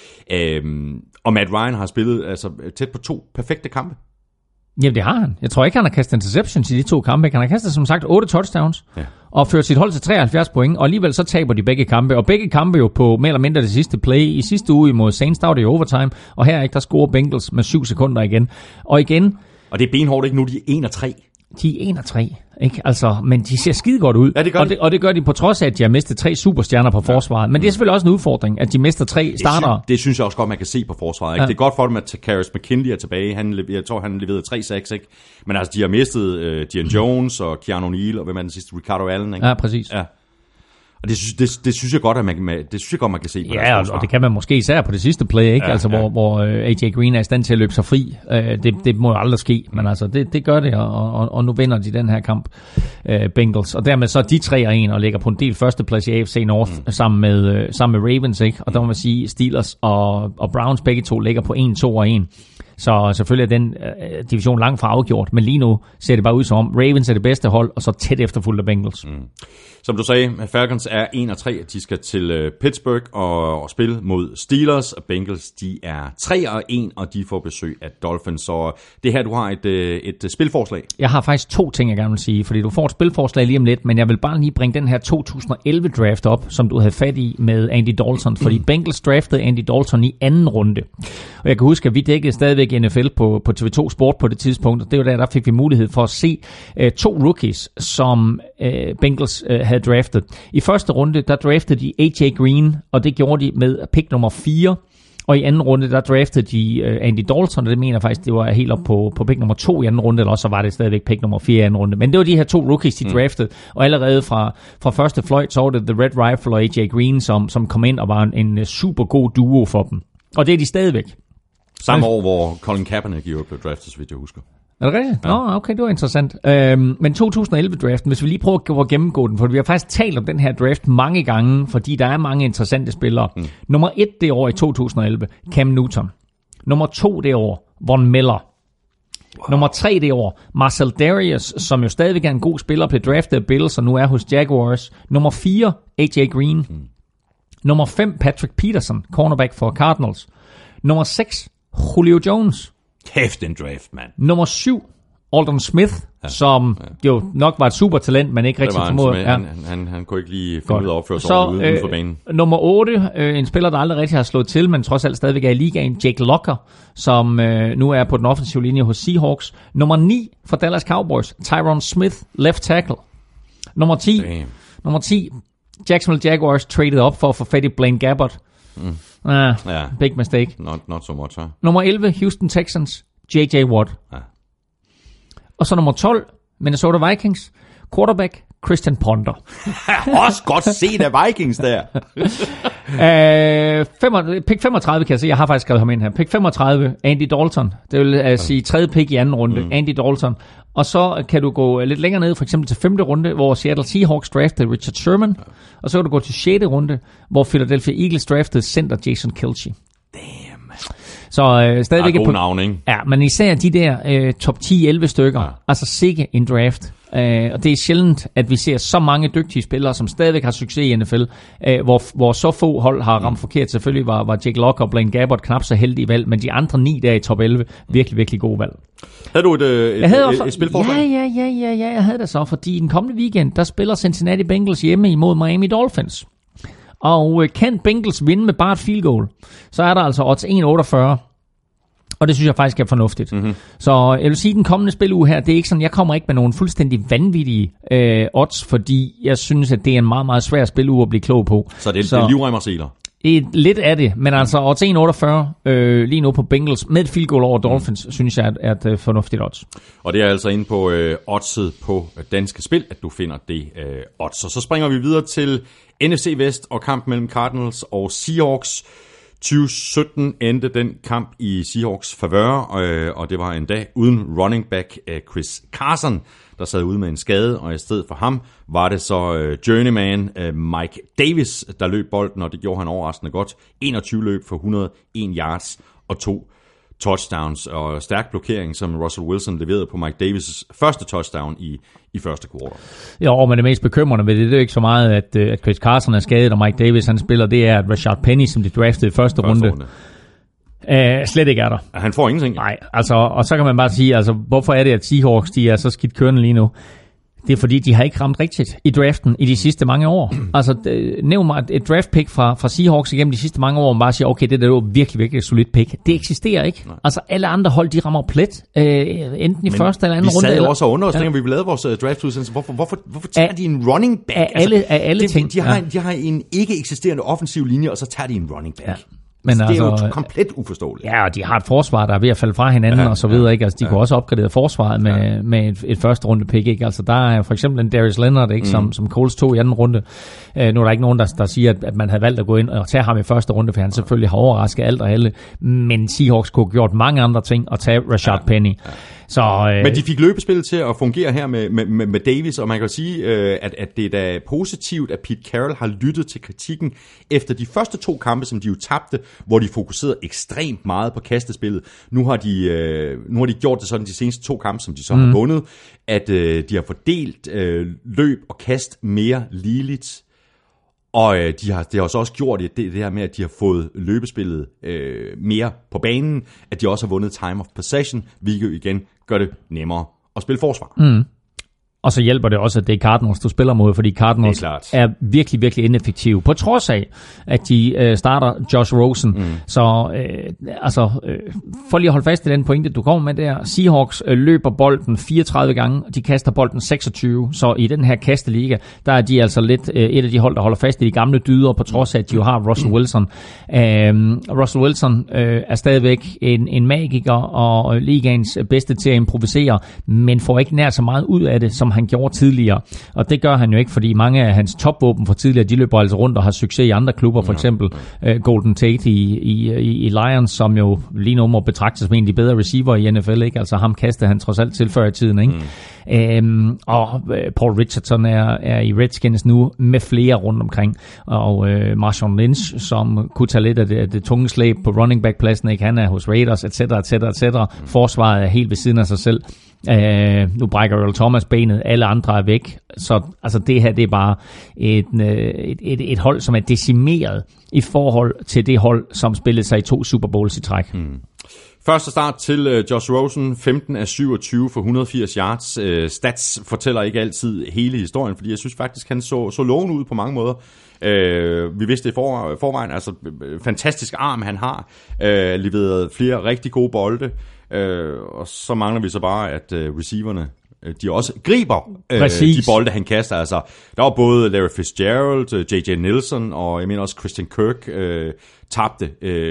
Og Matt Ryan har spillet altså tæt på 2 perfekte kampe. Jamen det har han. Jeg tror ikke han har kastet interceptions i de 2 kampe. Han har kastet som sagt 8 touchdowns og ført sit hold til 73 point, og alligevel så taber de begge kampe. Og begge kampe jo på mere eller mindre det sidste play. I sidste uge mod Saints, der var det i overtime, og her ikke der scorer Bengals med 7 sekunder igen. Og igen. Og det er benhårdt, ikke nu, de er 1-3. De er 1-3, ikke? Altså, men de ser skide godt ud. Ja, det gør og det gør de på trods af, at de har mistet 3 superstjerner på forsvaret. Men det er selvfølgelig også en udfordring, at de mister 3 startere. Det synes jeg også godt, man kan se på forsvaret. Ikke? Ja. Det er godt for dem, at Karis McKinley er tilbage. Jeg tror, han leverede 3 sacks, ikke? Men altså, de har mistet Dion Jones og Keanu Neal, og hvem er den sidste? Ricardo Allen, ikke? Ja, præcis. Ja. Og det synes jeg godt, at man kan se på. Ja, og det kan man måske især på det sidste play, ikke? Ja, altså hvor AJ Green er i stand til at løbe sig fri. Det må jo aldrig ske, men altså det gør det, og nu vinder de den her kamp, Bengals. Og dermed så er de 3-1 og ligger på en del førsteplads i AFC North sammen med Ravens, ikke? Og der må man sige, Steelers og Browns begge to ligger på 1-2-1. Så selvfølgelig er den division langt fra afgjort, men lige nu ser det bare ud som om Ravens er det bedste hold, og så tæt efterfulgt af Bengals. Som du sagde, Falcons er 1-3, de skal til Pittsburgh og spille mod Steelers, og Bengals de er 3-1, og de får besøg af Dolphins. Så det her, du har et spilforslag. Jeg har faktisk 2 ting, jeg gerne vil sige, fordi du får et spilforslag lige om lidt, men jeg vil bare lige bringe den her 2011-draft op, som du havde fat i med Andy Dalton, fordi Bengals draftede Andy Dalton i 2. runde. Og jeg kan huske, at vi dækkede stadigvæk NFL på TV2 Sport på det tidspunkt, og det var der fik vi mulighed for at se 2 rookies, som Bengals havde draftet. I første runde, der draftede de AJ Green, og det gjorde de med pick nummer 4. Og i anden runde, der draftede de Andy Dalton, og det mener jeg faktisk, det var helt op på pick nummer 2 i anden runde, eller også så var det stadigvæk pick nummer 4 i anden runde. Men det var de her 2 rookies, de draftede, og allerede fra første fløjt, så var det The Red Rifle og AJ Green, som kom ind og var en super god duo for dem. Og det er de stadigvæk. Samme år, hvor Colin Kaepernick blev draftet, så vidt jeg husker. Er det rigtigt? Ja. Nå, okay, det var interessant. Men 2011-draften, hvis vi lige prøver at gennemgå den, for vi har faktisk talt om den her draft mange gange, fordi der er mange interessante spillere. Nummer 1 det år i 2011, Cam Newton. Nummer 2 det år, Von Miller. Wow. Nummer 3 det år, Marcel Darius, som jo stadigvæk er en god spiller, blev draftet af Bills og nu er hos Jaguars. Nummer 4, AJ Green. Nummer 5, Patrick Peterson, cornerback for Cardinals. Nummer 6, Julio Jones. Kæft en draft, mand. Nummer 7, Aldon Smith, som jo nok var et super talent, men ikke rigtig formåede. Han kunne ikke lige finde ud af at opføre sig uden for banen. Nummer 8, en spiller, der aldrig rigtig har slået til, men trods alt stadigvæk er i ligaen, Jake Locker, som nu er på den offensive linje hos Seahawks. Nummer 9 for Dallas Cowboys, Tyron Smith, left tackle. Nummer 10, Jacksonville Jaguars traded op for at få fat i Blaine Gabbert. Big mistake. Not so much, huh? Nummer 11, Houston Texans, J.J. Watt. Ja. Og så nummer 12, Minnesota Vikings, quarterback, Christian Ponder. Også godt set af Vikings der. Pick 35 kan jeg se, jeg har faktisk skrevet ham ind her. Pick 35, Andy Dalton. Det vil sige tredje pick i anden runde, Andy Dalton. Og så kan du gå lidt længere ned, for eksempel til 5. runde, hvor Seattle Seahawks draftede Richard Sherman. Og så kan du gå til 6. runde, hvor Philadelphia Eagles draftede center Jason Kelce. Damn. Så stadigvæk god navn, ikke? Ja, men især de der top 10-11 stykker, altså sikke en draft. Og det er sjældent, at vi ser så mange dygtige spillere, som stadigvæk har succes i NFL, hvor så få hold har ramt forkert. Selvfølgelig var Jake Locker og Blaine Gabbert knap så heldige valg, men de andre 9 der i top 11, virkelig, virkelig gode valg. Havde du et spilforslag? Ja, jeg havde det så, fordi den kommende weekend, der spiller Cincinnati Bengals hjemme imod Miami Dolphins. Og kan Bengals vinde med bare et field goal, så er der altså odds 1,48. Og det synes jeg faktisk er fornuftigt. Mm-hmm. Så jeg vil sige, at den kommende spiluge her, det er ikke sådan, jeg kommer ikke med nogle fuldstændig vanvittige odds, fordi jeg synes, at det er en meget, meget svær spiluge at blive klog på. Så det er livrem og seler? Lidt af det, men altså odds 1,48 lige nu på Bengals med et field goal over Dolphins, synes jeg er et fornuftigt odds. Og det er altså inde på oddset på Danske Spil, at du finder det odds. Og så springer vi videre til NFC Vest og kamp mellem Cardinals og Seahawks. 2017 endte den kamp i Seahawks favør, og det var en dag uden running back Chris Carson, der sad ude med en skade, og i stedet for ham var det så journeyman Mike Davis, der løb bolden, og det gjorde han overraskende godt. 21 løb for 101 yards og 2 touchdowns, og stærk blokering, som Russell Wilson leverede på Mike Davis' første touchdown i første kvartal. Ja, men det mest bekymrende ved det er jo ikke så meget, at Chris Carson er skadet, og Mike Davis han spiller, det er, at Rashard Penny, som de draftede i første runde. Slet ikke er der. Han får ingenting. Nej, altså, og så kan man bare sige, altså, hvorfor er det, at Seahawks de er så skidt kørende lige nu? Det er fordi, de har ikke ramt rigtigt i draften i de sidste mange år. Altså, nævn mig et draft pick fra Seahawks igennem de sidste mange år, og man bare siger, okay, det der er jo virkelig et solidt pick. Det eksisterer ikke. Nej. Altså, alle andre hold, de rammer plet, enten i første eller anden runde. Vi sad også og undrede os, dengang vi lavede vores draftudsendelse. Hvorfor tager de en running back? Af alle ting. De har en ikke eksisterende offensiv linje, og så tager de en running back. Ja. Men det er jo komplet uforståeligt. Ja, og de har et forsvar, der er ved at falde fra hinanden og så videre, ikke? Altså, de kunne også opgradere forsvaret med et første runde pick, ikke? Altså, der er for eksempel en Darius Leonard, ikke? Som Coles tog i anden runde. Nu er der ikke nogen, der siger, at man havde valgt at gå ind og tage ham i første runde, for han selvfølgelig har overrasket alt og alle. Men Seahawks kunne have gjort mange andre ting og tage Rashard Penny. Så, men de fik løbespillet til at fungere her med Davis, og man kan sige, at det er da positivt, at Pete Carroll har lyttet til kritikken efter de første 2 kampe, som de jo tabte, hvor de fokuserede ekstremt meget på kastespillet. Nu har de gjort det sådan de seneste 2 kampe, som de så har vundet, at de har fordelt løb og kast mere ligeligt. Og det har også gjort det her med, at de har fået løbespillet mere på banen, at de også har vundet time of possession, hvilket igen gør det nemmere at spille forsvar. Og så hjælper det også, at det er Cardinals, du spiller mod, fordi Cardinals er virkelig, virkelig ineffektive. På trods af, at de starter Josh Rosen. Så for lige at holde fast i den pointe, du kommer med der. Seahawks løber bolden 34 gange, og de kaster bolden 26. Så i den her kasteliga, der er de altså lidt et af de hold, der holder fast i de gamle dyder, på trods af, at de jo har Russell Wilson. Russell Wilson er stadigvæk en magiker og ligaens bedste til at improvisere, men får ikke nær så meget ud af det, som han gjorde tidligere. Og det gør han jo ikke, fordi mange af hans topvåben fra tidligere, de løber altså rundt og har succes i andre klubber, for eksempel Golden Tate i Lions, som jo lige nu må betragtes som en af de bedre receiver i NFL, ikke? Altså ham kastede han trods alt til før i tiden, ikke? Og Paul Richardson er i Redskins nu med flere rundt omkring, og Marshawn Lynch, som kunne tage lidt af det tunge slæb på running back pladsen, ikke? Han er hos Raiders, etc. Forsvaret er helt ved siden af sig selv. Nu brækker Earl Thomas benet, alle andre er væk, så altså det her, det er bare et hold, som er decimeret i forhold til det hold, som spillede sig i 2 Super Bowls i træk. Første start til Josh Rosen, 15 af 27 for 180 yards. Stats fortæller ikke altid hele historien, fordi jeg synes faktisk, han så lovende ud på mange måder. Vi vidste det i forvejen, altså fantastisk arm han har, leveret flere rigtig gode bolde, og så mangler vi så bare, at receiverne de også griber de bolde, han kaster. Altså, der var både Larry Fitzgerald, J.J. Nielsen, og jeg mener også Christian Kirk tabte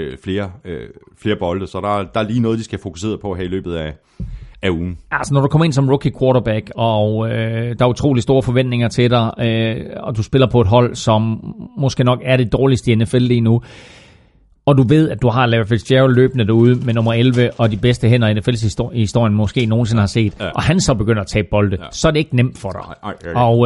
flere bolde, så der er lige noget, de skal fokusere på her i løbet af ugen. Altså, når du kommer ind som rookie quarterback, og der er utrolig store forventninger til dig, og du spiller på et hold, som måske nok er det dårligste i NFL lige nu, og du ved, at du har Larry Fitzgerald løbende derude med nummer 11, og de bedste hænder i NFL's historien måske nogensinde har set, og han så begynder at tabe bolde, så er det ikke nemt for dig. Og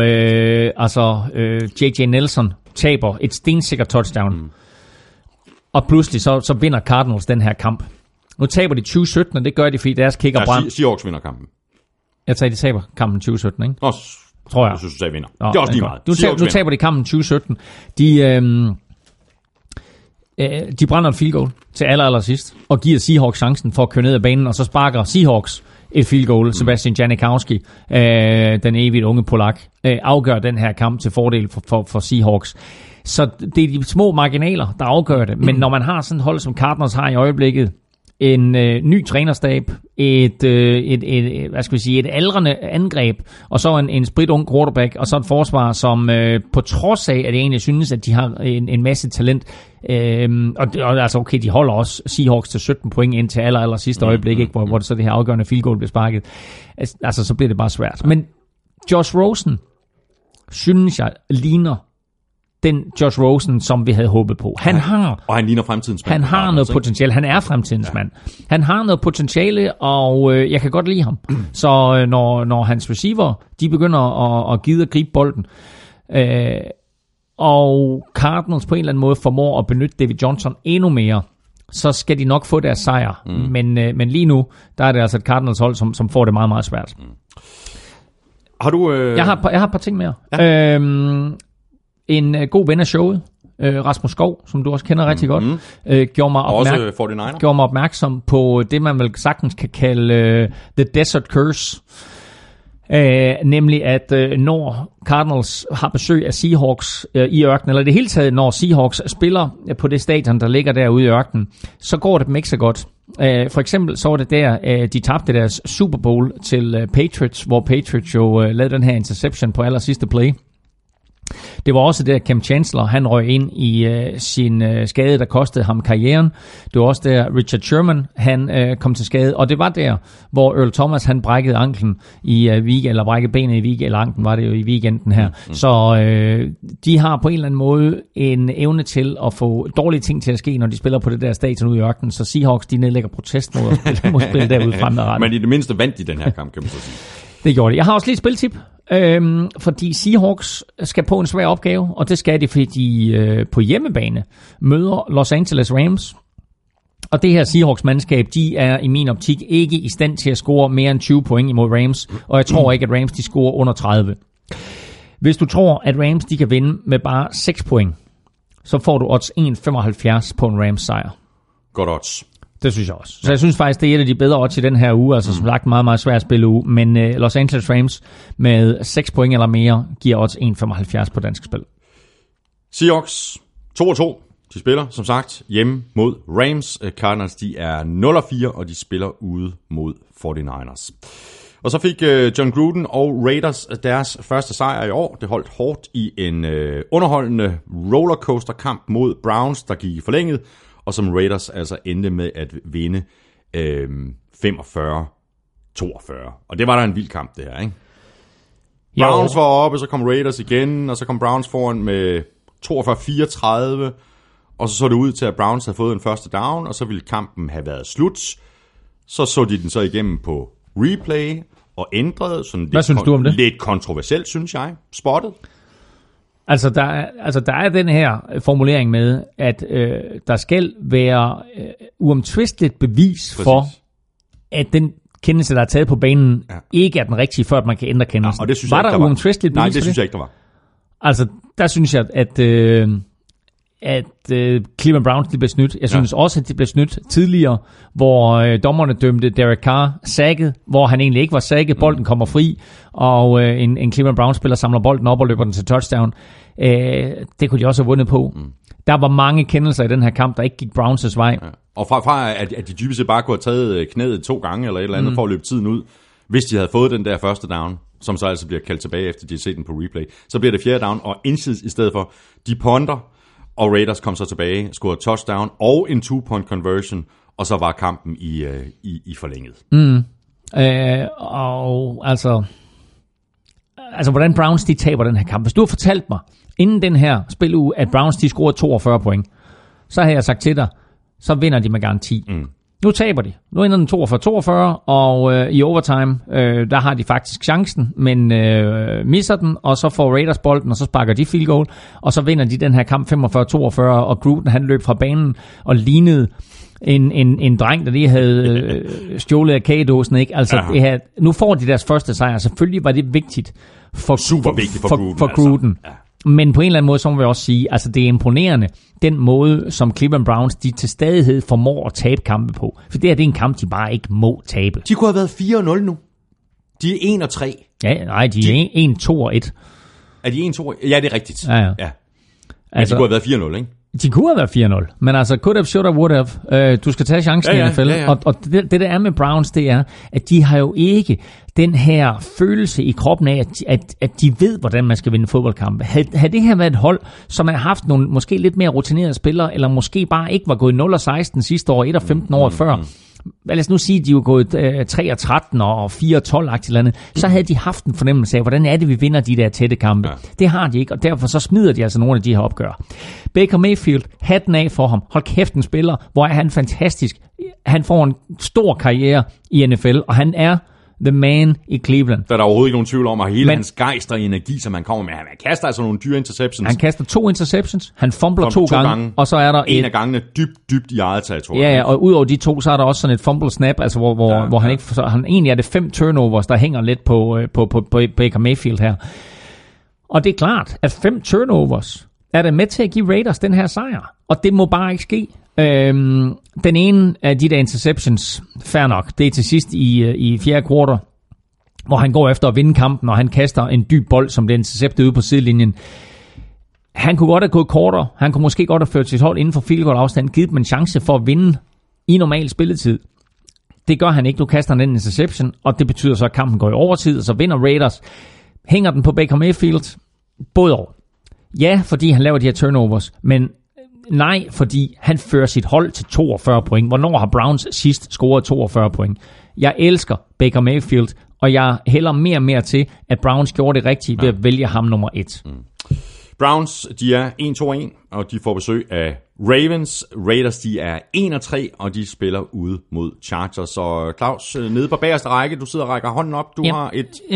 J.J. Nelson taber et stensikkert touchdown, og pludselig så vinder Cardinals den her kamp. Nu taber de 2017, og det gør de, fordi deres kicker brændt. Seahawks vinder kampen. Jeg sagde, de taber kampen 2017, ikke? Tror jeg. Jeg synes, du sagde vinder. Det er også lige meget. Nu taber de kampen 2017. De brænder et field goal til aller sidst, og giver Seahawks chancen for at køre ned ad banen, og så sparker Seahawks et field goal. Sebastian Janikowski, den evigt unge polak, afgør den her kamp til fordel for Seahawks. Så det er de små marginaler, der afgør det. Men når man har sådan et hold, som Cardinals har i øjeblikket, en ny trænerstab, et aldrende angreb, og så en spritung quarterback, og så et forsvar, som på trods af, at jeg egentlig synes, at de har en masse talent, og altså okay, de holder også Seahawks til 17 point ind til aller sidste øjeblik, ikke, hvor det så det her afgørende field goal bliver sparket. Altså, så bliver det bare svært. Men Josh Rosen, synes jeg, ligner den Josh Rosen, som vi havde håbet på. Han ligner fremtidens mand. Han har noget potentiale. Han er fremtidens mand. Han har noget potentiale, og jeg kan godt lide ham. Så når hans receiver, de begynder at gide at gribe bolden, og Cardinals på en eller anden måde formår at benytte David Johnson endnu mere, så skal de nok få deres sejr. Men lige nu, der er det altså et Cardinals hold, som får det meget, meget svært. Har du... Jeg har et par ting mere. Ja. En god ven af showet, Rasmus Skov, som du også kender rigtig godt, gjorde mig opmærksom på det, man vel sagtens kan kalde The Desert Curse. Nemlig at når Cardinals har besøg af Seahawks i ørkenen, eller det hele taget, når Seahawks spiller på det stadion, der ligger derude i ørkenen, så går det dem ikke så godt. For eksempel så var det der, de tabte deres Super Bowl til Patriots, hvor Patriots jo lavede den her interception på aller sidste play. Det var også der, Cam Chancellor, han røg ind i sin skade, der kostede ham karrieren. Det var også der, Richard Sherman, han kom til skade. Og det var der, hvor Earl Thomas, han brækkede anklen i weekend, eller brækkede benet i weekend, eller anklen var det jo i weekenden her. Så de har på en eller anden måde en evne til at få dårlige ting til at ske, når de spiller på det der stadion ude i ørkenen. Så Seahawks, de nedlægger protest mod at spille derude fremadrettet. Men i det mindste vandt de den her kamp, kan man så sige. Det gjorde det. Jeg har også lige et spiltip. Fordi Seahawks skal på en svær opgave, og det skal de, fordi de på hjemmebane møder Los Angeles Rams. Og det her Seahawks-mandskab, de er i min optik ikke i stand til at score mere end 20 point imod Rams, og jeg tror ikke, at Rams de scorer under 30. Hvis du tror, at Rams de kan vinde med bare 6 point, så får du odds 1,75 på en Rams sejr. Godt odds. Det synes jeg også. Så jeg synes faktisk, det er et af de bedre odds i den her uge. Altså som sagt meget, meget svært at spille uge. Men Los Angeles Rams med 6 point eller mere giver odds 1,75 på dansk spil. Seahawks 2-2. De spiller, som sagt, hjemme mod Rams. Cardinals, de er 0-4, og de spiller ude mod 49ers. Og så fik John Gruden og Raiders deres første sejr i år. Det holdt hårdt i en underholdende rollercoaster-kamp mod Browns, der gik i forlænget, og som Raiders altså endte med at vinde 45-42. Og det var da en vild kamp, det her, ikke? Browns var oppe, så kom Raiders igen, og så kom Browns foran med 42-34, og så det ud til, at Browns havde fået en første down, og så ville kampen have været slut. Så de den så igennem på replay og ændrede. Sådan hvad synes du om det? Lidt kontroversielt, synes jeg. Spottet. Altså, der er den her formulering med, at der skal være uomtvisteligt bevis for, at den kendelse, der er taget på banen, ikke er den rigtige, før at man kan ændre kendelsen. Ja, og det synes var jeg der ikke, uomtvisteligt bevis? Nej, det synes jeg ikke, der var. Altså, der synes jeg, at Cleveland Browns de blev snydt. Jeg synes også, at de blev snydt tidligere, hvor dommerne dømte Derek Carr sacket, hvor han egentlig ikke var sacket. Bolden kommer fri, og en Cleveland Browns-spiller samler bolden op og løber den til touchdown. Det kunne de også have vundet på. Der var mange kendelser i den her kamp, der ikke gik Browns' vej. Ja. Og fra at de dybest set bare kunne have taget knæet 2 gange eller et eller andet for at løbe tiden ud, hvis de havde fået den der første down, som så altså bliver kaldt tilbage efter de har set den på replay, så bliver det 4. down, og indsats i stedet for, de punter, og Raiders kom så tilbage, scorede touchdown og en 2-point conversion, og så var kampen i forlænget. Og altså, hvordan Browns de taber den her kamp. Hvis du har fortalt mig, inden den her spiluge, at Browns de scorede 42 point, så har jeg sagt til dig, så vinder de med garanti. Nu taber de. Nu ender den 42-42, og i overtime, der har de faktisk chancen, men misser den, og så får Raiders bolden, og så sparker de field goal, og så vinder de den her kamp 45-42, og Gruden han løb fra banen og lignede en dreng, der lige havde stjålet af kagedåsen, ikke? Altså, det her, nu får de deres første sejr. Selvfølgelig var det vigtigt super vigtigt for Gruden. Altså. Men på en eller anden måde, så må vi også sige, altså det er imponerende, den måde, som Cleveland Browns, de til stadighed formår at tabe kampe på. For det her, det er en kamp, de bare ikke må tabe. De kunne have været 4-0 nu. De er 1-3. Ja, nej, de er 1-2-1. Er de 1-2? Ja, det er rigtigt. Ja. Men altså, de kunne have været 4-0, ikke? De kunne have været 4-0, men altså could have, should have, would have. Du skal tage chancen i NFL. Ja. Og det der er med Browns, det er, at de har jo ikke den her følelse i kroppen af, at de ved, hvordan man skal vinde fodboldkampe. Havde det her været et hold, som har haft nogle måske lidt mere rutinerede spillere, eller måske bare ikke var gået 0-16 sidste år, 1-15 år før, lad os nu sige, at de var gået 3-13 og 4-12-agtigt eller andet, så havde de haft en fornemmelse af, hvordan er det, vi vinder de der tætte kampe. Ja. Det har de ikke, og derfor så smider de altså nogle af de her opgør. Baker Mayfield, hatten af for ham. Hold kæft, en spiller, hvor er han fantastisk. Han får en stor karriere i NFL, og han er the man i Cleveland. Der er overhovedet ikke nogen tvivl om, at hele hans gejst og energi, som han kommer med, han kaster altså nogle dyre interceptions. Han kaster 2 interceptions, han fumbler 2 gange, og så er der en af gangene dybt i eget territorium. Ja, og udover de 2, så er der også sådan et fumble snap, altså hvor han ikke, så han egentlig er det 5 turnovers, der hænger lidt på Baker Mayfield her. Og det er klart, at 5 turnovers er der med til at give Raiders den her sejr, og det må bare ikke ske. Den ene af de der interceptions, fair nok, det er til sidst i fjerde kvartal, hvor han går efter at vinde kampen, og han kaster en dyb bold, som bliver interceptet ude på sidelinjen. Han kunne godt have gået kortere, han kunne måske godt have ført sit hold inden for field goal afstand, givet dem en chance for at vinde i normal spilletid. Det gør han ikke, nu kaster han den interception, og det betyder så, at kampen går i overtid, og så vinder Raiders. Hænger den på Baker Mayfield? Både år. Ja, fordi han laver de her turnovers, men nej, fordi han fører sit hold til 42 point. Hvornår har Browns sidst scoret 42 point? Jeg elsker Baker Mayfield, og jeg hælder mere og mere til, at Browns gjorde det rigtigt ved at vælge ham nummer 1. Browns, de er 1-2-1, og de får besøg af Ravens. Raiders, de er 1-3, og de spiller ude mod Chargers. Så Claus, nede på bagerste række, du sidder og rækker hånden op. Du har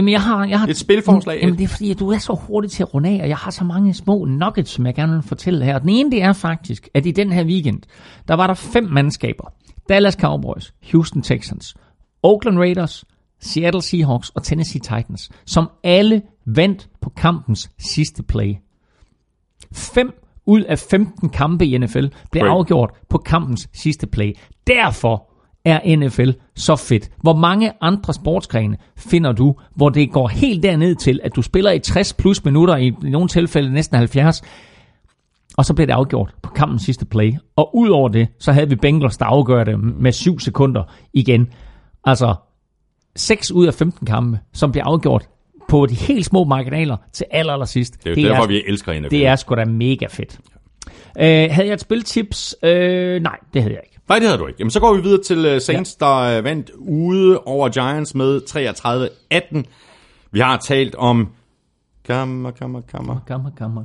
et spilforslag. Jamen, det er fordi, at du er så hurtig til at runde af, og jeg har så mange små nuggets, som jeg gerne vil fortælle her. Den ene, det er faktisk, at i den her weekend, der var der 5 mandskaber. Dallas Cowboys, Houston Texans, Oakland Raiders, Seattle Seahawks og Tennessee Titans, som alle vandt på kampens sidste play. 5 ud af 15 kampe i NFL blev afgjort på kampens sidste play. Derfor er NFL så fedt. Hvor mange andre sportsgrene finder du, hvor det går helt derned til, at du spiller i 60 plus minutter, i nogle tilfælde næsten 70, og så blev det afgjort på kampens sidste play. Og ud over det, så havde vi Bengals, der afgør det med 7 sekunder igen. Altså 6 ud af 15 kampe, som bliver afgjort på de helt små marginaler til allersidst. Det er jo derfor, vi elsker NFL. Det er sgu da mega fedt. Havde jeg et spiltips? Nej, det havde jeg ikke. Nej, det havde du ikke. Jamen, så går vi videre til Saints, der vandt ude over Giants med 33-18. Vi har talt om... Kammer.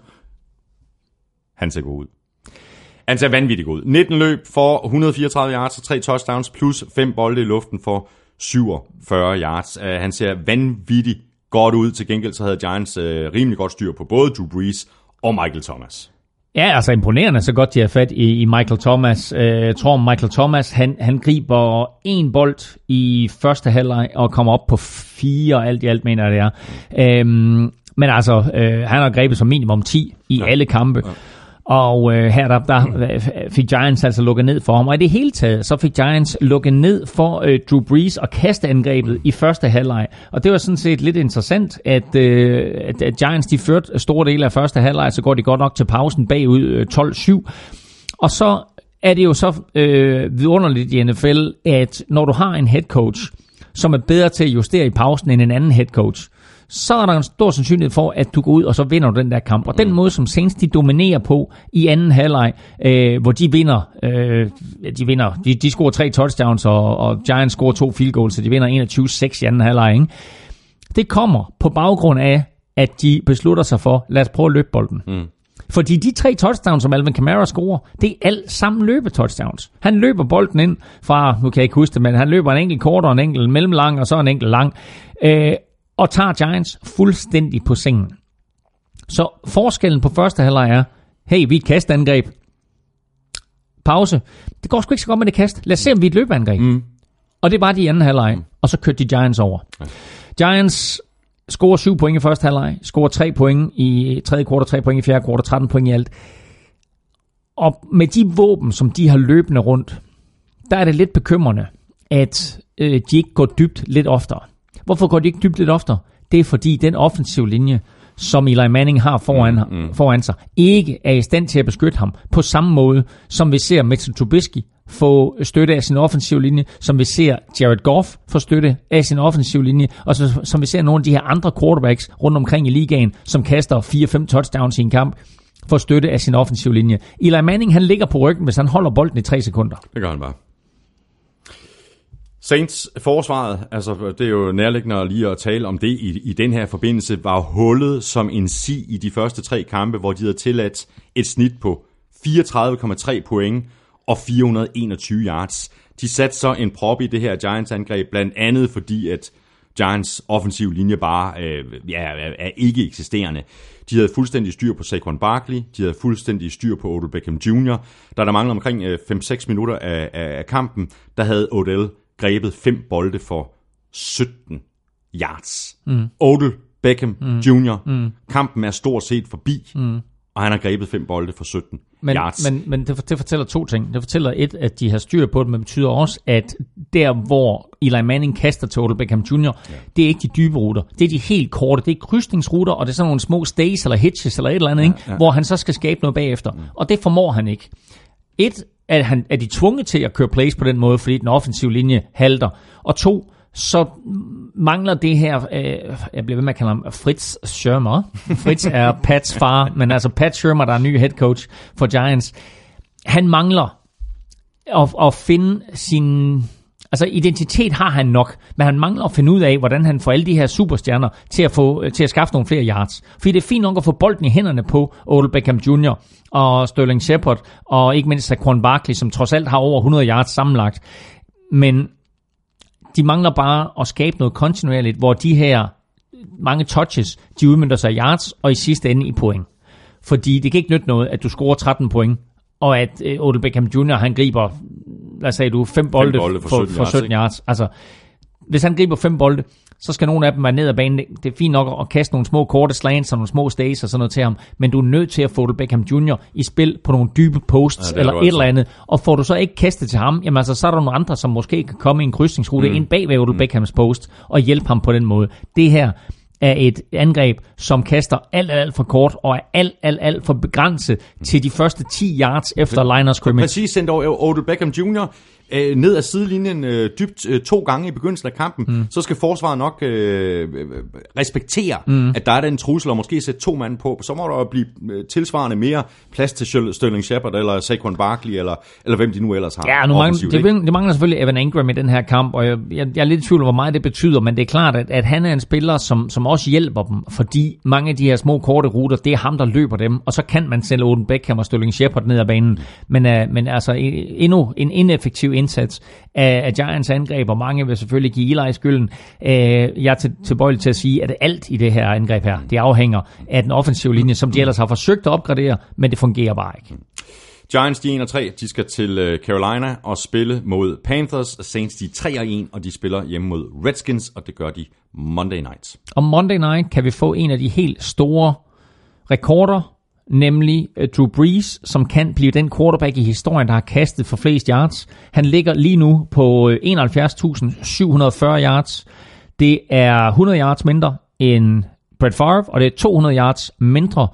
Han ser god ud. Han ser vanvittigt god ud. 19 løb for 134 yards og 3 touchdowns, plus 5 bolde i luften for 47 yards. Han ser vanvittigt godt ud. Til gengæld så havde Giants rimelig godt styr på både Drew Brees og Michael Thomas. Ja, altså imponerende, så godt de har fat i Michael Thomas. Jeg tror, Michael Thomas, han griber 1 bold i første halvleg og kommer op på 4, alt i alt mener jeg det er. Men altså, han har grebet som minimum 10 i alle kampe. Ja. Og her der fik Giants altså lukket ned for ham. Og i det hele taget, så fik Giants lukket ned for Drew Brees og kasteangrebet i første halvleg. Og det var sådan set lidt interessant, at Giants de førte store dele af første halvleg, så går de godt nok til pausen bagud 12-7. Og så er det jo så vidunderligt i NFL, at når du har en head coach, som er bedre til at justere i pausen end en anden head coach, så er der en stor sandsynlighed for, at du går ud, og så vinder du den der kamp. Og den måde, som Saints de dominerer på i anden halvleg, hvor de vinder, de scorer 3 touchdowns, og Giants scorer 2 field goals, så de vinder 21-6 i anden halvleg, ikke? Det kommer på baggrund af, at de beslutter sig for, lad os prøve at løbe bolden. Fordi de 3 touchdowns, som Alvin Kamara scorer, det er alt sammen løbetouchdowns. Han løber bolden ind fra, nu kan jeg ikke huske det, men han løber en enkelt kort og en enkelt mellemlang, og så en enkelt lang. Og tager Giants fuldstændig på sengen. Så forskellen på første halvleg er, hey, vi er et kastangreb. Pause. Det går sgu ikke så godt med det kast. Lad os se, om vi er et løbeangreb. Og det var de i anden halvleg. Og så kørte de Giants over. Giants scorer 7 point i første halvleg, scorer 3 point i tredje kvartal, 3 point i fjerde kvartal, 13 point i alt. Og med de våben, som de har løbende rundt, der er det lidt bekymrende, at de ikke går dybt lidt oftere. Hvorfor går de ikke dybt lidt oftere? Det er fordi den offensive linje, som Eli Manning har foran sig, ikke er i stand til at beskytte ham på samme måde, som vi ser Mitchell Trubisky få støtte af sin offensive linje, som vi ser Jared Goff få støtte af sin offensive linje, og som vi ser nogle af de her andre quarterbacks rundt omkring i ligaen, som kaster 4-5 touchdowns i en kamp, for støtte af sin offensive linje. Eli Manning, han ligger på ryggen, hvis han holder bolden i 3 sekunder. Det gør han bare. Saints forsvaret, altså det er jo nærliggende lige at tale om det i den her forbindelse, var hullet som en si i de første 3 kampe, hvor de havde tilladt et snit på 34,3 point og 421 yards. De satte så en prop i det her Giants-angreb, blandt andet fordi, at Giants offensiv linje bare er ikke eksisterende. De havde fuldstændig styr på Saquon Barkley, de havde fuldstændig styr på Odell Beckham Jr. Der manglede omkring 5-6 minutter af kampen, der havde Odell grebet 5 bolde for 17 yards. Odell Beckham Jr. Kampen er stort set forbi, og han har grebet 5 bolde for 17 yards. Men det fortæller 2 ting. Det fortæller at de har styr på det, men betyder også, at der, hvor Eli Manning kaster til Odell Beckham Jr., det er ikke de dybe ruter. Det er de helt korte. Det er krydsningsruter, og det er sådan nogle små stays eller hitches eller et eller andet, ikke? Hvor han så skal skabe noget bagefter. Og det formår han ikke. Er de tvunget til at køre plays på den måde, fordi den offensive linje halter. Og 2, så mangler det her, jeg bliver ved med at kalde ham Fritz Shurmur. Fritz er Pats far, men altså Pat Shurmur, der er ny head coach for Giants. Han mangler at finde sin... Altså identitet har han nok, men han mangler at finde ud af, hvordan han får alle de her superstjerner til at skaffe nogle flere yards. Fordi det er fint nok at få bolden i hænderne på Odell Beckham Jr. og Sterling Shepard, og ikke mindst Saquon Barkley, som trods alt har over 100 yards sammenlagt. Men de mangler bare at skabe noget kontinuerligt, hvor de her mange touches, de udmønter sig i yards, og i sidste ende i point. Fordi det kan ikke nytte noget, at du scorer 13 point, og at Odell Beckham Jr. han griber, hvad sagde du, 5 bolde for 17 yards. Altså, hvis han griber 5 bolde, så skal nogle af dem være ned ad banen. Det er fint nok at kaste nogle små korte slants og nogle små stays og sådan noget til ham, men du er nødt til at få Odell Beckham Jr. i spil på nogle dybe posts eller et eller andet. Og får du så ikke kastet til ham, jamen altså, så er der nogle andre, som måske kan komme i en krydsningsrute ind bag ved Odell Beckhams post og hjælpe ham på den måde. Det her er et angreb, som kaster alt for kort og er alt for begrænset til de første 10 yards efter line of scrimmage. Præcis, sendt Odell Beckham Jr. Ned ad sidelinjen dybt 2 gange i begyndelsen af kampen, så skal forsvaret nok respektere, at der er den trussel, og måske sætte 2 mand på. Så må der blive tilsvarende mere plads til Sterling Shepard, eller Saquon Barkley, eller hvem de nu ellers har. Ja, det mangler selvfølgelig Evan Engram i den her kamp, og jeg er lidt i tvivl om, hvor meget det betyder, men det er klart, at han er en spiller, som også hjælper dem, fordi mange af de her små korte ruter, det er ham, der løber dem, og så kan man sende Odell Beckham og Sterling Shepard ned ad banen. Men altså endnu en ineffektiv indsats af Giants angreb, og mange vil selvfølgelig give Eli skylden. Jeg er tilbøjelig til at sige, at alt i det her angreb her, det afhænger af den offensive linje, som de ellers har forsøgt at opgradere, men det fungerer bare ikke. Giants, de 1-3, de skal til Carolina og spille mod Panthers. Saints, de 3-1, og de spiller hjemme mod Redskins, og det gør de Monday night. Og Monday night kan vi få en af de helt store rekorder, nemlig Drew Brees, som kan blive den quarterback i historien, der har kastet for flest yards. Han ligger lige nu på 71.740 yards. Det er 100 yards mindre end Brett Favre, og det er 200 yards mindre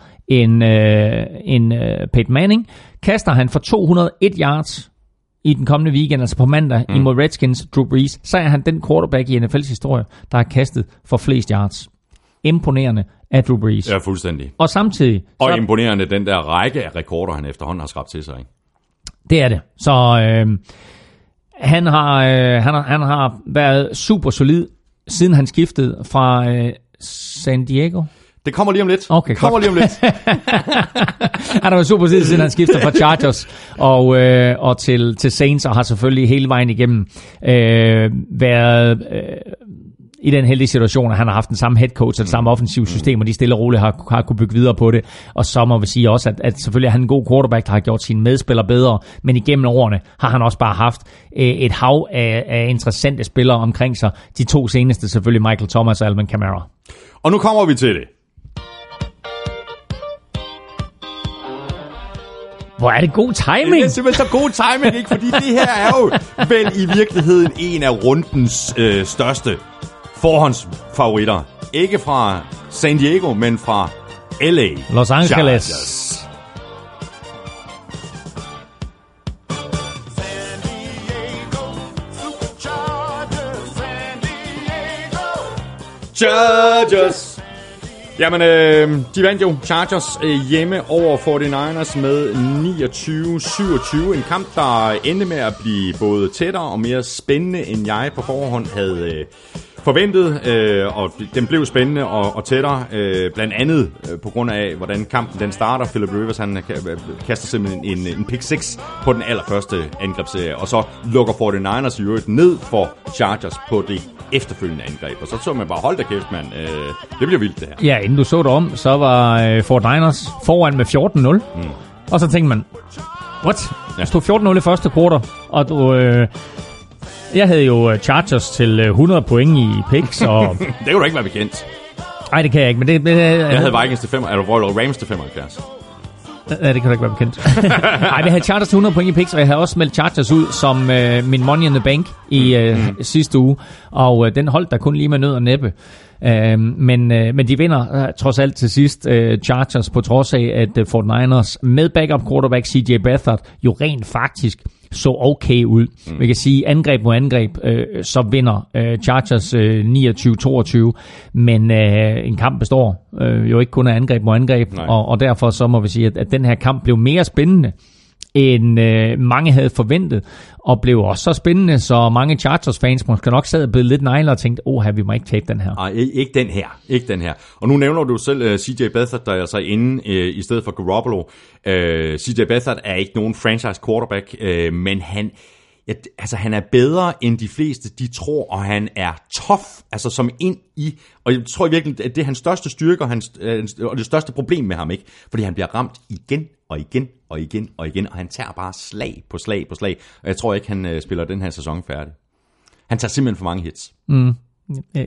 end Peyton Manning. Kaster han for 201 yards i den kommende weekend, altså på mandag, imod Redskins, Drew Brees, så er han den quarterback i NFL's historie, der har kastet for flest yards. Imponerende af Drew Brees. Ja, fuldstændig. Og samtidig... Og imponerende den der række af rekorder, han efterhånden har skrabt til sig, ikke? Det er det. Så han har været super solid, siden han skiftede fra San Diego. Det kommer lige om lidt. Okay, kommer lige om lidt. Han har været super solid, siden han skiftede fra Chargers og til Saints, og har selvfølgelig hele vejen igennem været... i den heldige situation, at han har haft den samme head coach og det samme offensive system, og de stille og roligt har kunne bygge videre på det. Og så må vi sige også, at selvfølgelig er han en god quarterback, der har gjort sine medspillere bedre, men igennem årene har han også bare haft et hav af interessante spillere omkring sig. De 2 seneste selvfølgelig Michael Thomas og Alvin Kamara. Og nu kommer vi til det. Hvor er det god timing? Det er simpelthen så god timing, ikke? Fordi det her er jo vel i virkeligheden en af rundens største forhåndsfavoritter. Ikke fra San Diego, men fra LA. Los Angeles. Chargers. Chargers. Jamen, de vandt jo Chargers hjemme over 49ers med 29-27. En kamp, der endte med at blive både tættere og mere spændende, end jeg på forhånd havde forventet. Og den blev spændende og tættere, blandt andet på grund af, hvordan kampen den starter. Philip Rivers, han kaster simpelthen en pick 6 på den allerførste angrebsserie, og så lukker 49ers i øvrigt ned for Chargers på det efterfølgende angreb. Og så man bare, hold da kæft, mand. Det bliver vildt, det her. Ja, inden du så det om, så var 49ers foran med 14-0. Og så tænkte man, what? Der stod 14-0 i første kvartal, og du... jeg havde jo Chargers til 100 point i picks, og... det kan du ikke være bekendt. Nej, det kan jeg ikke, men det... jeg havde Vikings til 5, eller Royal Rams til 75. Ja, det kan du ikke være bekendt. Nej, jeg havde Chargers til 100 point i picks, og jeg havde også meldt Chargers ud som min money in the bank i sidste uge, og den holdt der kun lige med nød og næppe. Men de vinder trods alt til sidst Chargers, på trods af, at 49ers med backup quarterback CJ Beathard jo rent faktisk så okay ud. Vi kan sige, angreb mod angreb, så vinder Chargers 29-22, men en kamp består jo ikke kun af angreb mod angreb, og derfor så må vi sige, at den her kamp blev mere spændende, end mange havde forventet, og blev også så spændende, så mange Chargers-fans måske nok sad og blev lidt negler og tænkte, vi må ikke tabe den her. Nej, ikke den her. Og nu nævner du selv CJ Beathard, der er så inde i stedet for Garoppolo. CJ Beathard er ikke nogen franchise quarterback, men han er bedre end de fleste, de tror, og han er tough, altså som ind i, og jeg tror virkelig, at det er hans største styrke, og det største problem med ham, ikke? Fordi han bliver ramt igen, og han tager bare slag på slag, og jeg tror ikke, han spiller den her sæson færdig. Han tager simpelthen for mange hits. Jeg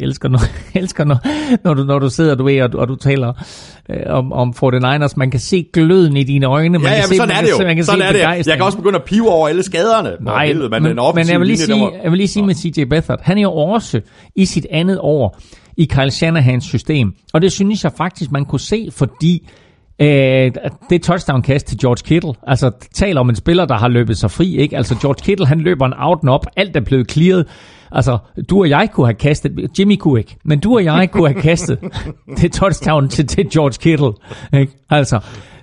elsker, når du sidder, du ved, og du taler om 49ers. Man kan se gløden i dine øjne. Man kan se, sådan er det jo. Sådan er det. Jeg kan også begynde at pive over alle skaderne. Nej, men jeg vil lige sige med CJ Beathard, han er jo også i sit andet år i Kyle Shanahans system. Og det synes jeg faktisk, man kunne se, fordi det touchdown-kast til George Kittle, altså taler om en spiller, der har løbet sig fri, ikke? Altså George Kittle, han løber en out and up, alt er blevet clearet. Altså, du og jeg kunne have kastet, Jimmy kunne ikke, men du og jeg kunne have kastet det touchdown til George Kittle, ikke? Altså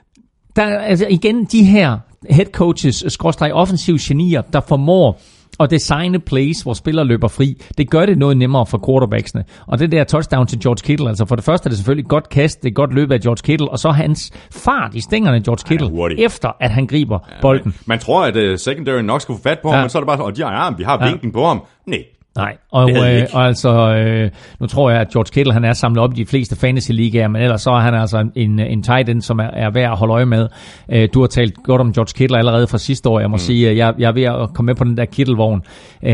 igen, de her head coaches, offensive genier, der formår at designe plays, hvor spillere løber fri, det gør det noget nemmere for quarterbacksene. Og det der touchdown til George Kittle, altså for det første er det selvfølgelig godt kast, det er godt løb af George Kittle, og så hans fart i stængerne George Kittle, efter at han griber bolden. Man tror, at secondary nok skal få fat på ham, men så er det bare, vi har vinken på ham. Nej, og altså, nu tror jeg, at George Kittle, han er samlet op i de fleste fantasy-ligaer, men ellers så er han altså en tight end, som er værd at holde øje med. Du har talt godt om George Kittle allerede fra sidste år. Jeg må sige, at jeg er ved at komme med på den der Kittle-vogn.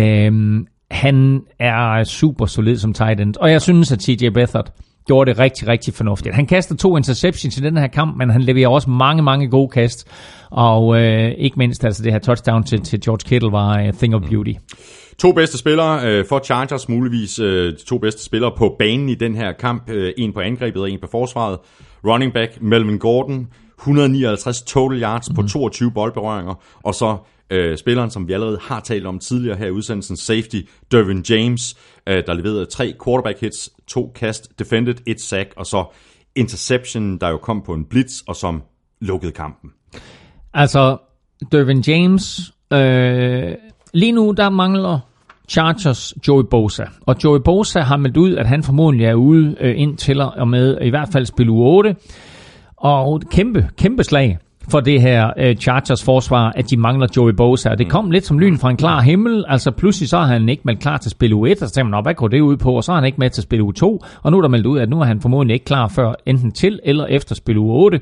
Han er super solid som tight end, og jeg synes, at TJ Beathard gjorde det rigtig, rigtig fornuftigt. Han kaster 2 interceptions i den her kamp, men han leverer også mange, mange gode kast, og ikke mindst altså det her touchdown til George Kittle var a thing of beauty. 2 bedste spillere for Chargers, muligvis de 2 bedste spillere på banen i den her kamp. En på angrebet og en på forsvaret. Running back Melvin Gordon, 159 total yards på 22 boldberøringer. Og så spilleren, som vi allerede har talt om tidligere her i udsendelsen, safety Derwin James, der leverede 3 quarterback hits, 2 kast defended, 1 sack, og så interception, der jo kom på en blitz, og som lukkede kampen. Altså, Derwin James... Lige nu, der mangler Chargers Joey Bosa. Og Joey Bosa har meldt ud, at han formodentlig er ude indtil og med i hvert fald spil uge 8. Og kæmpe slag for det her Chargers forsvar, at de mangler Joey Bosa. Det kom lidt som lyn fra en klar himmel. Altså pludselig så er han ikke meldt klar til spil uge 1, og så tænker man, hvad går det ud på? Og så er han ikke med til spil uge 2. Og nu er der meldt ud, at nu er han formodentlig ikke klar før enten til eller efter spil uge 8.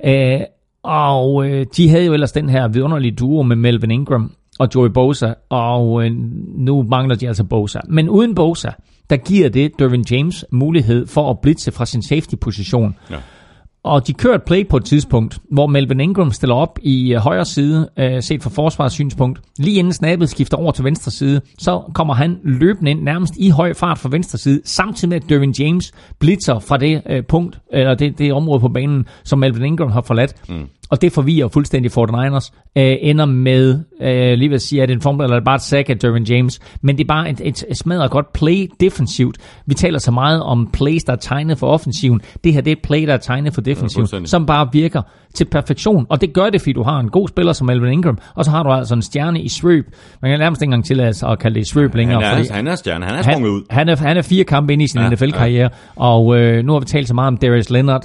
Og de havde jo ellers den her vidunderlige duo med Melvin Ingram og Joey Bosa, og nu mangler de altså Bosa. Men uden Bosa, der giver det Derwin James mulighed for at blitse fra sin safety-position. Ja. Og de kører et play på et tidspunkt, hvor Melvin Ingram stiller op i højre side, set fra forsvarets synspunkt. Lige inden snappet skifter over til venstre side, så kommer han løbende ind nærmest i høj fart fra venstre side, samtidig med at Derwin James blitzer fra det punkt, eller det område på banen, som Melvin Ingram har forladt. Og det forvirrer fuldstændig 49ers. Ender med, lige ved at sige, at det er en fumble, eller det er bare et sack af Derwin James. Men det er bare et smadret godt play defensivt. Vi taler så meget om plays, der er tegnet for offensiven. Det her, det er et play, der er tegnet for defensiven, som bare virker til perfektion. Og det gør det, fordi du har en god spiller som Melvin Ingram, og så har du altså en stjerne i Svøb. Man kan nærmest ikke engang tillade at kalde det Svøb længere. Han er stjerne, han er sprunget ud. Han er 4 kampe inde i sin NFL-karriere, og nu har vi talt så meget om Darius Leonard,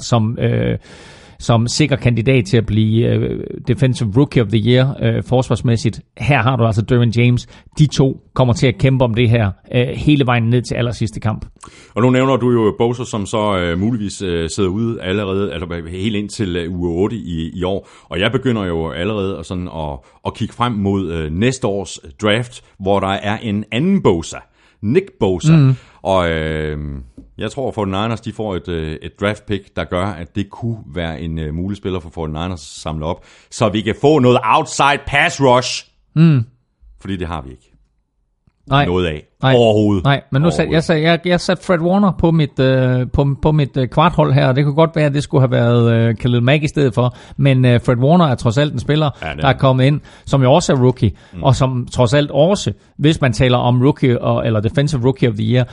som sikker kandidat til at blive Defensive Rookie of the Year forsvarsmæssigt. Her har du altså Derwin James. De 2 kommer til at kæmpe om det her hele vejen ned til allersidste kamp. Og nu nævner du jo Bosa, som så muligvis sidder ude allerede, altså helt ind til uge 8 i år. Og jeg begynder jo allerede at kigge frem mod næste års draft, hvor der er en anden Bosa. Nick Bosa. Og jeg tror, at 49ers de får et draft pick, der gør, at det kunne være en mulig spiller for 49ers at samle op, så vi kan få noget outside pass rush. Fordi det har vi ikke. Noget af. Overhovedet. Nej, men nu jeg satte Fred Warner på mit kvarthold her, og det kunne godt være, at det skulle have været Khalil Mack i stedet for, men Fred Warner er trods alt en spiller, der er kommet ind, som jo også er rookie, og som trods alt også, hvis man taler om rookie eller defensive rookie of the year,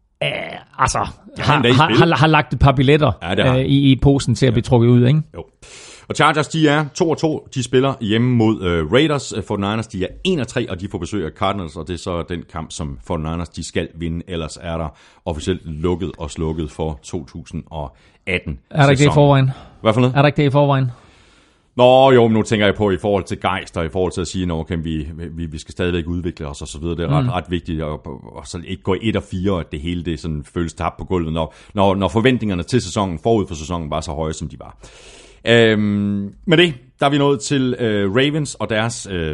har lagt et par billetter i posen til at blive trukket ud, ikke? Jo. Og Chargers, de er 2-2. De spiller hjemme mod Raiders. 49ers, de er 1-3, og de får besøg af Cardinals, og det er så den kamp, som 49ers, de skal vinde. Ellers er der officielt lukket og slukket for 2018. Er der ikke det i forvejen? Hvad for noget? Er der ikke det i forvejen? Nå jo, men nu tænker jeg på i forhold til gejst, og i forhold til at sige, at vi skal stadigvæk udvikle os og så videre. Det er ret vigtigt at så ikke gå 1-4, at det hele det sådan føles tabt på gulvet, når forventningerne til sæsonen, forud for sæsonen, var så høje, som de var. Med det, der er vi nået til Ravens og deres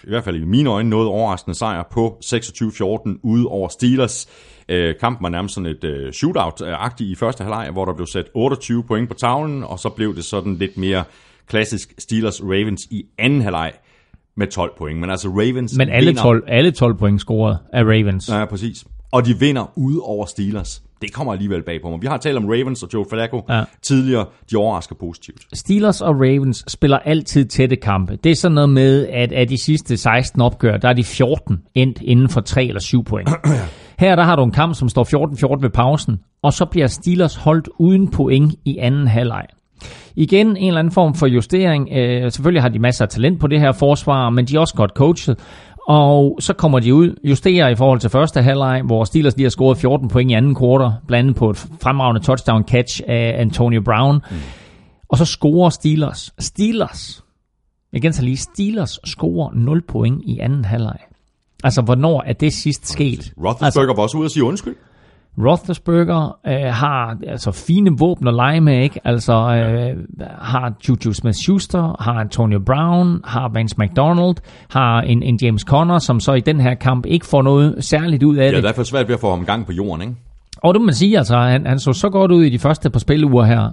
i hvert fald i mine øjne, noget overraskende sejr på 26-14 ude over Steelers. Kampen var nærmest sådan et shootout-agtigt i første halvleg, hvor der blev sat 28 point på tavlen, og så blev det sådan lidt mere klassisk Steelers-Ravens i anden halvleg med 12 point. Men altså Ravens Men alle 12 point scoret af Ravens. Ja, præcis. Og de vinder ude over Steelers. Det kommer alligevel bag på mig. Vi har talt om Ravens og Joe Flacco tidligere. De overrasker positivt. Steelers og Ravens spiller altid tætte kampe. Det er sådan noget med, at af de sidste 16 opgør, der er de 14 endt inden for 3 eller 7 point. Her der har du en kamp, som står 14-14 ved pausen, og så bliver Steelers holdt uden point i anden halvleg. Igen en eller anden form for justering. Selvfølgelig har de masser af talent på det her forsvar, men de er også godt coachet. Og så kommer de ud, justerer i forhold til første halvleg, hvor Steelers lige har scoret 14 point i anden kvartal, blandt andet på et fremragende touchdown catch af Antonio Brown. Og så scorer Steelers, Steelers scorer 0 point i anden halvleg. Altså, hvornår er det sidst sket? Roethlisberger var også ude og sige undskyld. Roethlisberger har altså fine våben at lege med, ikke? Altså har Juju Smith-Schuster, har Antonio Brown, har Vance McDonald, har en James Conner, som så i den her kamp ikke får noget særligt ud af det. Ja, det er derfor svært ved at få ham gang på jorden, ikke? Og det må man sige, altså han så godt ud i de første par spilleuger her,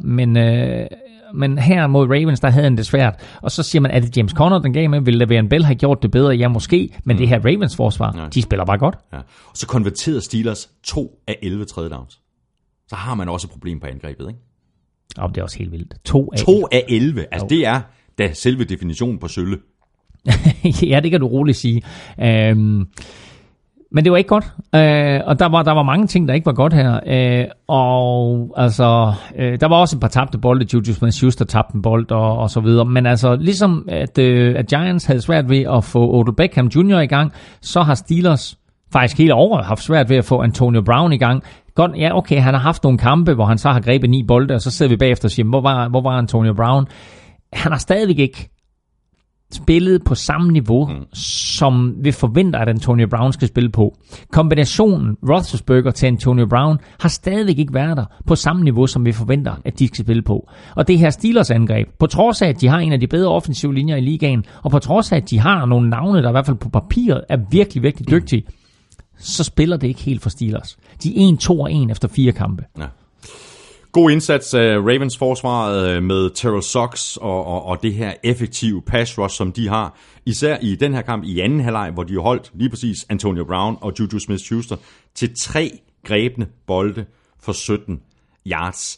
men her mod Ravens, der havde han det svært. Og så siger man, er det James Conner, den gav med? Ville Le'Veon Bell have gjort det bedre? Ja, måske. Men det her Ravens forsvar, de spiller bare godt. Ja. Og så konverterede Steelers 2 af 11 tredje downs. Så har man også et problem på angrebet, ikke? Og det er også helt vildt. 2 af 11. Altså det er da selve definitionen på sølle. Ja, det kan du roligt sige. Men det var ikke godt, og der var mange ting, der ikke var godt her, og altså, der var også et par tabte bolde, Juju Smith-Schuster tabte en bold og så videre, men altså, ligesom at Giants havde svært ved at få Odell Beckham Jr. i gang, så har Steelers faktisk hele året haft svært ved at få Antonio Brown i gang. Godt, ja, okay, han har haft nogle kampe, hvor han så har grebet 9 bolde, og så sidder vi bagefter og siger, hvor var Antonio Brown? Han har stadigvæk ikke spillet på samme niveau, som vi forventer, at Antonio Brown skal spille på. Kombinationen Roethlisberger til Antonio Brown har stadigvæk ikke været der på samme niveau, som vi forventer, at de skal spille på. Og det her Steelers angreb, på trods af, at de har en af de bedre offensive linjer i ligaen, og på trods af, at de har nogle navne, der i hvert fald på papiret er virkelig, virkelig dygtige, så spiller det ikke helt for Steelers. De er 1-2-1 efter 4 kampe. Ja. God indsats af Ravens forsvaret med Terrell Suggs og det her effektive pass rush, som de har. Især i den her kamp i anden halvleg, hvor de holdt lige præcis Antonio Brown og Juju Smith-Schuster til 3 grebne bolde for 17 yards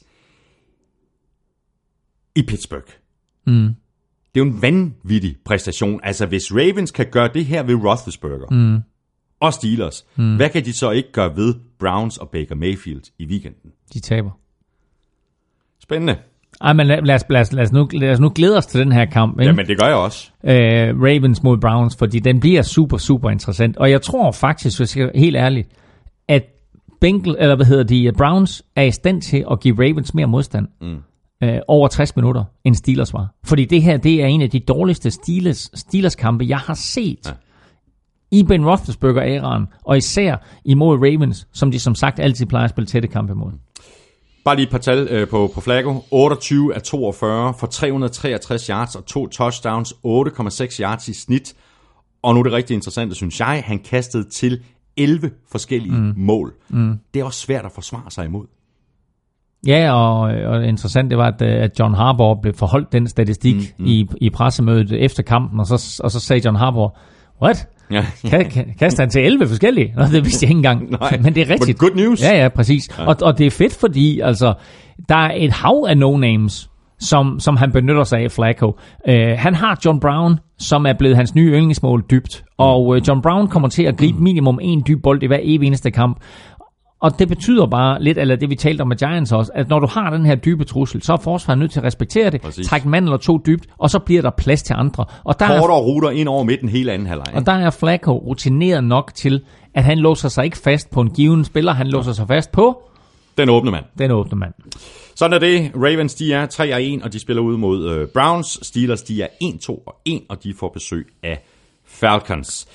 i Pittsburgh. Det er jo en vanvittig præstation. Altså hvis Ravens kan gøre det her ved Roethlisberger og Steelers, hvad kan de så ikke gøre ved Browns og Baker Mayfield i weekenden? De taber. Spændende. Ej, men lad os nu glæde os til den her kamp. Ikke? Jamen, det gør jeg også. Ravens mod Browns, fordi den bliver super, super interessant. Og jeg tror faktisk, hvis jeg er helt ærlig, at Browns er i stand til at give Ravens mere modstand over 60 minutter, end Steelers var. Fordi det her, det er en af de dårligste Steelers-kampe, jeg har set i Ben Roethlisberger-æraen, og især imod Ravens, som de som sagt altid plejer at spille tætte kampe imod. Bare lige et par tal på Flacco. 28 af 42 for 363 yards og 2 touchdowns, 8,6 yards i snit. Og nu er det rigtig interessant, synes jeg, han kastede til 11 forskellige mål. Det er også svært at forsvare sig imod. Ja, og interessant det var, at John Harbaugh blev forholdt den statistik i pressemødet efter kampen, og så sagde John Harbaugh, what? Ja. Kaster han til 11 forskellige? Nå, det vidste jeg ikke engang. Nej, men det er rigtigt. good news. Ja, præcis. Ja. Og det er fedt, fordi altså, der er et hav af no-names, som han benytter sig af, Flacco. Han har John Brown, som er blevet hans nye yndlingsmål dybt. Og John Brown kommer til at gribe minimum 1 dyb bold i hver evig eneste kamp. Og det betyder bare lidt, eller det vi talte om med Giants også, at når du har den her dybe trussel, så er forsvaret nødt til at respektere det, trække en mand eller 2 dybt, og så bliver der plads til andre. Og der kortere ruter ind over midten hele anden halvleg. Og der er Flacco rutineret nok til, at han låser sig ikke fast på en given spiller, han låser sig fast på den åbne mand. Sådan er det. Ravens, de er 3-1, og de spiller ud mod Browns. Steelers, de er 1-2-1, og de får besøg af Falcons.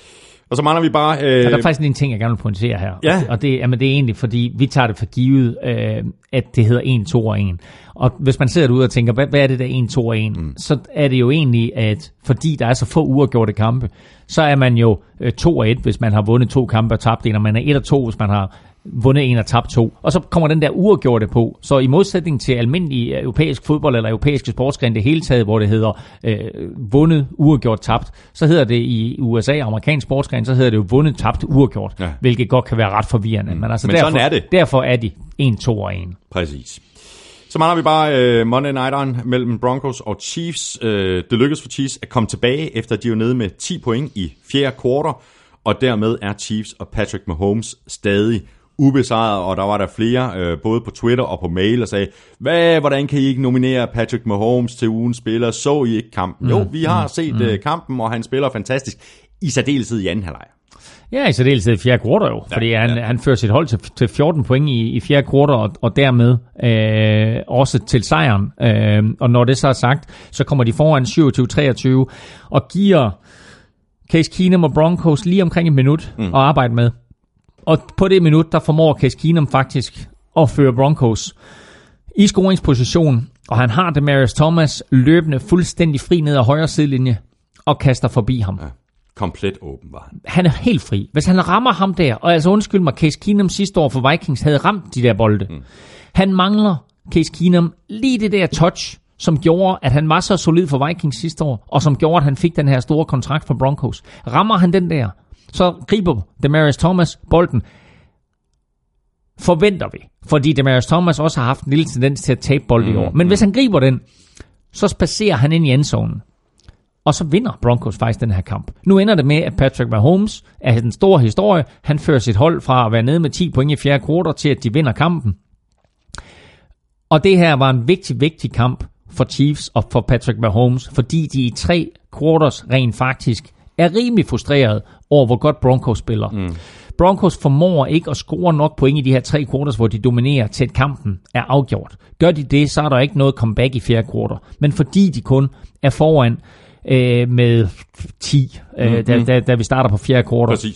Og så mangler vi bare... Der er faktisk en ting, jeg gerne vil pointere her. Ja. Og det er egentlig, fordi vi tager det for givet, at det hedder 1, 2 og 1. Og hvis man sidder derude og tænker, hvad er det der 1, 2 og 1? Så er det jo egentlig, at fordi der er så få uafgjorte kampe, så er man jo 2 og 1, hvis man har vundet 2 kampe og tabt en, og man er 1 og 2, hvis man har vundet 1 og tabt 2. Og så kommer den der uafgjorte på. Så i modsætning til almindelig europæisk fodbold eller europæiske sportsgrene det hele taget, hvor det hedder vundet, uafgjort, tabt, så hedder det i USA, amerikansk sportsgren, så hedder det jo vundet, tabt, uafgjort, hvilket godt kan være ret forvirrende. Men altså sådan er det. Derfor er de 1, 2 og 1. Præcis. Så mangler vi bare Monday Night'eren mellem Broncos og Chiefs. Det lykkedes for Chiefs at komme tilbage, efter de var nede med 10 point i fjerde kvartal, og dermed er Chiefs og Patrick Mahomes stadig ubesejret, og der var der flere, både på Twitter og på mail, og sagde, hvordan kan I ikke nominere Patrick Mahomes til ugens spiller? Så I ikke kampen? Jo, vi har set kampen, og han spiller fantastisk, i særdeleshed i anden halvleg. Ja, i særdeleshed i fjerde kvartal jo, fordi han fører sit hold til 14 point i fjerde kvartal, og dermed også til sejren. Og når det så er sagt, så kommer de foran 27-23, og giver Case Keenum og Broncos lige omkring et minut at arbejde med. Og på det minut, der formår Case Keenum faktisk at føre Broncos i scoringsposition, og han har Demaryius Thomas løbende fuldstændig fri ned ad højre sidelinje og kaster forbi ham. Ja, komplet åben var han. Han er helt fri. Hvis han rammer ham der, og altså undskyld mig, Case Keenum sidste år for Vikings havde ramt de der bolde. Han mangler Case Keenum lige det der touch, som gjorde, at han var så solid for Vikings sidste år, og som gjorde, at han fik den her store kontrakt for Broncos. Rammer han den der, så griber Demaryius Thomas bolden. Forventer vi. Fordi Demaryius Thomas også har haft en lille tendens til at tabe bold i år. Men hvis han griber den, så spacerer han ind i endzonen. Og så vinder Broncos faktisk den her kamp. Nu ender det med, at Patrick Mahomes er den store historie. Han fører sit hold fra at være nede med 10 point i fjerde kvartal til, at de vinder kampen. Og det her var en vigtig kamp for Chiefs og for Patrick Mahomes, fordi de i 3 quarters rent faktisk er rimelig frustreret over, hvor godt Broncos spiller. Broncos formår ikke at score nok point i de her 3 quarters, hvor de dominerer til, at kampen er afgjort. Gør de det, så er der ikke noget comeback i fjerde kvartal. Men fordi de kun er foran med 10, da vi starter på fjerde kvartal,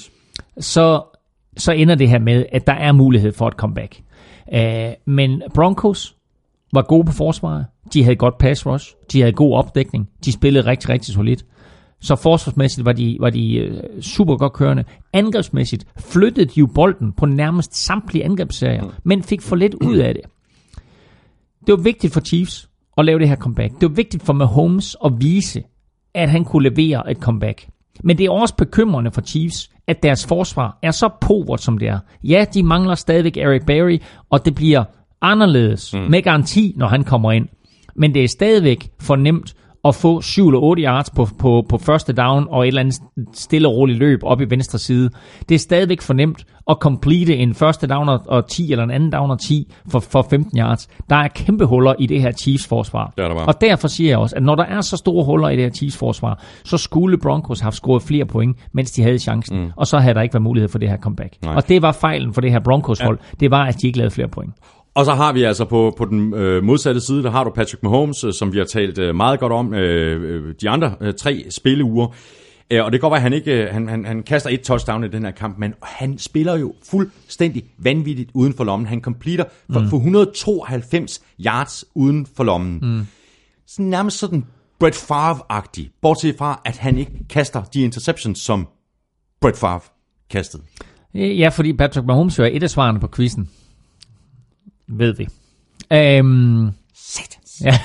så ender det her med, at der er mulighed for et comeback. Men Broncos var gode på forsvaret. De havde godt pass rush. De havde god opdækning. De spillede rigtig, rigtig solidt. Så forsvarsmæssigt var de super godt kørende. Angrebsmæssigt flyttede de jo bolden på nærmest samtlige angrebsserier, men fik for lidt ud af det. Det var vigtigt for Chiefs at lave det her comeback. Det var vigtigt for Mahomes at vise, at han kunne levere et comeback. Men det er også bekymrende for Chiefs, at deres forsvar er så povert, som det er. Ja, de mangler stadigvæk Eric Berry, og det bliver anderledes med garanti, når han kommer ind. Men det er stadigvæk for nemt at få 7 eller 8 yards på første down og et eller andet stille og roligt løb op i venstre side. Det er stadigvæk for nemt at complete en første down og 10 eller en anden down og 10 for 15 yards. Der er kæmpe huller i det her Chiefs forsvar. Og derfor siger jeg også, at når der er så store huller i det her Chiefs forsvar, så skulle Broncos have scoret flere point, mens de havde chancen. Og så havde der ikke været mulighed for det her comeback. Nej. Og det var fejlen for det her Broncos hold. Det var, at de ikke lavede flere point. Og så har vi altså på den modsatte side, der har du Patrick Mahomes, som vi har talt meget godt om de andre 3 spilleuger. Og det kan godt være, at han ikke han kaster et touchdown i den her kamp, men han spiller jo fuldstændig vanvittigt uden for lommen. Han completer for 192 yards uden for lommen. Sådan nærmest sådan Brett Favre-agtig, bortset fra, at han ikke kaster de interceptions, som Brett Favre kastede. Ja, fordi Patrick Mahomes er et af svarene på quizzen. Ved vi. Satans. Ja.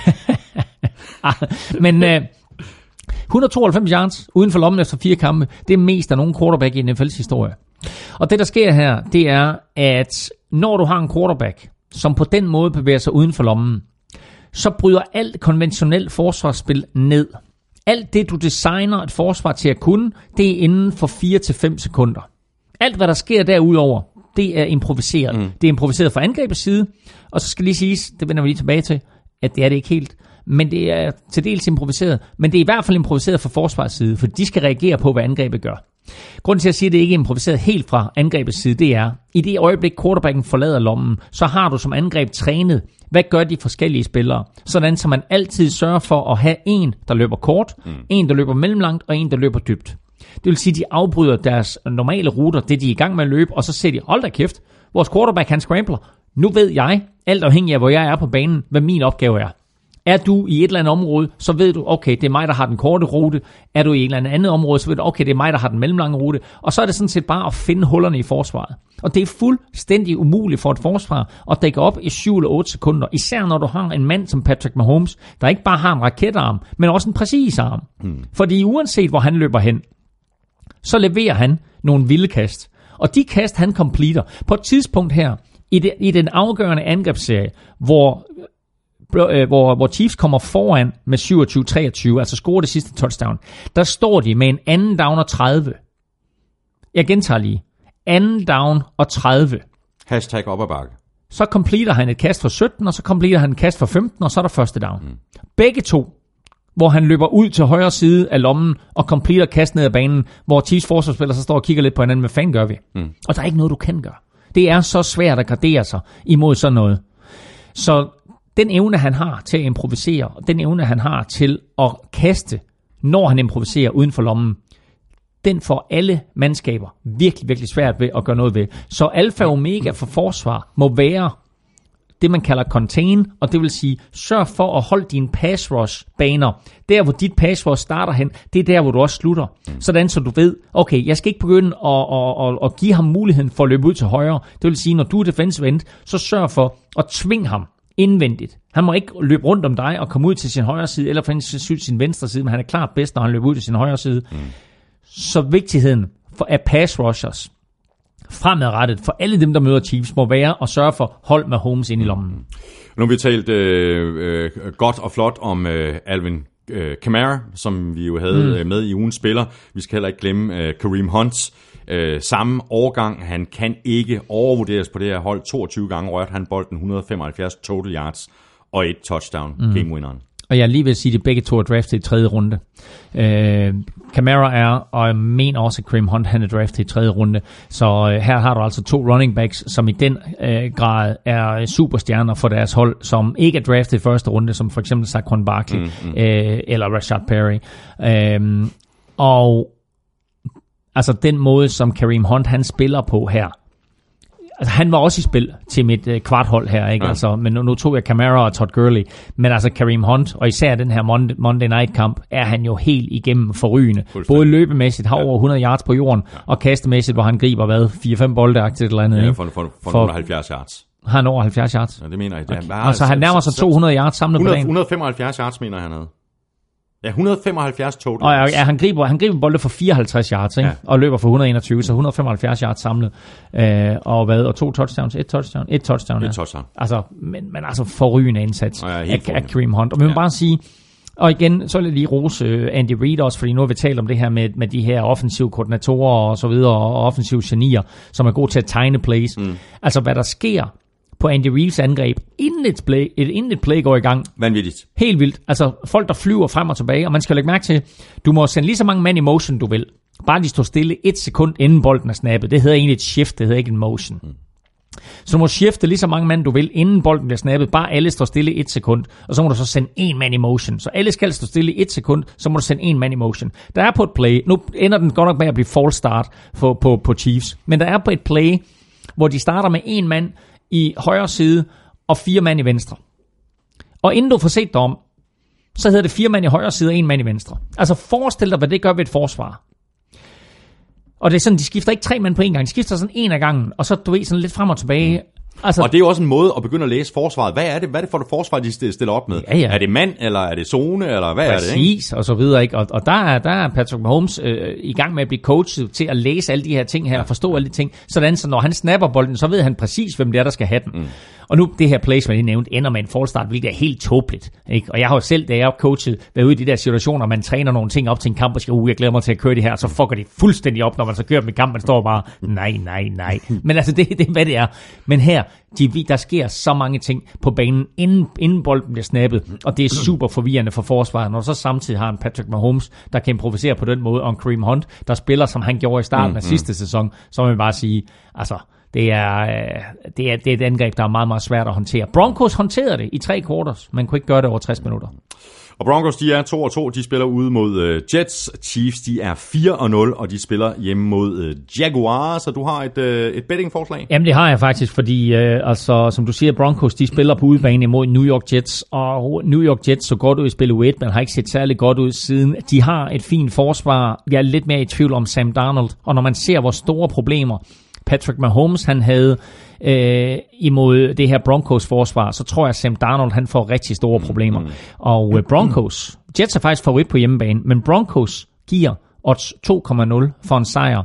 Men 192 yards uden for lommen efter 4 kampe, det er mest af nogen quarterback i NFL's historie. Og det, der sker her, det er, at når du har en quarterback, som på den måde bevæger sig uden for lommen, så bryder alt konventionelt forsvarsspil ned. Alt det, du designer et forsvar til at kunne, det er inden for 4 til 5 sekunder. Alt, hvad der sker derudover, det er improviseret. Det er improviseret fra angrebets side, og så skal lige siges, det vender vi lige tilbage til, at det er det ikke helt, men det er til dels improviseret, men det er i hvert fald improviseret fra forsvarets side, for de skal reagere på, hvad angrebet gør. Grunden til at sige, at det ikke er improviseret helt fra angrebets side, det er, i det øjeblik quarterbacken forlader lommen, så har du som angreb trænet, hvad gør de forskellige spillere, sådan så man altid sørger for at have en, der løber kort, en, der løber mellemlangt, og en, der løber dybt. Det vil sige, at de afbryder deres normale ruter, det de er i gang med at løbe, og så ser de, hold da kæft, vores quarterback han scrambler. Nu ved jeg, alt afhængig af hvor jeg er på banen, hvad min opgave er. Er du i et eller andet område, så ved du, okay, det er mig, der har den korte rute. Er du i et eller andet område, så ved du, okay, det er mig, der har den mellemlange rute. Og så er det sådan set bare at finde hullerne i forsvaret. Og det er fuldstændig umuligt for et forsvar at dække op i 7 eller 8 sekunder. Især når du har en mand som Patrick Mahomes, der ikke bare har en raketarm, men også en præcis arm. Fordi uanset hvor han løber hen, så leverer han nogle vilde kast. Og de kast, han completer, på et tidspunkt her, i den afgørende angrebsserie, hvor Chiefs kommer foran med 27-23, altså scorer det sidste touchdown, der står de med en anden down og 30. Jeg gentager lige. Anden down og 30. Hashtag op ad bakke. Så completer han et kast for 17, og så completer han et kast for 15, og så er der første down. Begge to, hvor han løber ud til højre side af lommen og completer kast ned ad banen, hvor Chiefs forsvarsspiller så står og kigger lidt på hinanden, hvad fanden gør vi? Og der er ikke noget, du kan gøre. Det er så svært at gardere sig imod sådan noget. Så den evne, han har til at improvisere, og den evne, han har til at kaste, når han improviserer uden for lommen, den får alle mandskaber virkelig, virkelig svært ved at gøre noget ved. Så alfa og omega for forsvar må være det, man kalder contain, og det vil sige, sørg for at holde dine pass rush baner. Der, hvor dit pass rush starter hen, det er der, hvor du også slutter. Sådan, så du ved, okay, jeg skal ikke begynde at give ham muligheden for at løbe ud til højre. Det vil sige, når du er defensive end, så sørg for at tvinge ham indvendigt. Han må ikke løbe rundt om dig og komme ud til sin højre side, eller for sin venstre side, men han er klart bedst, når han løber ud til sin højre side. Så vigtigheden af pass rushers fremadrettet for alle dem, der møder Chiefs, må være at sørge for hold med Holmes ind i lommen. Nu har vi talt godt og flot om Alvin Kamara, som vi jo havde med i ugens spiller. Vi skal heller ikke glemme Kareem Hunts samme årgang. Han kan ikke overvurderes på det her hold. 22 gange rørte han bolden, 175 total yards og et touchdown, gamewineren. Og jeg er lige ved at sige, at begge to er draftet i 3. runde. Kamara er, og jeg mener også, at Kareem Hunt han er draftet i 3. runde. Så her har du altså 2 running backs, som i den grad er superstjerner for deres hold, som ikke er draftet i 1. runde, som for eksempel Saquon Barkley eller Rashad Perry. Og altså den måde, som Kareem Hunt han spiller på her, altså, han var også i spil til mit kvarthold her, ikke? Ja. Altså, men nu tog jeg Kamara og Todd Gurley. Men altså Kareem Hunt, og især den her Monday Night kamp, er han jo helt igennem forrygende. Både løbemæssigt, har over 100 yards på jorden, og kastemæssigt, hvor han griber, 4-5 bolde-agtigt eller andet. Ja, for 170 yards. Har han over 70 yards? Ja, det mener jeg. Okay. Altså, han nærmer sig 200 yards samlet på dagen. 175 yards, mener han havde. Ja, 175 total. Og ja, han griber bolde for 54 yards, ikke? Ja. Og løber for 121, så 175 yards samlet. Og 2 touchdowns, et touchdown. Altså, men altså forrygende indsats af Kareem Hunt. Og man vil bare sige, og igen, så vil jeg lige rose Andy Reid også, fordi nu har vi talt om det her med de her offensive koordinatorer og så videre, og offensive genier, som er gode til at tegne plays. Altså, hvad der sker på Andy Reeves angreb, inden et play går i gang. Vanvittigt. Helt vildt. Altså folk, der flyver frem og tilbage, og man skal lægge mærke til, du må sende lige så mange mand i motion, du vil. Bare de står stille 1 sekund, inden bolden er snappet. Det hedder egentlig et shift, det hedder ikke en motion. Så du må skifte lige så mange mand, du vil, inden bolden bliver snappet. Bare alle står stille 1 sekund, og så må du så sende 1 mand i motion. Så alle skal stå stille 1 sekund, så må du sende 1 mand i motion. Der er på et play, nu ender den godt nok med at blive false start på Chiefs, men der er på et play, hvor de starter med 1 mand i højre side og 4 mand i venstre. Og inden du får set dig om, så hedder det 4 mand i højre side og 1 mand i venstre. Altså forestil dig, hvad det gør ved et forsvar. Og det er sådan, de skifter ikke 3 mand på en gang, de skifter sådan 1 af gangen, og så du ved sådan lidt frem og tilbage. Altså, og det er jo også en måde at begynde at læse forsvaret. Hvad er det for det forsvar, de stiller op med? Ja. Er det mand, eller er det zone, eller hvad præcis, er det? Præcis, og så videre. Ikke? Og der er Patrick Mahomes i gang med at blive coachet til at læse alle de her ting her, og forstå alle de ting. Sådan, så når han snapper bolden, så ved han præcis, hvem det er, der skal have den. Og nu, det her play, som jeg nævnte, ender med en fallstart, hvilket er helt tåbeligt. Ikke? Og jeg har jo selv, da jeg er coachet, været ude i de der situationer, man træner nogle ting op til en kamp, og siger, jeg glæder mig til at køre det her, så fucker de fuldstændig op, når man så kører dem i kamp, man står bare, nej. Men altså, det er, hvad det er. Men her, der sker så mange ting på banen, inden bolden bliver snappet, og det er super forvirrende for forsvaret. Når du så samtidig har en Patrick Mahomes, der kan improvisere på den måde, og en Kareem Hunt, der spiller, som han gjorde i starten af sidste sæson, så må man bare sige, altså, Det er et angreb, der er meget, meget svært at håndtere. Broncos håndterede det i 3 quarters, men kunne ikke gøre det over 60 minutter. Og Broncos, de er 2-2. De spiller ude mod Jets. Chiefs, de er 4-0, og de spiller hjemme mod Jaguars. Så du har et bettingforslag? Jamen, det har jeg faktisk, fordi som du siger, Broncos, de spiller på udebane imod New York Jets, og New York Jets så godt ud i spil U1, men har ikke set særlig godt ud siden. De har et fint forsvar. Jeg er lidt mere i tvivl om Sam Darnold, og når man ser, hvor store problemer Patrick Mahomes han havde imod det her Broncos forsvar, så tror jeg, at Sam Darnold han får rigtig store problemer. Og Broncos, Jets er faktisk favorit på hjemmebane, men Broncos giver odds 2,0 for en sejr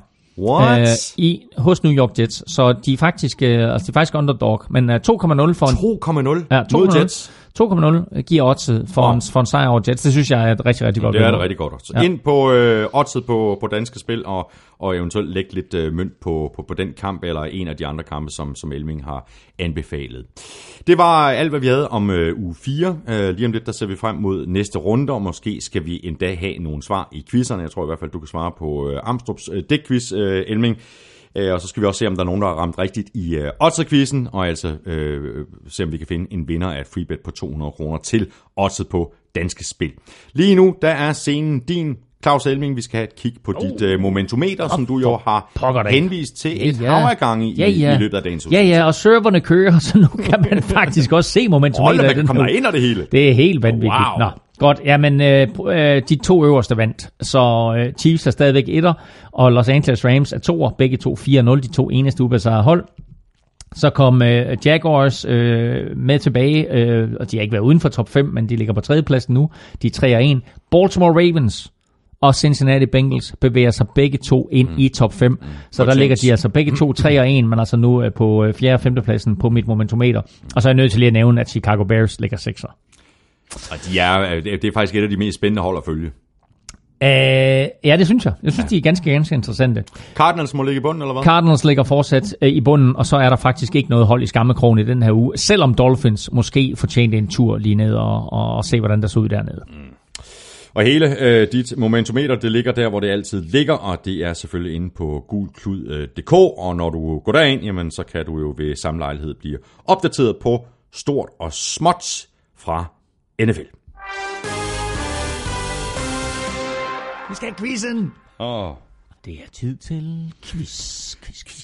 hos New York Jets. Så de er faktisk underdog, men 2,0 for en 2,0 mod Jets. 2,0 giver oddset for en sejr over Jets. Det synes jeg er et rigtig, rigtig godt. Det er et rigtig godt odds. Ja. Ind på oddset på danske spil, og eventuelt lægge lidt mønt på den kamp, eller en af de andre kampe, som Elming har anbefalet. Det var alt, hvad vi havde om uge 4. Lige om lidt, der ser vi frem mod næste runde, og måske skal vi endda have nogle svar i quizzerne. Jeg tror i hvert fald, du kan svare på Amstrups dækquiz, Elming. Og så skal vi også se, om der er nogen, der har ramt rigtigt i Oddset-quizzen, og altså se, om vi kan finde en vinder af et freebet på 200 kroner til Oddset på danske spil. Lige nu, der er scenen din, Claus Elming. Vi skal have et kig på dit momentometer, som du jo har henvist til et hav af gange i løbet af dagens udsendelse. Ja, og serverne kører, så nu kan man faktisk også se momentometeret. Hold, kommer der ind af det hele. Det er helt vanvittigt. Wow. Nå. Godt, jamen de 2 øverste vandt, så Chiefs er stadigvæk 1'er, og Los Angeles Rams er 2'er, begge 2 4-0, de 2 eneste ubesejrede hold. Så kom Jaguars med tilbage, og de har ikke været uden for top 5, men de ligger på 3. pladsen nu, de er 3-1. Baltimore Ravens og Cincinnati Bengals bevæger sig begge 2 ind i top 5, så der ligger de altså begge 2 3-1, men altså nu på 4. og 5. pladsen på mit momentometer. Og så er jeg nødt til lige at nævne, at Chicago Bears ligger 6'er. Og det er faktisk et af de mest spændende hold at følge. Ja, det synes jeg. Jeg synes, de er ganske interessante. Cardinals må ligge i bunden, eller hvad? Cardinals ligger fortsat i bunden, og så er der faktisk ikke noget hold i skammekrogen i den her uge, selvom Dolphins måske fortjente en tur lige ned og se, hvordan der så ud dernede. Og hele dit momentometer, det ligger der, hvor det altid ligger, og det er selvfølgelig inde på gulklud.dk, og når du går derind, jamen, så kan du jo ved samme lejlighed blive opdateret på stort og småt fra NFL. Vi skal have quizzen. Det er tid til quiz.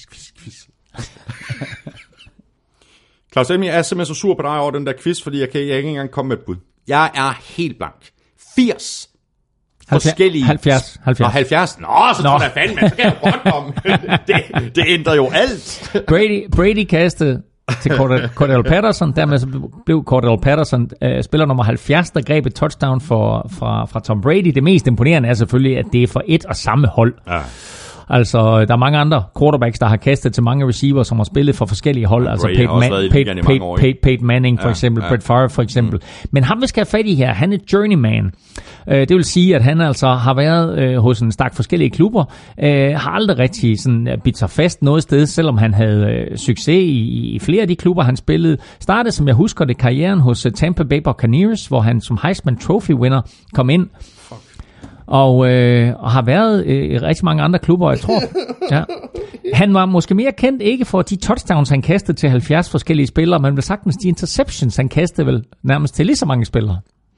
Claus Elming, jeg er simpelthen så sur på dig over den der quiz, fordi jeg kan ikke engang komme med et bud. Jeg er helt blank. 80 forskellige... 70. Nå, 70. Nå, så tror jeg fandme, så kan jeg godt komme. det ændrer jo alt. Brady kastede til Cordell Patterson. Dermed så blev Cordell Patterson spiller nummer 70, der greb et touchdown fra Tom Brady. Det mest imponerende er selvfølgelig, at det er for et og samme hold. Ja. Altså, der er mange andre quarterbacks, der har kastet til mange receiver, som har spillet for forskellige hold. Altså Peyton Manning for eksempel, Brett Favre for eksempel. Men ham, vi skal have fat i her, han er journeyman. Det vil sige, at han altså har været hos en stak forskellige klubber, har aldrig rigtig sådan bidt sig fast noget sted, selvom han havde succes i flere af de klubber, han spillede. Startede, som jeg husker det, karrieren hos Tampa Bay Buccaneers, hvor han som Heisman Trophy winner kom ind. Og har været i rigtig mange andre klubber, jeg tror. Ja. Han var måske mere kendt ikke for de touchdowns, han kastede til 70 forskellige spillere, men vel sagtens de interceptions, han kastede vel nærmest til lige så mange spillere.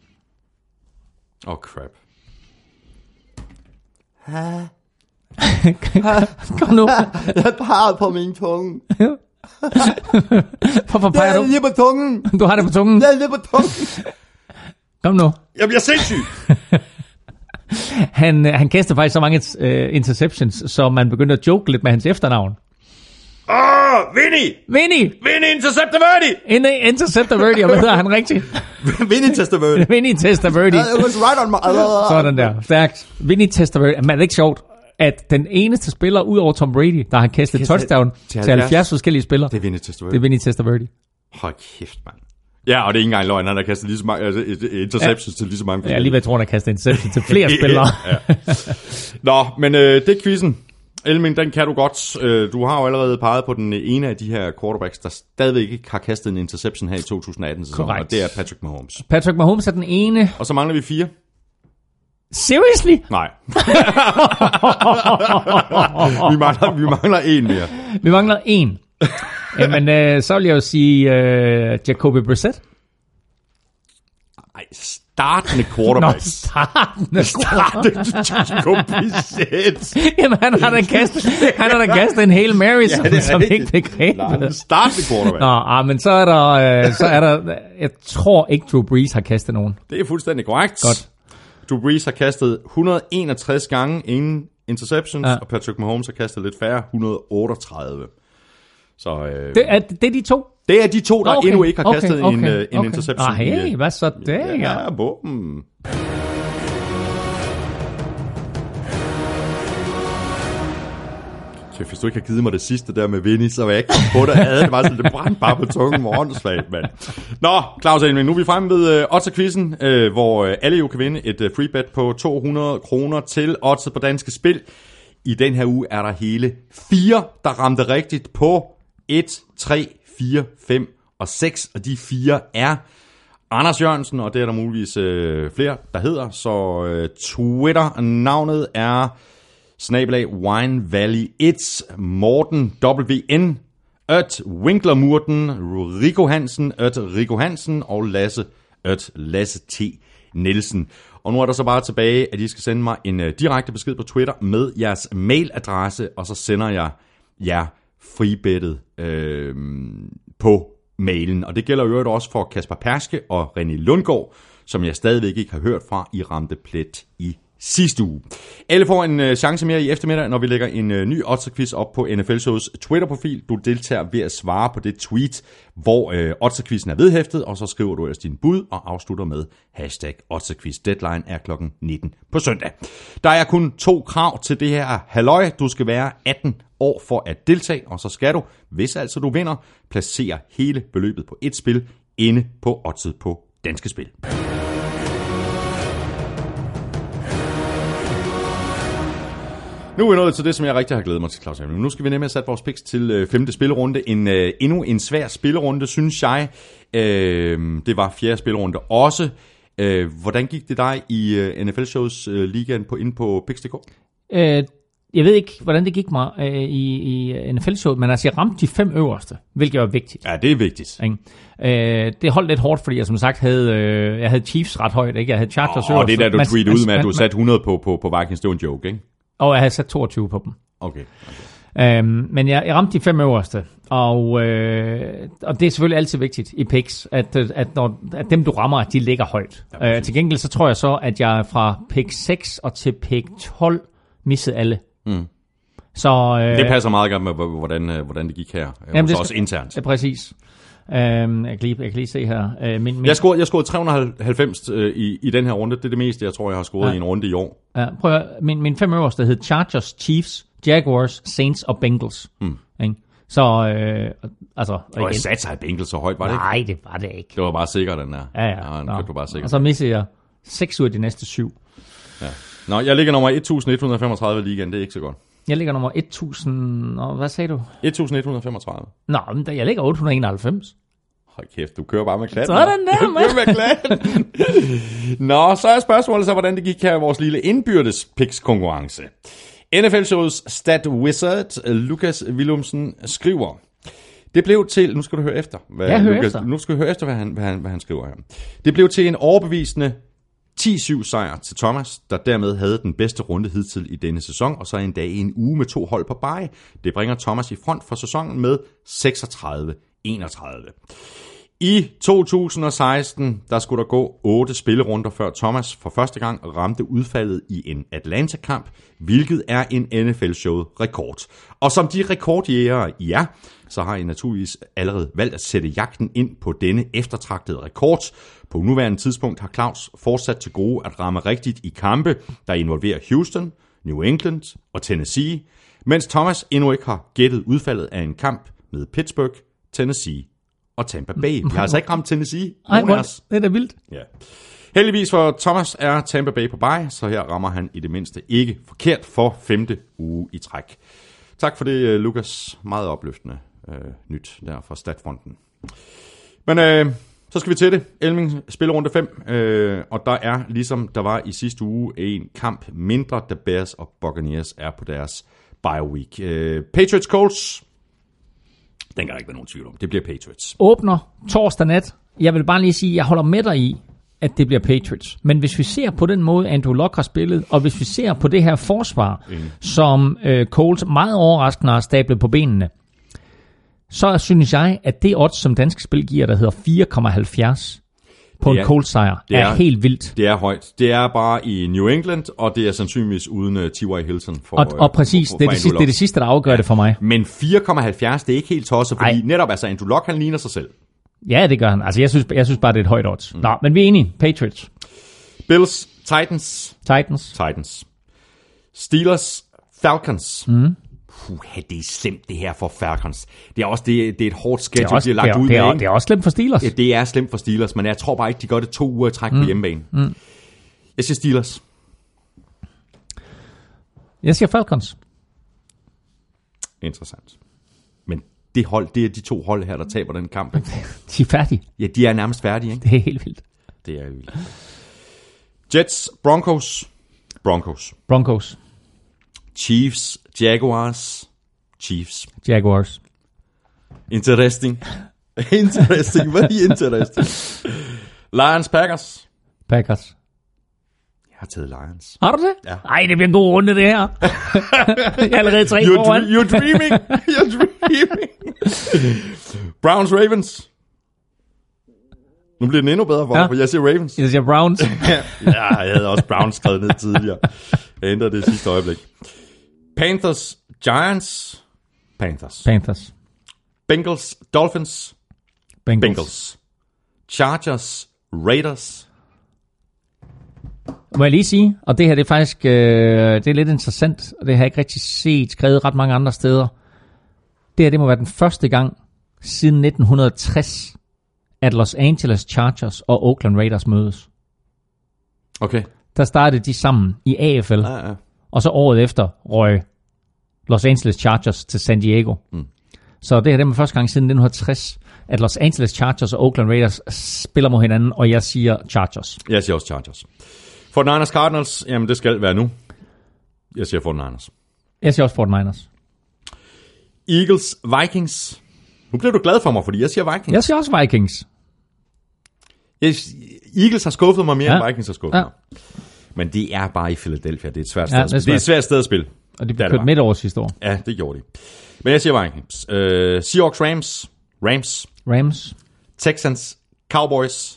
Crap. Kom nu. Jeg peger på min tunge. Hvorfor peger du? Det er lige på tungen. Du har det på tungen? Det er lige på tungen. Kom nu. Jeg bliver sindssyg. Han kastede faktisk så mange interceptions, så man begyndte at joke lidt med hans efternavn. Vinny Testaverde! Interceptor-Verdi, og hvad hedder han rigtigt? Vinny Testaverde. Sådan der, stærkt. Vinny Testaverde. Men er det ikke sjovt, at den eneste spiller ud over Tom Brady, der har kastet touchdown til 70 forskellige spillere, det er Vinny Testaverde. Hold kæft, mand. Ja, og det er ikke engang løgn, han har kastet lige så mange interceptions til lige så mange. Ja, alligevel tror han har kastet interceptions til flere spillere. Nå, men det er quizzen. Elming, den kan du godt. Du har jo allerede peget på den ene af de her quarterbacks, der stadigvæk ikke har kastet en interception her i 2018-sæsonen, og det er Patrick Mahomes. Patrick Mahomes er den ene. Og så mangler vi 4. Seriously? Nej. vi mangler en mere. Vi mangler en. Jamen, så vil jeg jo sige Jacoby Brissett. Nej, startende quarterback. Startende Jacoby Brissett. Jamen, han har da kastet en Hail Mary, som ikke blev grebet. Startende quarterback. Nå, men så er der, jeg tror ikke Drew Brees har kastet nogen. Det er fuldstændig korrekt. Godt. Drew Brees har kastet 161 gange ingen interceptions, og Patrick Mahomes har kastet lidt færre, 138. Så, det er de to? Det er de to, der endnu ikke har kastet en interception. Ah, hey, hvad så det? Ja, bum. Så hvis du ikke har givet mig det sidste der med Vinny, så var jeg ikke på det. Det var sådan, det brændte bare på tungen med åndssvagt, mand. Nå, Claus Elming, nu er vi fremme ved Odds-quizzen, hvor alle jo kan vinde et free bet på 200 kroner til Odds på Danske Spil. I den her uge er der hele 4, der ramte rigtigt på 1, 3, 4, 5 og 6, og de 4 er Anders Jørgensen, og det er der muligvis flere, der hedder, så Twitter-navnet er @Wine Valley 1, Morten WN, @Winklermurten, Rico Hansen, @Rico Hansen og Lasse, @Lasse T. Nielsen. Og nu er der så bare tilbage, at I skal sende mig en direkte besked på Twitter med jeres mailadresse, og så sender jeg jer freebettet på mailen. Og det gælder jo også for Kasper Perske og René Lundgaard, som jeg stadigvæk ikke har hørt fra, I ramte plet i sidste uge. Alle får en chance mere i eftermiddag, når vi lægger en ny Odds-quiz op på NFL Shows Twitter-profil. Du deltager ved at svare på det tweet, hvor Odds-quizzen er vedhæftet, og så skriver du ellers din bud og afslutter med #Odds-quiz. Deadline er kl. 19 på søndag. Der er kun 2 krav til det her halløj. Du skal være 18 år for at deltage, og så skal du, hvis altså du vinder, placere hele beløbet på et spil inde på Oddset på Danske Spil. Nu er vi nået til det, som jeg rigtig har glædet mig til, Claus. Nu skal vi nemlig have sat vores picks til 5. spillerunde. Endnu en svær spillerunde, synes jeg. Det var 4. spillerunde også. Hvordan gik det dig i NFL Shows ligaen inde på picks.dk? Jeg ved ikke, hvordan det gik mig i NFL-showet, men altså jeg ramte de 5 øverste, hvilket var vigtigt. Ja, det er vigtigt. Det holdt lidt hårdt, fordi jeg som sagt jeg havde Chiefs ret højt, ikke? Jeg havde Chargers øverst. Og det der, du tweetede ud med, at du satte 100 på Vikings, det var en joke, ikke? Og jeg havde sat 22 på dem. Okay. Men jeg ramte de 5 øverste, og det er selvfølgelig altid vigtigt i picks, at dem du rammer, at de ligger højt. Ja, til gengæld så tror jeg så, at jeg fra pick 6 og til pick 12 missede alle. Så, det passer meget godt med, hvordan det gik her. Jamen, det også internt. Ja, præcis. Jeg kan lige se her. Jeg scorede 390 i den her runde. Det er det meste, jeg tror, jeg har scoret i en runde i år. Ja, prøv at, min 5 øverste hed Chargers, Chiefs, Jaguars, Saints og Bengals. Så, altså... Og jeg satte sig i Bengals så højt, var det ikke? Nej, det var det ikke. Det var bare sikkert, den der. Ja. Du bare sikker. Og så missede jeg 6 ud af de næste 7. Ja. Nå, jeg ligger nummer 1135 i ligaen, det er ikke så godt. Jeg ligger nummer 1000... Hvad sagde du? 1135. Nå, men jeg ligger 891. Hold kæft, du kører bare med klatten. Sådan der, mand. Du kører med klatten. Nå, så er spørgsmålet så, hvordan det gik her i vores lille indbyrdes picks-konkurrence. NFL-shows stat wizard Lukas Willumsen skriver... Det blev til... Nu skal du høre efter. Nu skal du høre efter, hvad han skriver her. Det blev til en overbevisende 10-7 sejr til Thomas, der dermed havde den bedste runde hidtil i denne sæson, og så endda i en uge med 2 hold på bye. Det bringer Thomas i front for sæsonen med 36-31. I 2016, der skulle der gå 8 spillerunder, før Thomas for første gang ramte udfaldet i en Atlanta-kamp, hvilket er en NFL-show-rekord. Og som de rekordjægere I er, så har I naturligvis allerede valgt at sætte jagten ind på denne eftertragtede rekord. På nuværende tidspunkt har Claus fortsat til gode at ramme rigtigt i kampe, der involverer Houston, New England og Tennessee, mens Thomas endnu ikke har gættet udfaldet af en kamp med Pittsburgh, Tennessee og Tampa Bay. Vi har altså ikke ramt Tennessee. Nej, det er da vildt. Ja. Heldigvis for Thomas er Tampa Bay på bye, så her rammer han i det mindste ikke forkert for 5. uge i træk. Tak for det, Lukas. Meget opløftende nyt der fra Statfronten. Men så skal vi til det. Elming spiller runde 5, og der er, ligesom der var i sidste uge, en kamp mindre, da Bears og Buccaneers er på deres bye week. Patriots Colts Den kan der ikke være nogen tvivl om. Det bliver Patriots. Åbner torsdag nat. Jeg vil bare lige sige, at jeg holder med dig i, at det bliver Patriots. Men hvis vi ser på den måde, Andrew Luck har spillet, og hvis vi ser på det her forsvar, som Colts meget overraskende har stablet på benene, så synes jeg, at det odds, som dansk spil giver, der hedder 4,70 på en Colts-sejr, er helt vildt. Det er højt. Det er bare i New England, og det er sandsynligvis uden T.Y. Hilton. Og præcis, det er det sidste, der afgør det for mig. Men 4,70, det er ikke helt tosset, fordi netop Andrew Luck, han ligner sig selv. Ja, det gør han. Altså, jeg synes bare, det er et højt odds. Nå, men vi er enige. Patriots. Bills, Titans. Steelers, Falcons. Det er slemt, det her for Falcons. Det er også det er et hårdt schedule, de har lagt ud med. Det er også slemt for Steelers. Ja, det er slemt for Steelers, men jeg tror bare ikke, de gør det 2 uger i træk på hjemmebane. Jeg siger Steelers. Jeg siger Falcons. Interessant. Men det er de 2 hold her, der taber den kamp. Ikke? De er færdige. Ja, de er nærmest færdige. Ikke? Det er helt vildt. Det er vildt. Jets, Broncos. Chiefs, Jaguars. Interesting. Very interesting. Lions, Packers. Jeg har taget Lions. Har du det? Ja. Ej, det bliver en god runde, det her. Jeg er allerede 3 foran. You're dreaming. Browns, Ravens. Nu bliver den endnu bedre for mig, for jeg siger Ravens. Jeg siger Browns. Ja, jeg havde også Browns skrevet ned tidligere. Jeg ændrede det i sidste øjeblik. Panthers, Giants. Panthers. Bengals, Dolphins. Bengals. Chargers, Raiders. Må jeg lige sige, og det her det er faktisk det er lidt interessant, og det har jeg ikke rigtig set skrevet ret mange andre steder. Det må være den første gang siden 1960, at Los Angeles Chargers og Oakland Raiders mødes. Okay. Der startede de sammen i AFL, og så året efter røg Los Angeles Chargers til San Diego. Så det her det er første gang siden 1960, at Los Angeles Chargers og Oakland Raiders spiller mod hinanden, og jeg siger Chargers. Jeg siger også Chargers. 49ers Cardinals, jamen det skal være nu. Jeg siger 49ers. Jeg siger også 49ers. Eagles Vikings. Nu bliver du glad for mig, fordi jeg siger Vikings. Jeg siger også Vikings. Eagles har skuffet mig mere, end Vikings har skuffet mig. Men det er bare i Philadelphia. Det er et svært sted at spille. Det er et svært sted at spille. Og de blev kørt midt over sidste år. Ja, det gjorde de. Men jeg siger Vikings. Seahawks Rams. Texans Cowboys.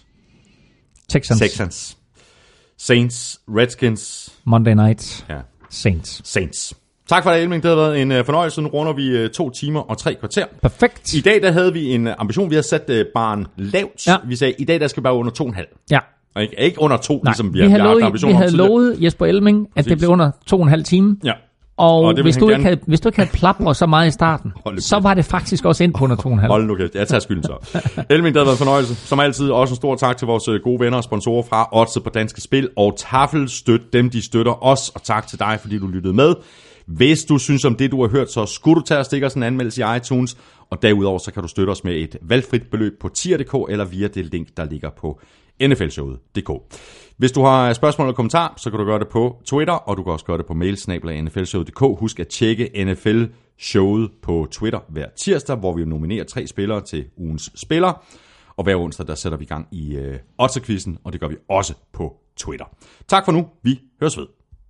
Texans. Saints Redskins. Monday night. Ja. Saints. Tak for det, Elming. Det har været en fornøjelse. Nu runder vi 2 timer og 3 kvarter. Perfekt. I dag der havde vi en ambition. Vi har sat barren lavt. Ja. Vi sagde, i dag der skal vi bare under 2,5. Ja. Ikke under 2, ligesom vi har haft ambition om. Vi havde lovet Jesper Elming, at det blev under 2,5 timer. Ja. Og hvis du ikke havde plapret så meget i starten, så var det faktisk også ind på under 2,5. Hold nu kæft, jeg tager skylden så. Elming, det har været en fornøjelse. Som altid, også en stor tak til vores gode venner og sponsorer fra Odds på Danske Spil og Tafel. Støt dem, de støtter os, og tak til dig, fordi du lyttede med. Hvis du synes om det, du har hørt, så skulle du tage og stikke os en anmeldelse i iTunes, og derudover så kan du støtte os med et valgfrit beløb på tier.dk eller via det link, der ligger på nflshowet.dk. Hvis du har spørgsmål eller kommentar, så kan du gøre det på Twitter, og du kan også gøre det på mail@nflshowet.dk. Husk at tjekke NFL-showet på Twitter hver tirsdag, hvor vi nominerer 3 spillere til ugens spiller. Og hver onsdag, der sætter vi i gang i Odds-quizzen, og det gør vi også på Twitter. Tak for nu. Vi høres ved.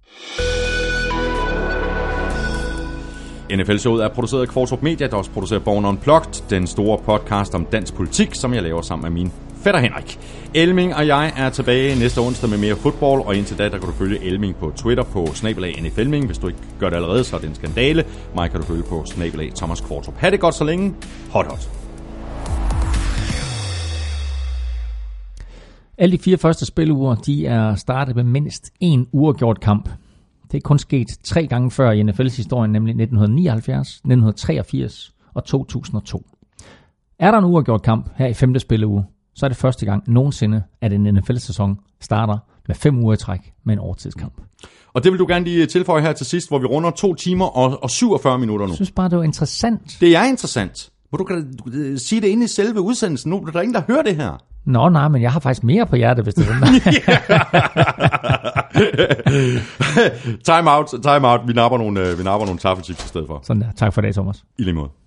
NFL-showet er produceret af Kvartrup Media, der også producerer Born Unplugged, den store podcast om dansk politik, som jeg laver sammen med min fætter Henrik. Elming og jeg er tilbage næste onsdag med mere fodbold, og indtil da, der kan du følge Elming på Twitter på @NFLming. Hvis du ikke gør det allerede, så er det en skandale. Mig kan du følge på @Thomas Kvartrup. Ha' det godt så længe. Hot. Alle de 4 første spiluger, de er startet med mindst 1 uafgjort kamp. Det er kun sket 3 gange før i NFL's historie, nemlig 1979, 1983 og 2002. Er der en uafgjort kamp her i 5. spilleuge, så er det første gang nogensinde, at en NFL-sæson starter med 5 uger i træk med en overtidskamp. Og det vil du gerne lige tilføje her til sidst, hvor vi runder 2 timer og 47 minutter nu. Jeg synes bare, det var interessant. Det er interessant. Hvor du kan sige det inde i selve udsendelsen nu. Der er ingen, der hører det her. Nå, nej, men jeg har faktisk mere på hjertet, hvis det er den der. Time out. Vi napper nogle taffelchips i stedet for. Sådan der. Tak for det, Thomas. I lige måde.